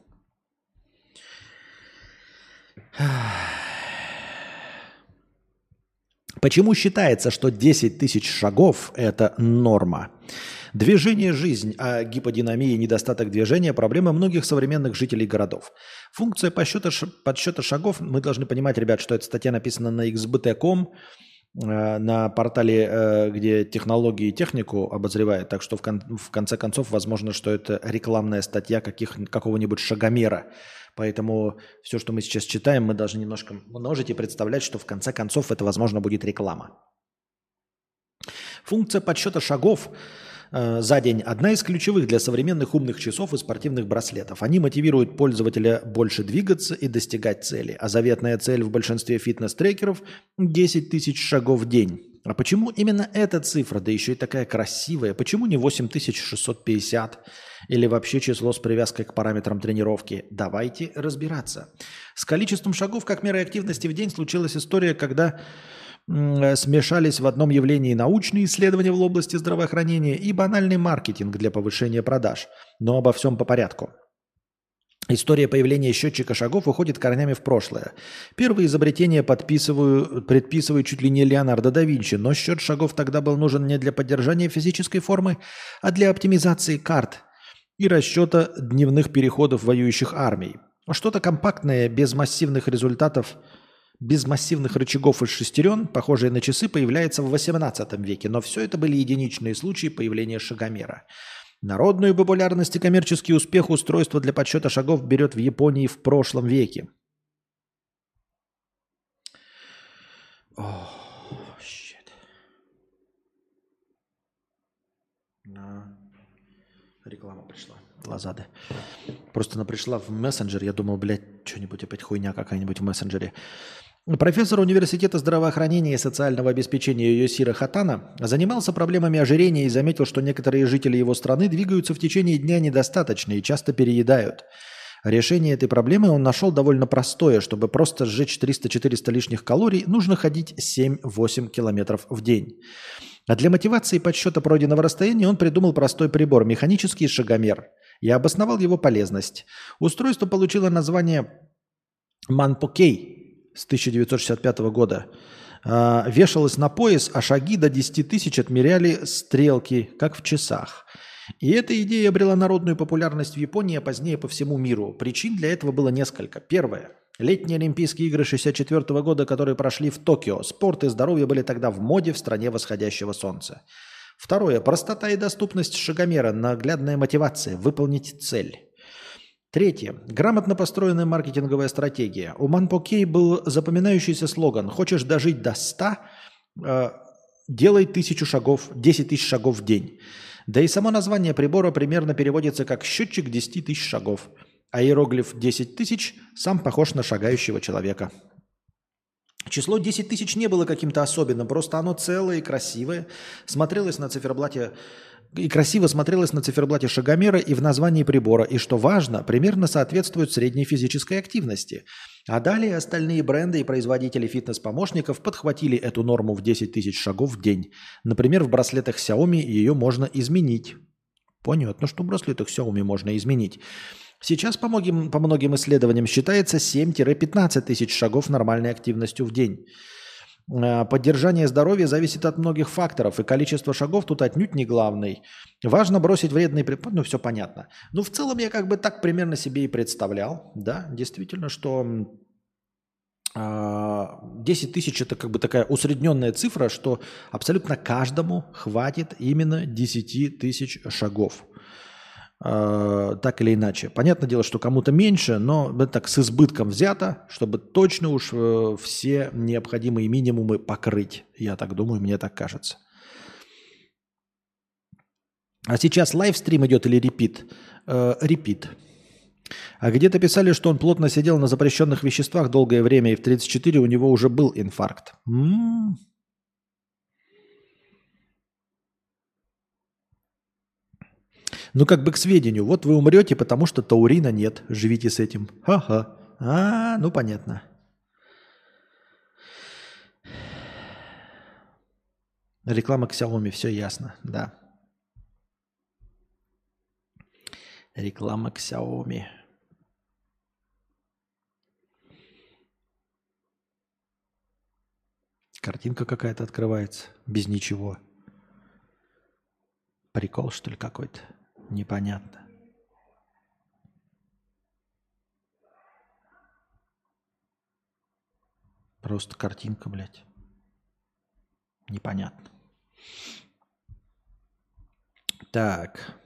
Почему считается, что 10 тысяч шагов – это норма? Движение – жизнь, а гиподинамия и недостаток движения – проблема многих современных жителей городов. Функция подсчета шагов, мы должны понимать, ребят, что эта статья написана на xbt.com, на портале, где технологии и технику обозревает, так что в конце концов, возможно, что это рекламная статья какого-нибудь шагомера. Поэтому все, что мы сейчас читаем, мы должны немножко множить и представлять, что в конце концов это, возможно, будет реклама. Функция подсчета шагов за день – одна из ключевых для современных умных часов и спортивных браслетов. Они мотивируют пользователя больше двигаться и достигать цели. А заветная цель в большинстве фитнес-трекеров – 10 тысяч шагов в день. А почему именно эта цифра, да еще и такая красивая? Почему не 8650 или вообще число с привязкой к параметрам тренировки? Давайте разбираться. С количеством шагов как мерой активности в день случилась история, когда смешались в одном явлении научные исследования в области здравоохранения и банальный маркетинг для повышения продаж. Но обо всем по порядку. История появления счетчика шагов уходит корнями в прошлое. Первые изобретения предписывают чуть ли не Леонардо да Винчи, но счет шагов тогда был нужен не для поддержания физической формы, а для оптимизации карт и расчета дневных переходов воюющих армий. Что-то компактное, без массивных рычагов и шестерен, похожие на часы, появляется в XVIII веке, но все это были единичные случаи появления шагомера. Народную популярность и коммерческий успех устройства для подсчета шагов берет в Японии в прошлом веке. Реклама пришла. Лазады. Просто она пришла в мессенджер. Я думал, блядь, что-нибудь опять хуйня какая-нибудь в мессенджере. Профессор университета здравоохранения и социального обеспечения Йосиро Хатана занимался проблемами ожирения и заметил, что некоторые жители его страны двигаются в течение дня недостаточно и часто переедают. Решение этой проблемы он нашел довольно простое. Чтобы просто сжечь 300-400 лишних калорий, нужно ходить 7-8 километров в день. А для мотивации подсчета пройденного расстояния он придумал простой прибор – механический шагомер. И обосновал его полезность. Устройство получило название Манпокей с 1965 года. Вешалось на пояс, а шаги до 10 тысяч отмеряли стрелки, как в часах. И эта идея обрела народную популярность в Японии, а позднее по всему миру. Причин для этого было несколько. Первое. Летние Олимпийские игры 1964 года, которые прошли в Токио. Спорт и здоровье были тогда в моде в стране восходящего солнца. Второе. Простота и доступность шагомера. Наглядная мотивация. Выполнить цель. Третье. Грамотно построенная маркетинговая стратегия. У Манпокей был запоминающийся слоган «Хочешь дожить до 100? Делай 1000 шагов, 10 тысяч шагов в день». Да и само название прибора примерно переводится как «счетчик 10 тысяч шагов». А иероглиф 10 тысяч сам похож на шагающего человека. Число 10 тысяч не было каким-то особенным, просто оно целое и красивое смотрелось на циферблате и красиво смотрелось на циферблате шагомера и в названии прибора, и, что важно, примерно соответствует средней физической активности. А далее остальные бренды и производители фитнес-помощников подхватили эту норму в 10 тысяч шагов в день. Например, в браслетах Xiaomi ее можно изменить. Понятно, что в браслетах Xiaomi можно изменить. Сейчас по многим исследованиям считается 7-15 тысяч шагов нормальной активностью в день. Поддержание здоровья зависит от многих факторов, и количество шагов тут отнюдь не главный. Важно бросить вредные препараты, ну все понятно. Ну в целом я как бы так примерно себе и представлял, да, действительно, что 10 тысяч это как бы такая усредненная цифра, что абсолютно каждому хватит именно 10 тысяч шагов. Так или иначе. Понятное дело, что кому-то меньше, но это так с избытком взято, чтобы точно уж все необходимые минимумы покрыть. Я так думаю, мне так кажется. А сейчас лайвстрим идет или репит? Репит. А где-то писали, что он плотно сидел на запрещенных веществах долгое время, и в 34 у него уже был инфаркт. Ну, как бы к сведению, вот вы умрете, потому что таурина нет. Живите с этим. Ха-ха. Ну, понятно. Реклама Xiaomi, все ясно, да. Реклама Xiaomi. Картинка какая-то открывается. Без ничего. Прикол, что ли, какой-то? Непонятно. Просто картинка, блядь. Непонятно. Так.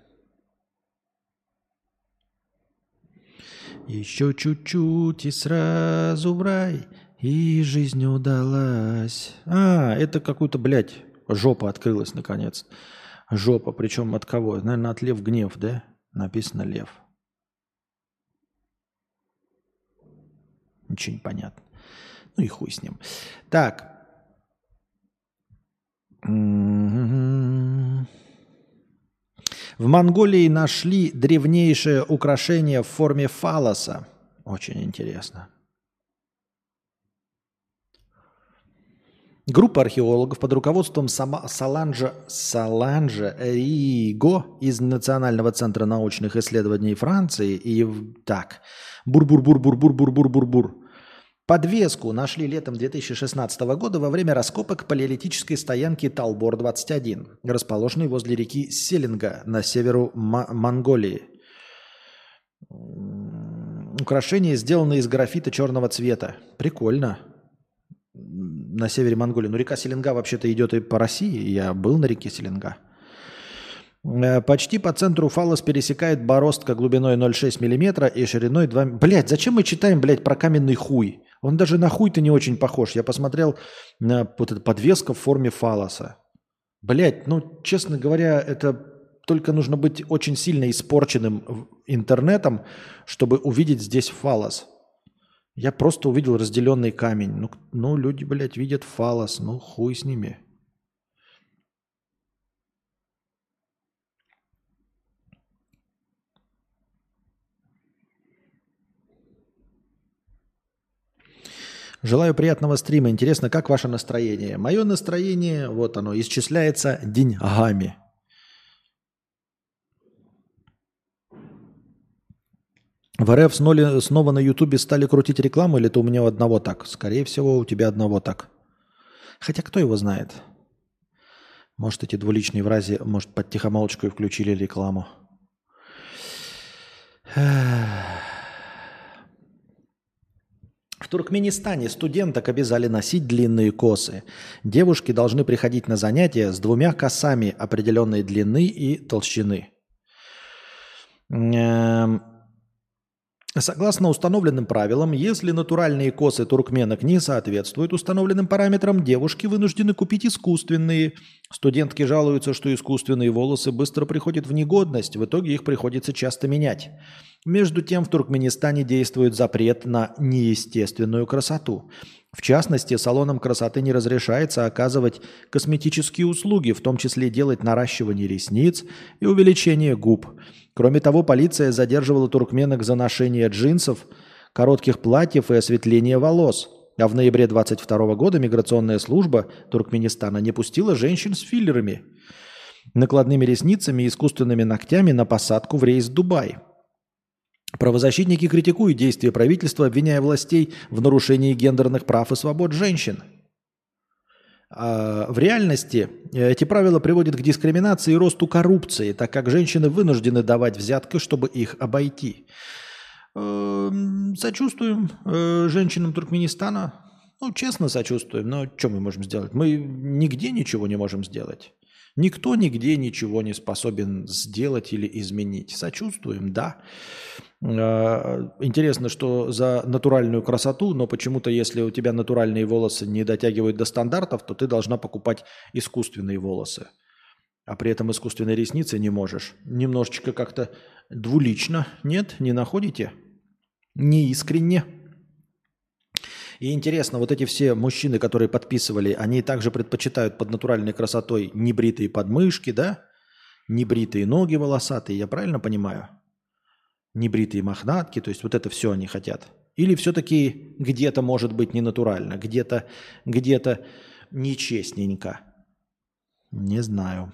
Еще чуть-чуть и сразу в рай, и жизнь удалась. Это какую-то, блядь, жопа открылась наконец. Жопа, причем от кого? Наверное, от Лев Гнев, да? Написано Лев. Ничего не понятно. Ну и хуй с ним. Так. В Монголии нашли древнейшее украшение в форме фаллоса. Очень интересно. Группа археологов под руководством Саланжа Риго из Национального центра научных исследований Франции и так. Бур-бур-бур-бур-бур-бур-бур-бур. Подвеску нашли летом 2016 года во время раскопок палеолитической стоянки Талбор-21, расположенной возле реки Селинга на северу Монголии. Украшение сделано из графита черного цвета. Прикольно. На севере Монголии. Ну, река Селенга вообще-то идет и по России. Я был на реке Селенга. Почти по центру фаллос пересекает бороздка глубиной 0,6 мм и шириной 2 мм. Блядь, зачем мы читаем, блядь, про каменный хуй? Он даже на хуй-то не очень похож. Я посмотрел на вот эту подвеску в форме фаллоса. Блядь, ну, честно говоря, это только нужно быть очень сильно испорченным интернетом, чтобы увидеть здесь фаллос. Я просто увидел разделенный камень. Ну, люди, блядь, видят фаллос. Ну, хуй с ними. Желаю приятного стрима. Интересно, как ваше настроение? Мое настроение, вот оно, исчисляется деньгами. В РФ снова на Ютубе стали крутить рекламу, или это у меня одного так? Скорее всего, у тебя одного так. Хотя кто его знает? Может, эти двуличные врази, может, под тихомолочкой включили рекламу. Туркменистане студенток обязали носить длинные косы. Девушки должны приходить на занятия с 2 косами определенной длины и толщины. Согласно установленным правилам, если натуральные косы туркменок не соответствуют установленным параметрам, девушки вынуждены купить искусственные. Студентки жалуются, что искусственные волосы быстро приходят в негодность, в итоге их приходится часто менять. Между тем в Туркменистане действует запрет на неестественную красоту. В частности, салонам красоты не разрешается оказывать косметические услуги, в том числе делать наращивание ресниц и увеличение губ. Кроме того, полиция задерживала туркменок за ношение джинсов, коротких платьев и осветление волос. А в ноябре 2022 года миграционная служба Туркменистана не пустила женщин с филлерами, накладными ресницами и искусственными ногтями на посадку в рейс в Дубай. Правозащитники критикуют действия правительства, обвиняя властей в нарушении гендерных прав и свобод женщин. В реальности эти правила приводят к дискриминации и росту коррупции, так как женщины вынуждены давать взятки, чтобы их обойти. Сочувствуем женщинам Туркменистана. Ну, честно сочувствуем, но что мы можем сделать? Мы нигде ничего не можем сделать. Никто нигде ничего не способен сделать или изменить. Сочувствуем, да. Интересно, что за натуральную красоту, но почему-то, если у тебя натуральные волосы не дотягивают до стандартов, то ты должна покупать искусственные волосы. А при этом искусственные ресницы не можешь. Немножечко как-то двулично. Нет, не находите? Неискренне. И интересно, вот эти все мужчины, которые подписывали, они также предпочитают под натуральной красотой небритые подмышки, да? Небритые ноги волосатые, я правильно понимаю? Небритые мохнатки, то есть вот это все они хотят. Или все-таки где-то может быть не натурально, где-то нечестненько. Не знаю.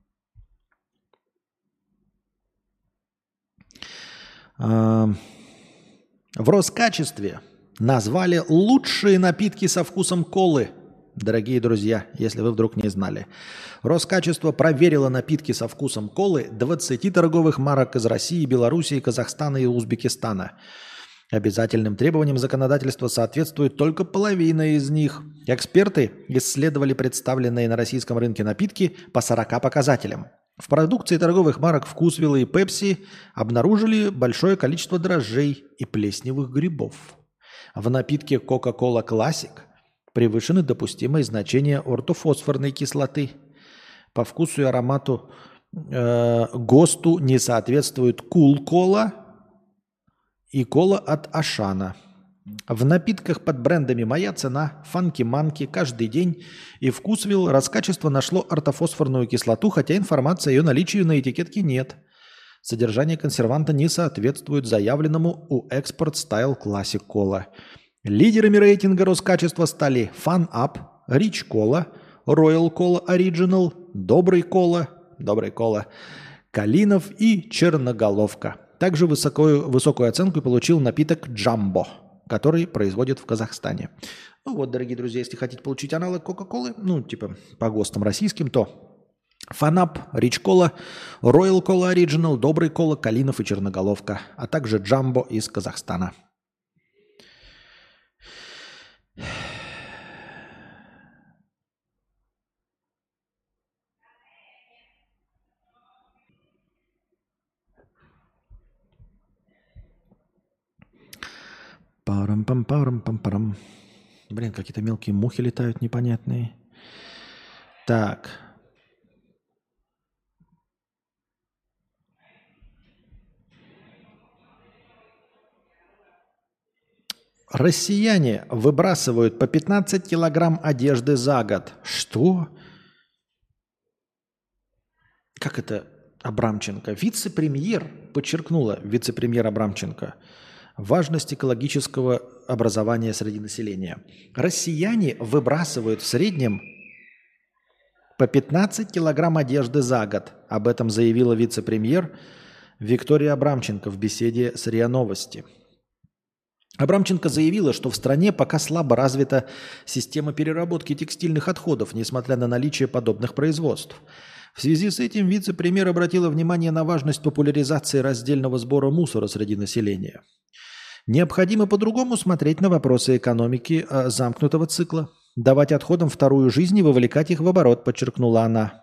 В Роскачестве назвали лучшие напитки со вкусом колы. Дорогие друзья, если вы вдруг не знали. Роскачество проверило напитки со вкусом колы 20 торговых марок из России, Белоруссии, Казахстана и Узбекистана. Обязательным требованиям законодательства соответствует только половина из них. Эксперты исследовали представленные на российском рынке напитки по 40 показателям. В продукции торговых марок «Вкусвилла» и «Пепси» обнаружили большое количество дрожжей и плесневых грибов. В напитке Coca-Cola Classic превышены допустимые значения ортофосфорной кислоты. По вкусу и аромату ГОСТу не соответствует Cool-Cola и кола от Ашана. В напитках под брендами «Моя цена», «Фанки-манки», «Каждый день» и «Вкусвилл» Роскачество нашло ортофосфорную кислоту, хотя информации о ее наличии на этикетке нет. Содержание консерванта не соответствует заявленному у Export Style Classic Cola. Лидерами рейтинга Роскачества стали Fun Up, Rich Cola, Royal Cola Original, Добрый Cola, Калинов и Черноголовка. Также высокую оценку получил напиток Jumbo, который производят в Казахстане. Ну вот, дорогие друзья, если хотите получить аналог Кока-Колы, ну типа по ГОСТам российским, то Фанап, Рич Кола, Royal Cola Original, Добрый Кола, Калинов и Черноголовка, а также Джамбо из Казахстана. Парам-пам-парам-пам-парам. Блин, какие-то мелкие мухи летают непонятные. Так. Россияне выбрасывают по 15 килограмм одежды за год. Что? Как это Абрамченко? Вице-премьер, подчеркнула вице-премьер Абрамченко, важность экологического образования среди населения. Россияне выбрасывают в среднем по 15 килограмм одежды за год. Об этом заявила вице-премьер Виктория Абрамченко в беседе с РИА Новости. Абрамченко заявила, что в стране пока слабо развита система переработки текстильных отходов, несмотря на наличие подобных производств. В связи с этим вице-премьер обратила внимание на важность популяризации раздельного сбора мусора среди населения. Необходимо по-другому смотреть на вопросы экономики замкнутого цикла. Давать отходам вторую жизнь и вовлекать их в оборот, подчеркнула она.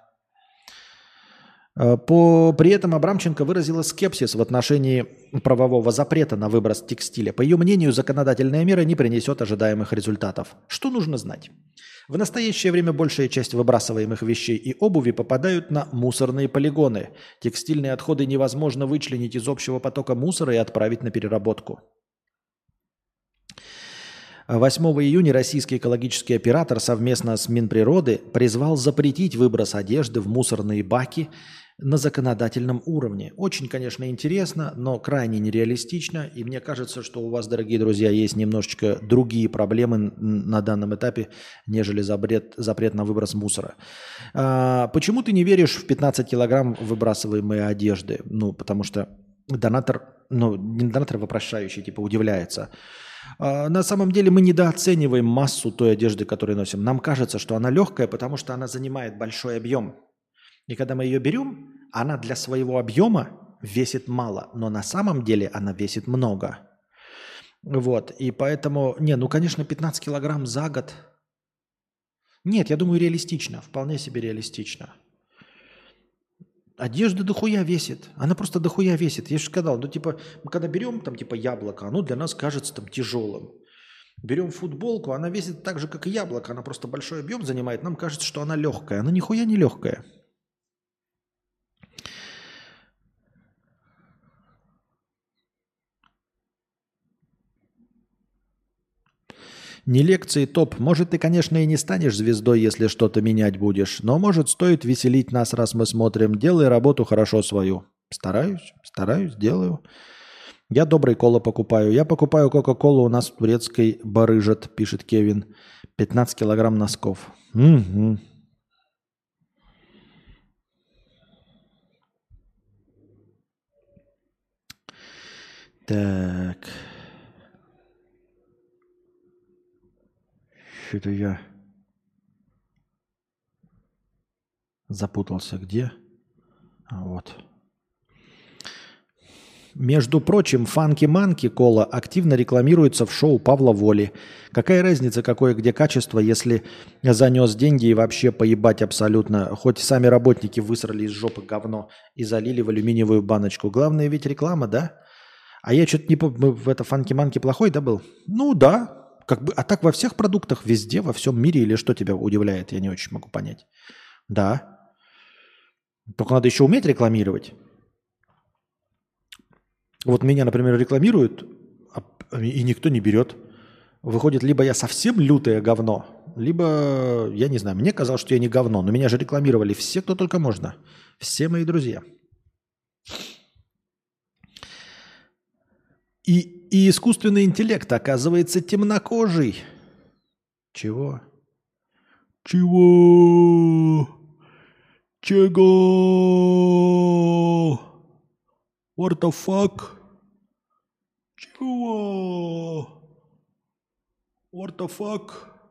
При этом Абрамченко выразила скепсис в отношении правового запрета на выброс текстиля. По ее мнению, законодательная мера не принесет ожидаемых результатов. Что нужно знать? В настоящее время большая часть выбрасываемых вещей и обуви попадают на мусорные полигоны. Текстильные отходы невозможно вычленить из общего потока мусора и отправить на переработку. 8 июня российский экологический оператор совместно с Минприроды призвал запретить выброс одежды в мусорные баки на законодательном уровне. Очень, конечно, интересно, но крайне нереалистично. И мне кажется, что у вас, дорогие друзья, есть немножечко другие проблемы на данном этапе, нежели запрет на выброс мусора. Почему ты не веришь в 15 килограмм выбрасываемой одежды? Ну, потому что донатор, не донатор вопрошающий, типа удивляется. На самом деле мы недооцениваем массу той одежды, которую носим. Нам кажется, что она легкая, потому что она занимает большой объем. И когда мы ее берем, она для своего объема весит мало, но на самом деле она весит много. Вот, и поэтому, конечно, 15 килограмм за год. Нет, я думаю, реалистично, вполне себе реалистично. Одежда дохуя весит. Она просто дохуя весит. Я же сказал, мы когда берем яблоко, оно для нас кажется тяжелым. Берем футболку, она весит так же, как и яблоко. Она просто большой объем занимает. Нам кажется, что она легкая. Она нихуя не легкая. Не лекции топ. Может, ты, конечно, и не станешь звездой, если что-то менять будешь. Но, может, стоит веселить нас, раз мы смотрим. Делай работу хорошо свою. Стараюсь, делаю. Я добрый кола покупаю. Я покупаю кока-колу, у нас в турецкой барыжат, пишет Кевин. 15 килограмм носков. Угу. Так... Что-то я запутался. Где? Вот. Между прочим, фанки-манки кола активно рекламируется в шоу Павла Воли. Какая разница, какое где качество, если занес деньги и вообще поебать абсолютно. Хоть сами работники высрали из жопы говно и залили в алюминиевую баночку. Главное ведь реклама, да? А я что-то не помню, в это фанки-манки плохой, да, был? Ну да. А так во всех продуктах, везде, во всем мире, или что тебя удивляет, я не очень могу понять. Да. Только надо еще уметь рекламировать. Вот меня, например, рекламируют, и никто не берет. Выходит, либо я совсем лютое говно, либо, я не знаю, мне казалось, что я не говно, но меня же рекламировали все, кто только можно. Все мои друзья. И искусственный интеллект оказывается темнокожий. Чего? Чего? What the fuck? Чего? What the fuck?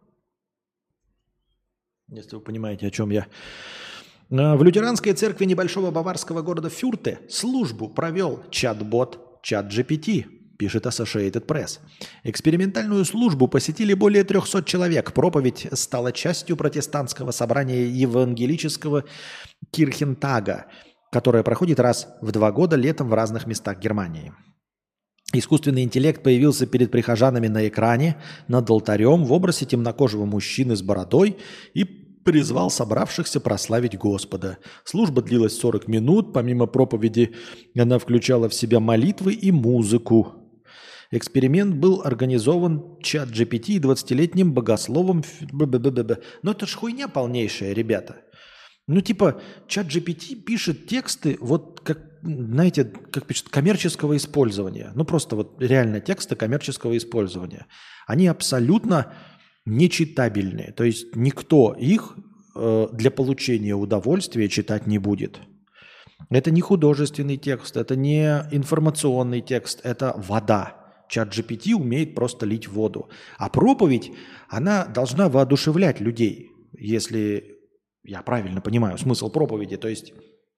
Если вы понимаете, о чем я. В лютеранской церкви небольшого баварского города Фюрте службу провел чат-бот ChatGPT, пишет Associated Press. Экспериментальную службу посетили более 300 человек. Проповедь стала частью протестантского собрания евангелического Кирхентага, которое проходит раз в 2 года летом в разных местах Германии. Искусственный интеллект появился перед прихожанами на экране над алтарем в образе темнокожего мужчины с бородой и призвал собравшихся прославить Господа. Служба длилась 40 минут. Помимо проповеди она включала в себя молитвы и музыку. Эксперимент был организован ChatGPT и 20-летним богословом. Но это ж хуйня полнейшая, ребята. ChatGPT пишет тексты, вот как, знаете, как пишет, коммерческого использования. Просто вот реально тексты коммерческого использования. Они абсолютно нечитабельные. То есть никто их для получения удовольствия читать не будет. Это не художественный текст, это не информационный текст, это вода. ChatGPT умеет просто лить воду. А проповедь, она должна воодушевлять людей, если я правильно понимаю смысл проповеди. То есть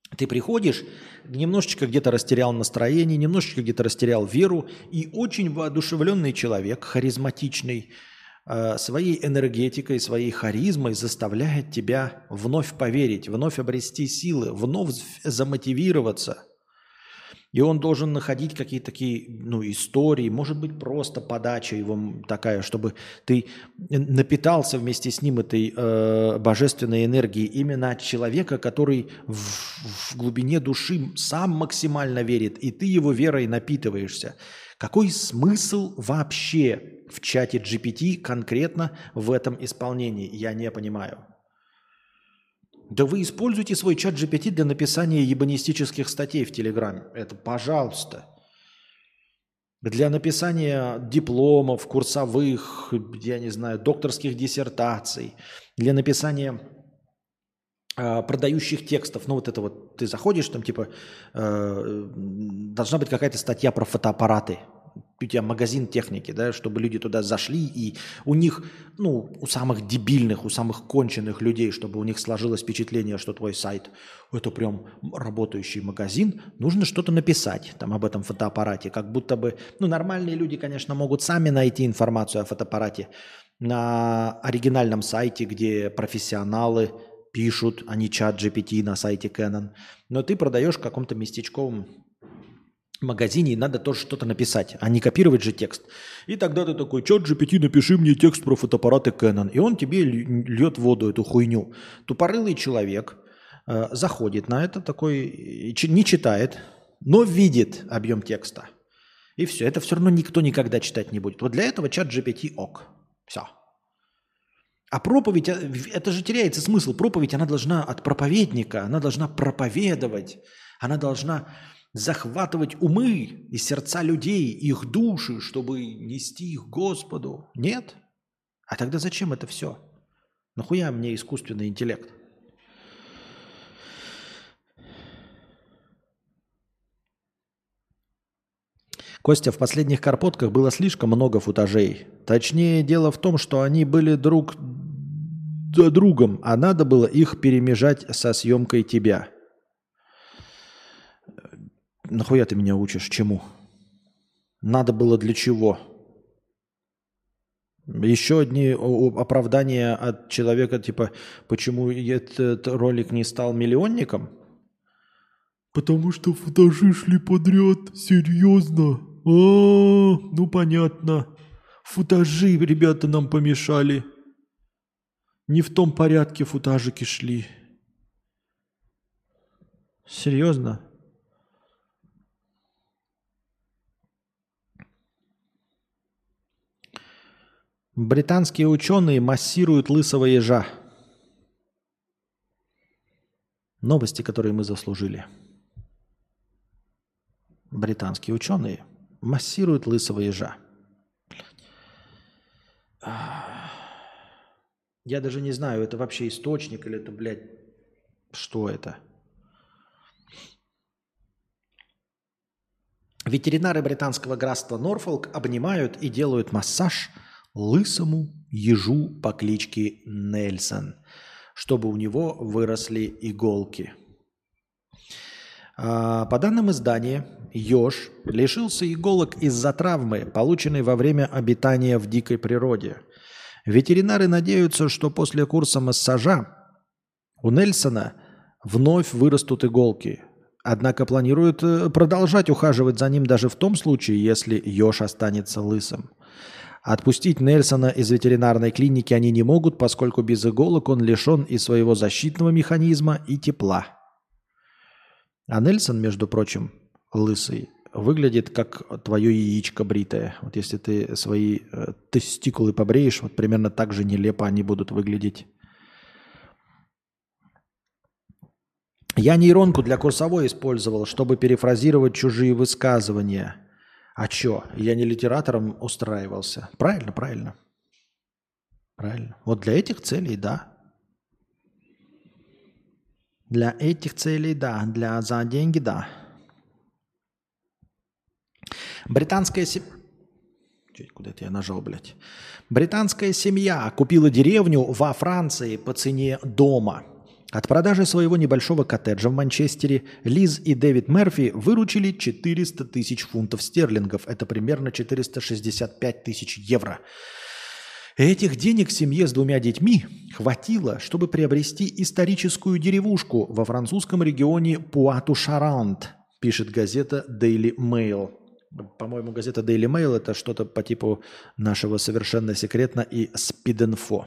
Ты приходишь, немножечко где-то растерял настроение, немножечко где-то растерял веру, и очень воодушевленный человек, харизматичный, своей энергетикой, своей харизмой заставляет тебя вновь поверить, вновь обрести силы, вновь замотивироваться. И он должен находить какие-то такие истории, может быть, просто подача его такая, чтобы ты напитался вместе с ним этой божественной энергией именно от человека, который в глубине души сам максимально верит, и ты его верой напитываешься. Какой смысл вообще в чате GPT конкретно в этом исполнении? Я не понимаю. Да вы используйте свой чат GPT для написания ебанистических статей в Телеграме. Это пожалуйста. Для написания дипломов, курсовых, я не знаю, докторских диссертаций, для написания продающих текстов. Ну вот это вот, ты заходишь, там типа должна быть какая-то статья про фотоаппараты. У тебя магазин техники, да, чтобы люди туда зашли, и у них, у самых дебильных, у самых конченых людей, чтобы у них сложилось впечатление, что твой сайт – это прям работающий магазин, нужно что-то написать там об этом фотоаппарате, как будто бы, нормальные люди, конечно, могут сами найти информацию о фотоаппарате на оригинальном сайте, где профессионалы пишут, а не чат GPT на сайте Canon, но ты продаешь в каком-то местечковом магазине, и надо тоже что-то написать, а не копировать же текст. И тогда ты такой, чат GPT, напиши мне текст про фотоаппараты Canon. И он тебе льет в воду эту хуйню. Тупорылый человек заходит на это такой, не читает, но видит объем текста. И все. Это все равно никто никогда читать не будет. Вот для этого чат GPT ок. Все. А проповедь, это же теряется смысл. Проповедь, она должна от проповедника, она должна проповедовать, она должна захватывать умы и сердца людей, их души, чтобы нести их Господу. Нет? А тогда зачем это все? Нахуя мне искусственный интеллект? Костя, в последних карпотках было слишком много футажей. Точнее, дело в том, что они были друг за другом, а надо было их перемежать со съемкой тебя. Нахуя ты меня учишь? Чему? Надо было для чего? Еще одни оправдания от человека, типа, почему этот ролик не стал миллионником? Потому что футажи шли подряд. Серьезно? Ну понятно. Футажи, ребята, нам помешали. Не в том порядке футажики шли. Серьезно? Британские ученые массируют лысого ежа. Новости, которые мы заслужили. Британские ученые массируют лысого ежа. Я даже не знаю, это вообще источник или это, блядь, что это? Ветеринары британского графства Норфолк обнимают и делают массаж лысому ежу по кличке Нельсон, чтобы у него выросли иголки. По данным издания, еж лишился иголок из-за травмы, полученной во время обитания в дикой природе. Ветеринары надеются, что после курса массажа у Нельсона вновь вырастут иголки. Однако планируют продолжать ухаживать за ним даже в том случае, если еж останется лысым. Отпустить Нельсона из ветеринарной клиники они не могут, поскольку без иголок он лишен и своего защитного механизма, и тепла. А Нельсон, между прочим, лысый, выглядит как твое яичко бритое. Вот если ты свои тестикулы побреешь, вот примерно так же нелепо они будут выглядеть. Я нейронку для курсовой использовал, чтобы перефразировать чужие высказывания. А чё? Я не литератором устраивался. Правильно, правильно. Правильно. Вот для этих целей, да. Для этих целей, да. За деньги, да. Британская семья... Куда это я нажал, блядь? Британская семья купила деревню во Франции по цене дома. От продажи своего небольшого коттеджа в Манчестере Лиз и Дэвид Мерфи выручили 400 тысяч фунтов стерлингов. Это примерно 465 тысяч евро. Этих денег семье с 2 детьми хватило, чтобы приобрести историческую деревушку во французском регионе Пуату-Шарант, пишет газета Daily Mail. По-моему, газета Daily Mail – это что-то по типу нашего «Совершенно секретно» и «Спид-инфо».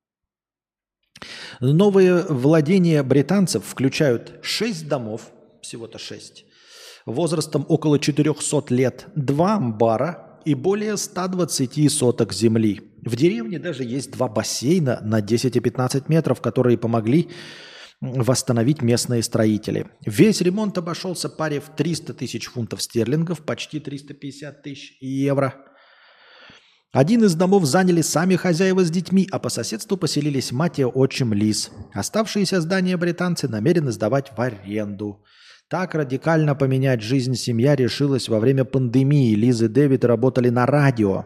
Новые владения британцев включают 6 домов, всего-то 6, возрастом около 400 лет, 2 амбара и более 120 соток земли. В деревне даже есть 2 бассейна на 10 и 15 метров, которые помогли восстановить местные строители. Весь ремонт обошелся паре в 300 тысяч фунтов стерлингов, почти 350 тысяч евро. Один из домов заняли сами хозяева с детьми, а по соседству поселились мать и отчим Лиз. Оставшиеся здания британцы намерены сдавать в аренду. Так радикально поменять жизнь семья решилась во время пандемии. Лиз и Дэвид работали на радио.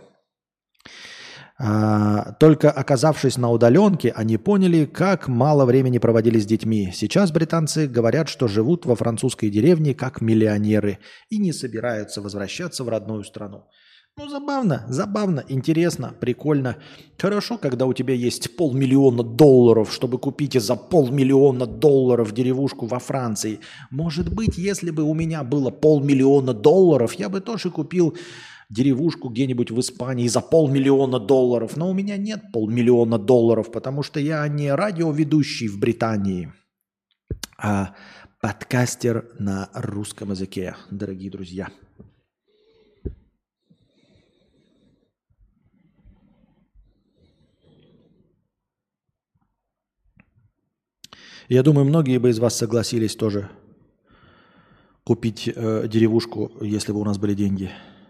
Только оказавшись на удаленке, они поняли, как мало времени проводили с детьми. Сейчас британцы говорят, что живут во французской деревне как миллионеры и не собираются возвращаться в родную страну. Ну, забавно, интересно, прикольно. Хорошо, когда у тебя есть $500 000, чтобы купить за $500 000 деревушку во Франции. Может быть, если бы у меня было $500 000, я бы тоже купил деревушку где-нибудь в Испании за $500 000. Но у меня нет $500 000, потому что я не радиоведущий в Британии, а подкастер на русском языке, дорогие друзья. Я думаю, многие бы из вас согласились тоже купить деревушку, если бы у нас были деньги.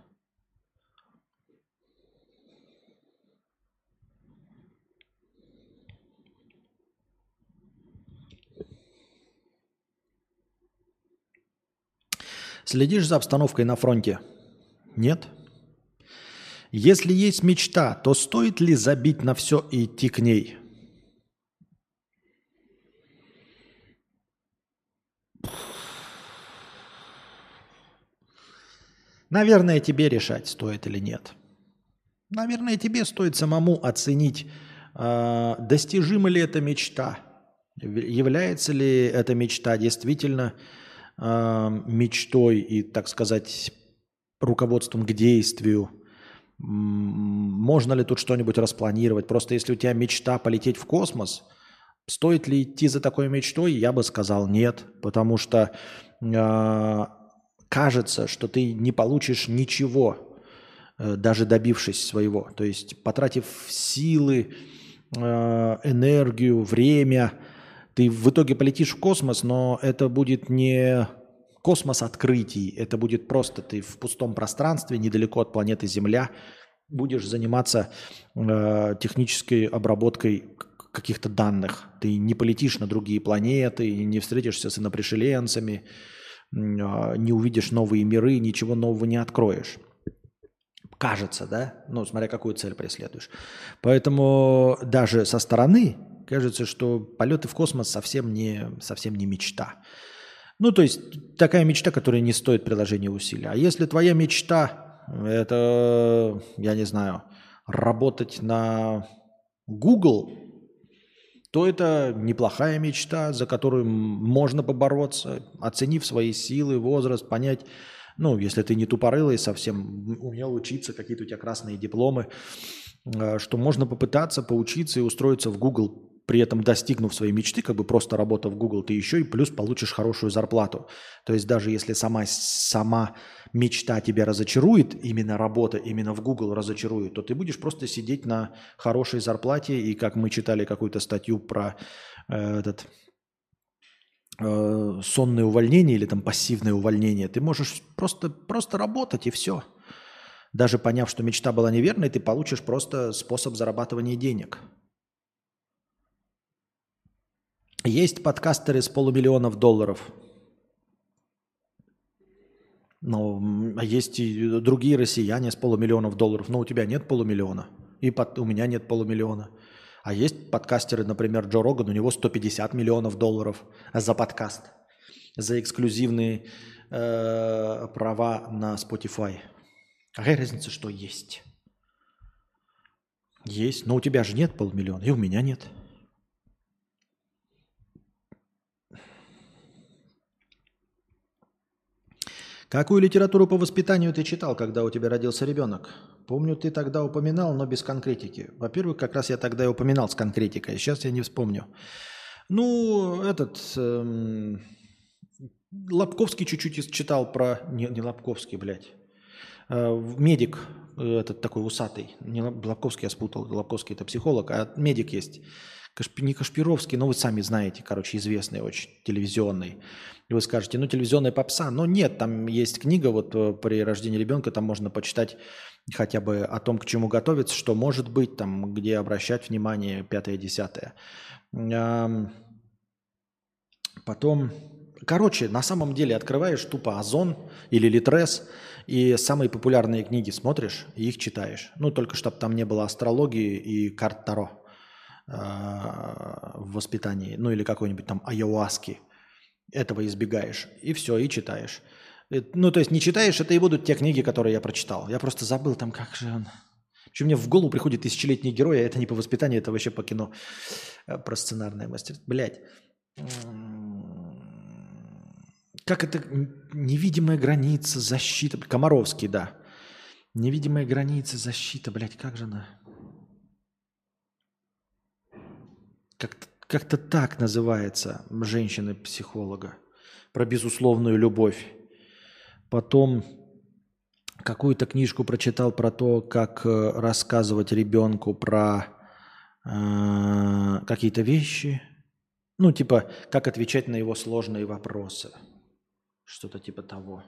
Следишь за обстановкой на фронте? Нет? Если есть мечта, то стоит ли забить на все и идти к ней? Наверное, тебе решать, стоит или нет. Наверное, тебе стоит самому оценить, достижима ли эта мечта, является ли эта мечта действительно мечтой и, так сказать, руководством к действию. Можно ли тут что-нибудь распланировать? Просто если у тебя мечта полететь в космос, стоит ли идти за такой мечтой? Я бы сказал нет, потому что кажется, что ты не получишь ничего, даже добившись своего. То есть потратив силы, энергию, время, ты в итоге полетишь в космос, но это будет не космос открытий, это будет просто ты в пустом пространстве, недалеко от планеты Земля, будешь заниматься технической обработкой каких-то данных. Ты не полетишь на другие планеты, не встретишься с инопришеленцами, не увидишь новые миры, ничего нового не откроешь. Кажется, да? Ну, смотря какую цель преследуешь. Поэтому даже со стороны кажется, что полеты в космос совсем не мечта. Ну, то есть такая мечта, которая не стоит приложения усилий. А если твоя мечта – это, я не знаю, работать на Google, то это неплохая мечта, за которую можно побороться, оценив свои силы, возраст, понять, ну, если ты не тупорылый совсем, умел учиться, какие-то у тебя красные дипломы, что можно попытаться поучиться и устроиться в Google, при этом достигнув своей мечты, как бы просто работа в Google, ты еще и плюс получишь хорошую зарплату. То есть даже если сама мечта тебя разочарует, именно работа, именно в Google разочарует, то ты будешь просто сидеть на хорошей зарплате. И как мы читали какую-то статью про сонное увольнение или там пассивное увольнение, ты можешь просто работать и все. Даже поняв, что мечта была неверной, ты получишь просто способ зарабатывания денег. Есть подкастеры с $500 000. Но есть и другие россияне с $500 000. Но у тебя нет $500 000. И у меня нет $500 000. А есть подкастеры, например, Джо Роган, у него $150 миллионов за подкаст, за эксклюзивные права на Spotify. Какая разница, что есть? Есть, но у тебя же нет 500 000, и у меня нет. Какую литературу по воспитанию ты читал, когда у тебя родился ребенок? Помню, ты тогда упоминал, но без конкретики. Во-первых, как раз я тогда и упоминал с конкретикой. Сейчас я не вспомню. Ну, Лобковский чуть-чуть читал про... Не Лобковский, блядь. Медик, этот такой усатый. Не Лобковский, я спутал. Лобковский – это психолог, а медик есть. Не Кашпировский, но вы сами знаете, короче, известный очень, телевизионный. И вы скажете, ну, телевизионная попса. Но нет, там есть книга, вот при рождении ребенка, там можно почитать хотя бы о том, к чему готовиться, что может быть, там, где обращать внимание, 5-10. Потом, короче, на самом деле открываешь тупо Озон или Литрес, и самые популярные книги смотришь и их читаешь. Ну, только чтобы там не было астрологии и карт Таро в воспитании, ну или какой-нибудь там айауаски. Этого избегаешь. И все, и читаешь. Ну, то есть не читаешь, это и будут те книги, которые я прочитал. Я просто забыл там, как же он... Причем мне в голову приходит тысячелетний герой, а это не по воспитанию, это вообще по кино. Про сценарное мастерство. Блядь. Как это? Невидимая граница, защита. Комаровский, да. Невидимая граница, защита. Блядь, как же она... Как-то так называется женщина-психолога. Про безусловную любовь. Потом какую-то книжку прочитал про то, как рассказывать ребенку про какие-то вещи. Ну, типа, как отвечать на его сложные вопросы. Что-то типа того.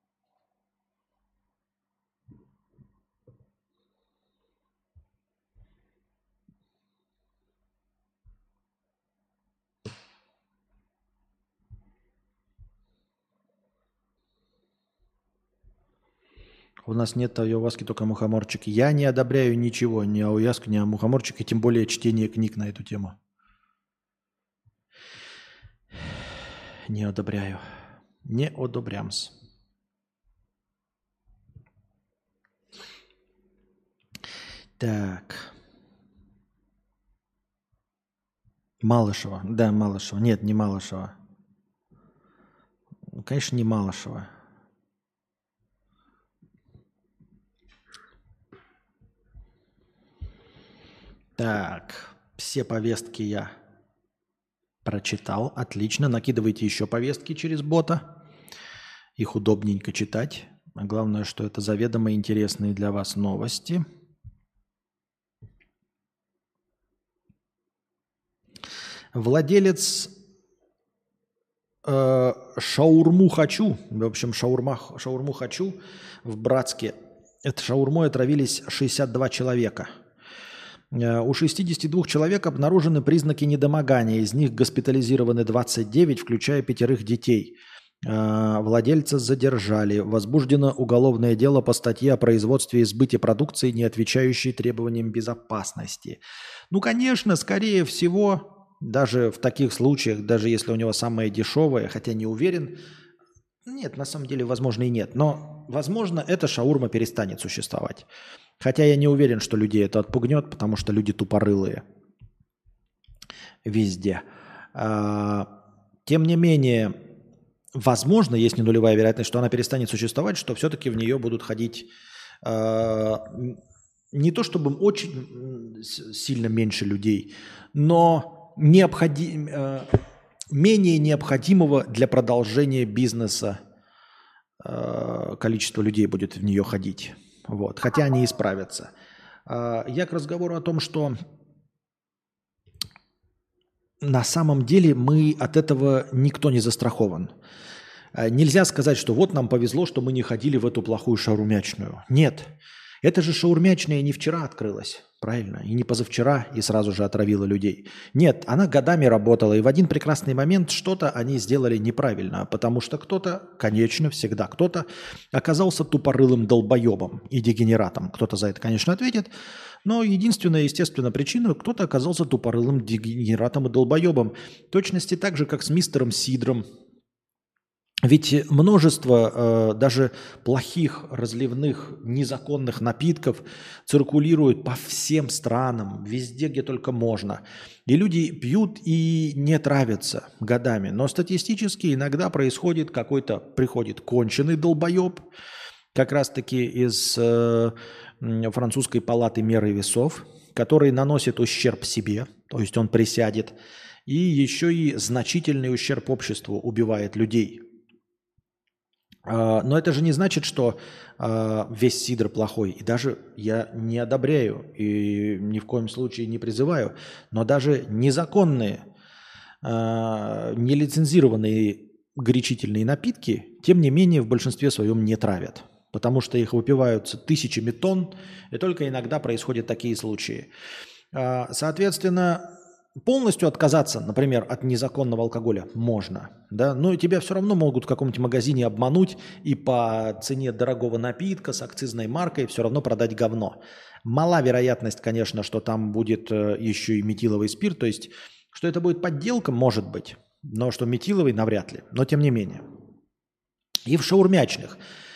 У нас нет аюваски, только мухоморчики. Я не одобряю ничего, ни аюваску, ни мухоморчик, и тем более чтение книг на эту тему. Не одобряю. Не одобрямс. Так. Малышева. Да, Малышева. Нет, не Малышева. Конечно, не Малышева. Так, все повестки я прочитал. Отлично. Накидывайте еще повестки через бота. Их удобненько читать. А главное, что это заведомо интересные для вас новости. Владелец шаурму «Хочу», в общем, шаурму «Хочу» в Братске. Это шаурмой отравились 62 человека. У 62 человек обнаружены признаки недомогания. Из них госпитализированы 29, включая 5 детей. Владельца задержали. Возбуждено уголовное дело по статье о производстве и сбыте продукции, не отвечающей требованиям безопасности. Ну, конечно, скорее всего, даже в таких случаях, даже если у него самое дешевое, хотя не уверен, нет, на самом деле, возможно, и нет. Но, возможно, эта шаурма перестанет существовать. Хотя я не уверен, что людей это отпугнет, потому что люди тупорылые везде. Тем не менее, возможно, есть не нулевая вероятность, что она перестанет существовать, что все-таки в нее будут ходить не то чтобы очень сильно меньше людей, но менее необходимого для продолжения бизнеса количество людей будет в нее ходить. Вот. Хотя они и справятся. Я к разговору о том, что на самом деле мы от этого никто не застрахован. Нельзя сказать, что вот нам повезло, что мы не ходили в эту плохую шаурмячную. Нет. Это же шаурмячная не вчера открылась, правильно? И не позавчера, и сразу же отравила людей. Нет, она годами работала, и в один прекрасный момент что-то они сделали неправильно, потому что кто-то, конечно, всегда кто-то оказался тупорылым долбоебом и дегенератом. Кто-то за это, конечно, ответит, но единственная, естественно, причина, кто-то оказался тупорылым дегенератом и долбоебом. В точности так же, как с мистером Сидром. Ведь множество даже плохих, разливных, незаконных напитков циркулирует по всем странам, везде, где только можно. И люди пьют и не травятся годами. Но статистически иногда приходит конченый долбоеб, как раз-таки из французской палаты меры весов, который наносит ущерб себе, то есть он присядет, и еще и значительный ущерб обществу, убивает людей. Но это же не значит, что весь сидр плохой. И даже я не одобряю и ни в коем случае не призываю, но даже незаконные, нелицензированные горячительные напитки, тем не менее, в большинстве своем не травят. Потому что их выпиваются тысячами тонн, и только иногда происходят такие случаи. Соответственно, полностью отказаться, например, от незаконного алкоголя можно, да, но тебя все равно могут в каком-нибудь магазине обмануть и по цене дорогого напитка с акцизной маркой все равно продать говно. Мала вероятность, конечно, что там будет еще и метиловый спирт, то есть, что это будет подделка, может быть, но что метиловый навряд ли, но тем не менее. И в шаурмячных.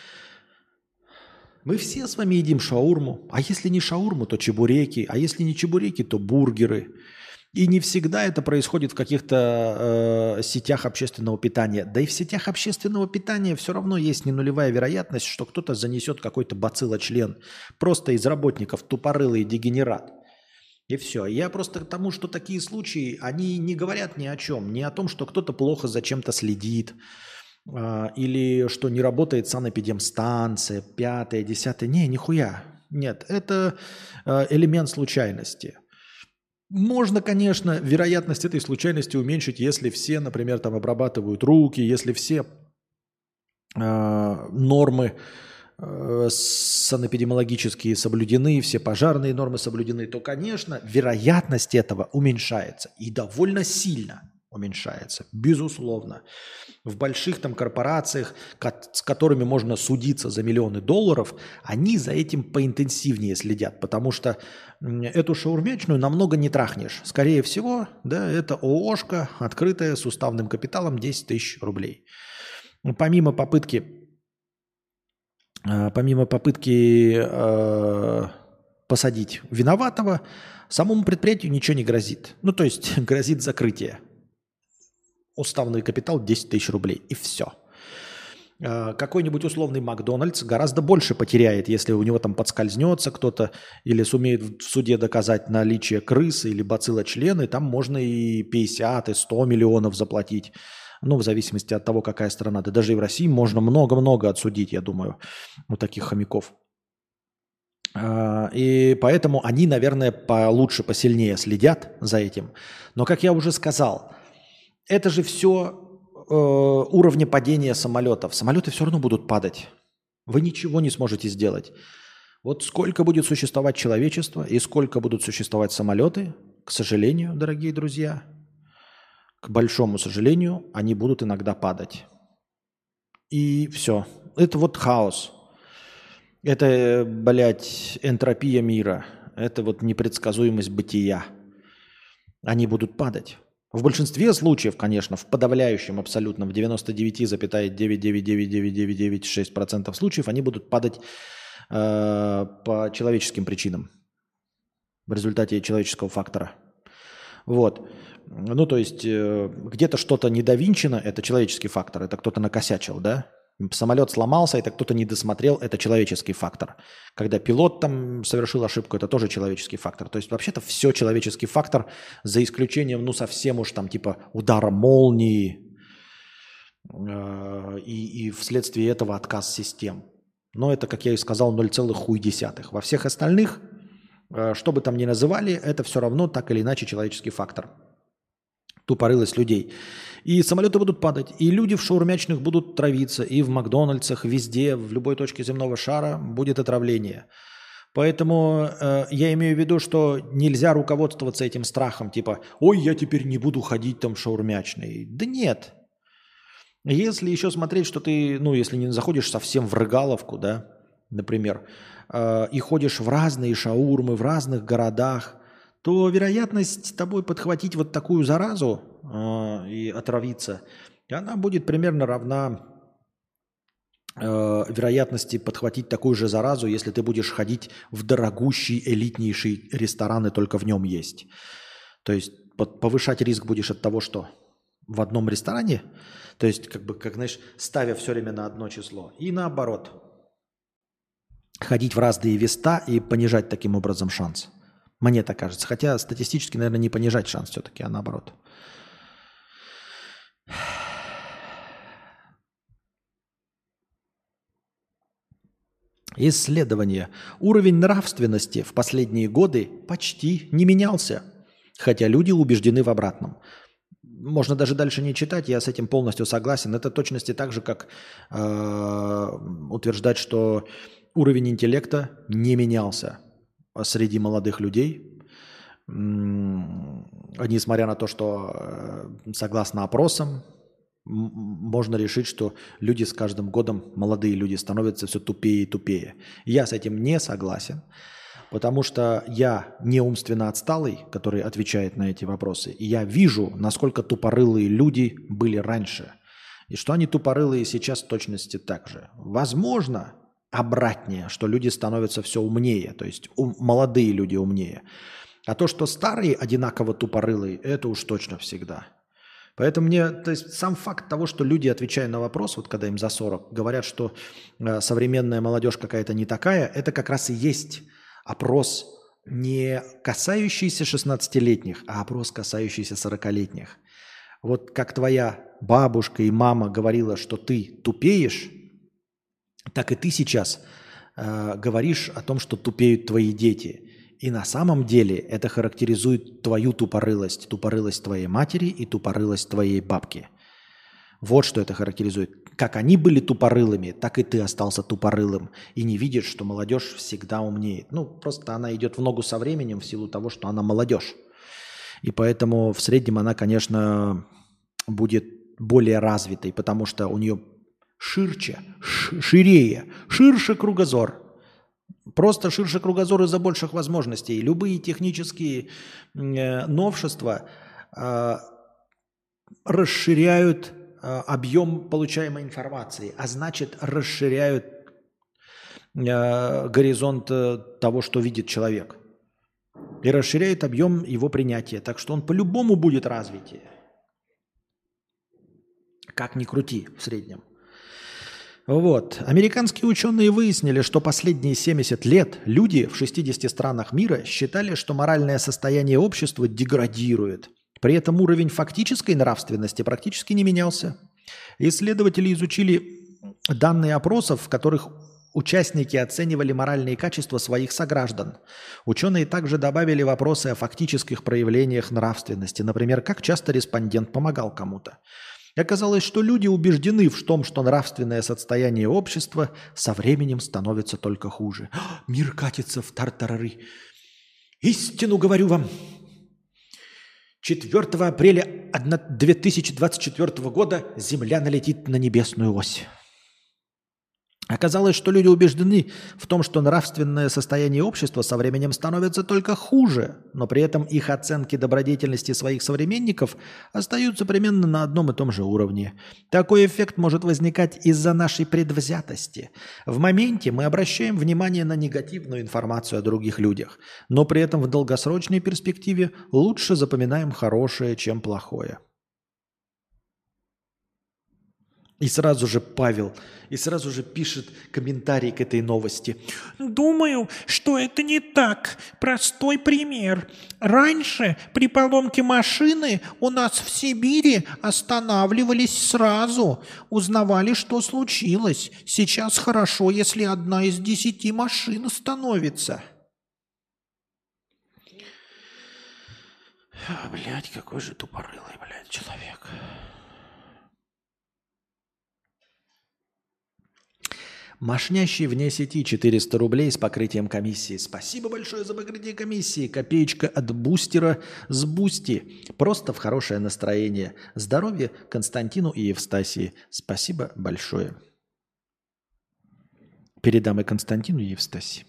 Мы все с вами едим шаурму, а если не шаурму, то чебуреки, а если не чебуреки, то бургеры. И не всегда это происходит в каких-то сетях общественного питания. Да и в сетях общественного питания все равно есть ненулевая вероятность, что кто-то занесет какой-то бациллочлен. Просто из работников тупорылый дегенерат. И все. Я просто к тому, что такие случаи, они не говорят ни о чем. Не о том, что кто-то плохо за чем-то следит. Или что не работает санэпидемстанция, 5-е, 10-е. Не, нихуя. Нет, это элемент случайности. Можно, конечно, вероятность этой случайности уменьшить, если все, например, там обрабатывают руки, если все нормы санэпидемиологические соблюдены, все пожарные нормы соблюдены, то, конечно, вероятность этого уменьшается. И довольно сильно уменьшается, безусловно. В больших там корпорациях, с которыми можно судиться за миллионы долларов, они за этим поинтенсивнее следят, потому что эту шаурмячную намного не трахнешь. Скорее всего, да, это ООшка, открытая с уставным капиталом 10 тысяч рублей. Помимо попытки посадить виноватого, самому предприятию ничего не грозит. Ну, то есть грозит закрытие. Уставный капитал 10 тысяч рублей. И все. Какой-нибудь условный Макдональдс гораздо больше потеряет, если у него там подскользнется кто-то или сумеет в суде доказать наличие крысы или бациллочлена, и там можно и 50, и 100 миллионов заплатить. Ну, в зависимости от того, какая страна. Да даже и в России можно много-много отсудить, я думаю, у таких хомяков. И поэтому они, наверное, получше, посильнее следят за этим. Но, как я уже сказал, это же все уровня падения самолетов. Самолеты все равно будут падать. Вы ничего не сможете сделать. Вот сколько будет существовать человечество и сколько будут существовать самолеты, к сожалению, дорогие друзья, к большому сожалению, они будут иногда падать. И все. Это вот хаос. Это, блядь, энтропия мира. Это вот непредсказуемость бытия. Они будут падать. В большинстве случаев, конечно, в подавляющем абсолютном, в 99,9999996% случаев они будут падать по человеческим причинам в результате человеческого фактора. Вот. Ну, то есть где-то что-то недовинчено, это человеческий фактор, это кто-то накосячил, да? Самолет сломался, это кто-то не досмотрел, это человеческий фактор. Когда пилот там совершил ошибку, это тоже человеческий фактор. То есть вообще-то все человеческий фактор, за исключением, ну, совсем уж там типа удара молнии и вследствие этого отказ систем. Но это, как я и сказал, 0,1. Во всех остальных, что бы там ни называли, это все равно так или иначе человеческий фактор. Тупорылость людей. И самолеты будут падать, и люди в шаурмячных будут травиться, и в Макдональдсах, везде, в любой точке земного шара будет отравление. Поэтому я имею в виду, что нельзя руководствоваться этим страхом, типа, ой, я теперь не буду ходить там шаурмячный. Да нет. Если еще смотреть, что ты, ну, если не заходишь совсем в рыгаловку, да, например, и ходишь в разные шаурмы, в разных городах, то вероятность тобой подхватить вот такую заразу и отравиться, она будет примерно равна вероятности подхватить такую же заразу, если ты будешь ходить в дорогущий, элитнейший ресторан и только в нем есть. То есть повышать риск будешь от того, что в одном ресторане, то есть как знаешь, ставя все время на одно число, и наоборот, ходить в разные места и понижать таким образом шанс. Мне так кажется. Хотя статистически, наверное, не понижать шанс все-таки, а наоборот. Исследование. Уровень нравственности в последние годы почти не менялся, хотя люди убеждены в обратном. Можно даже дальше не читать, я с этим полностью согласен. Это точности так же, как утверждать, что уровень интеллекта не менялся среди молодых людей, несмотря на то, что согласно опросам, можно решить, что люди с каждым годом, молодые люди, становятся все тупее и тупее. Я с этим не согласен, потому что я не умственно отсталый, который отвечает на эти вопросы, и я вижу, насколько тупорылые люди были раньше, и что они тупорылые сейчас в точности так же. Возможно, обратнее, что люди становятся все умнее, то есть молодые люди умнее. А то, что старые одинаково тупорылые, это уж точно всегда. Поэтому мне, то есть сам факт того, что люди, отвечая на вопрос, вот когда им за 40, говорят, что современная молодежь какая-то не такая, это как раз и есть опрос, не касающийся 16-летних, а опрос, касающийся 40-летних. Вот как твоя бабушка и мама говорила, что ты тупеешь, так и ты сейчас говоришь о том, что тупеют твои дети. И на самом деле это характеризует твою тупорылость твоей матери и тупорылость твоей бабки. Вот что это характеризует. Как они были тупорылыми, так и ты остался тупорылым. И не видишь, что молодежь всегда умнеет. Ну, просто она идет в ногу со временем в силу того, что она молодежь. И поэтому в среднем она, конечно, будет более развитой, потому что у нее ширче, ширше кругозор. Просто ширше кругозор из-за больших возможностей. Любые технические новшества расширяют объем получаемой информации, а значит расширяют горизонт того, что видит человек. И расширяет объем его принятия. Так что он по-любому будет развитие. Как ни крути в среднем. Вот. Американские ученые выяснили, что последние 70 лет люди в 60 странах мира считали, что моральное состояние общества деградирует. При этом уровень фактической нравственности практически не менялся. Исследователи изучили данные опросов, в которых участники оценивали моральные качества своих сограждан. Ученые также добавили вопросы о фактических проявлениях нравственности. Например, как часто респондент помогал кому-то. Оказалось, что люди убеждены в том, что нравственное состояние общества со временем становится только хуже. Мир катится в тартарары. Истину говорю вам. 4 апреля 2024 года Земля налетит на небесную ось. Оказалось, что люди убеждены в том, что нравственное состояние общества со временем становится только хуже, но при этом их оценки добродетельности своих современников остаются примерно на одном и том же уровне. Такой эффект может возникать из-за нашей предвзятости. В моменте мы обращаем внимание на негативную информацию о других людях, но при этом в долгосрочной перспективе лучше запоминаем хорошее, чем плохое. И сразу же Павел, и сразу же пишет комментарий к этой новости. Думаю, что это не так. Простой пример. Раньше при поломке машины у нас в Сибири останавливались сразу. Узнавали, что случилось. Сейчас хорошо, если 1 из 10 машин остановится. Блядь, какой же тупорылый, блядь, человек. Мошнящий вне сети 400 рублей с покрытием комиссии. Спасибо большое за покрытие комиссии. Копеечка от бустера с Бусти. Просто в хорошее настроение. Здоровья Константину и Евстасии. Спасибо большое. Передам и Константину, и Евстасии.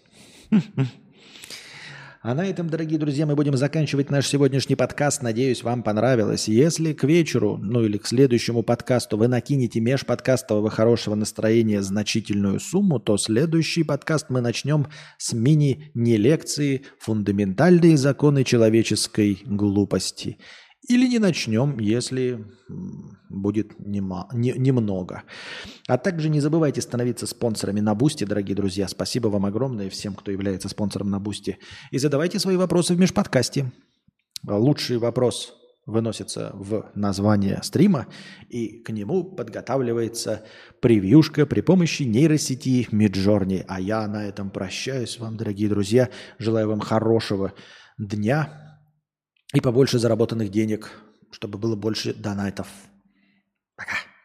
А на этом, дорогие друзья, мы будем заканчивать наш сегодняшний подкаст. Надеюсь, вам понравилось. Если к вечеру, ну или к следующему подкасту вы накинете межподкастового хорошего настроения значительную сумму, то следующий подкаст мы начнем с мини-не-лекции «Фундаментальные законы человеческой глупости». Или не начнем, если будет немного. А также не забывайте становиться спонсорами на Бусти, дорогие друзья. Спасибо вам огромное всем, кто является спонсором на Бусти. И задавайте свои вопросы в межподкасте. Лучший вопрос выносится в название стрима, и к нему подготавливается превьюшка при помощи нейросети Midjourney. А я на этом прощаюсь с вами, дорогие друзья. Желаю вам хорошего дня. И побольше заработанных денег, чтобы было больше донатов. Пока.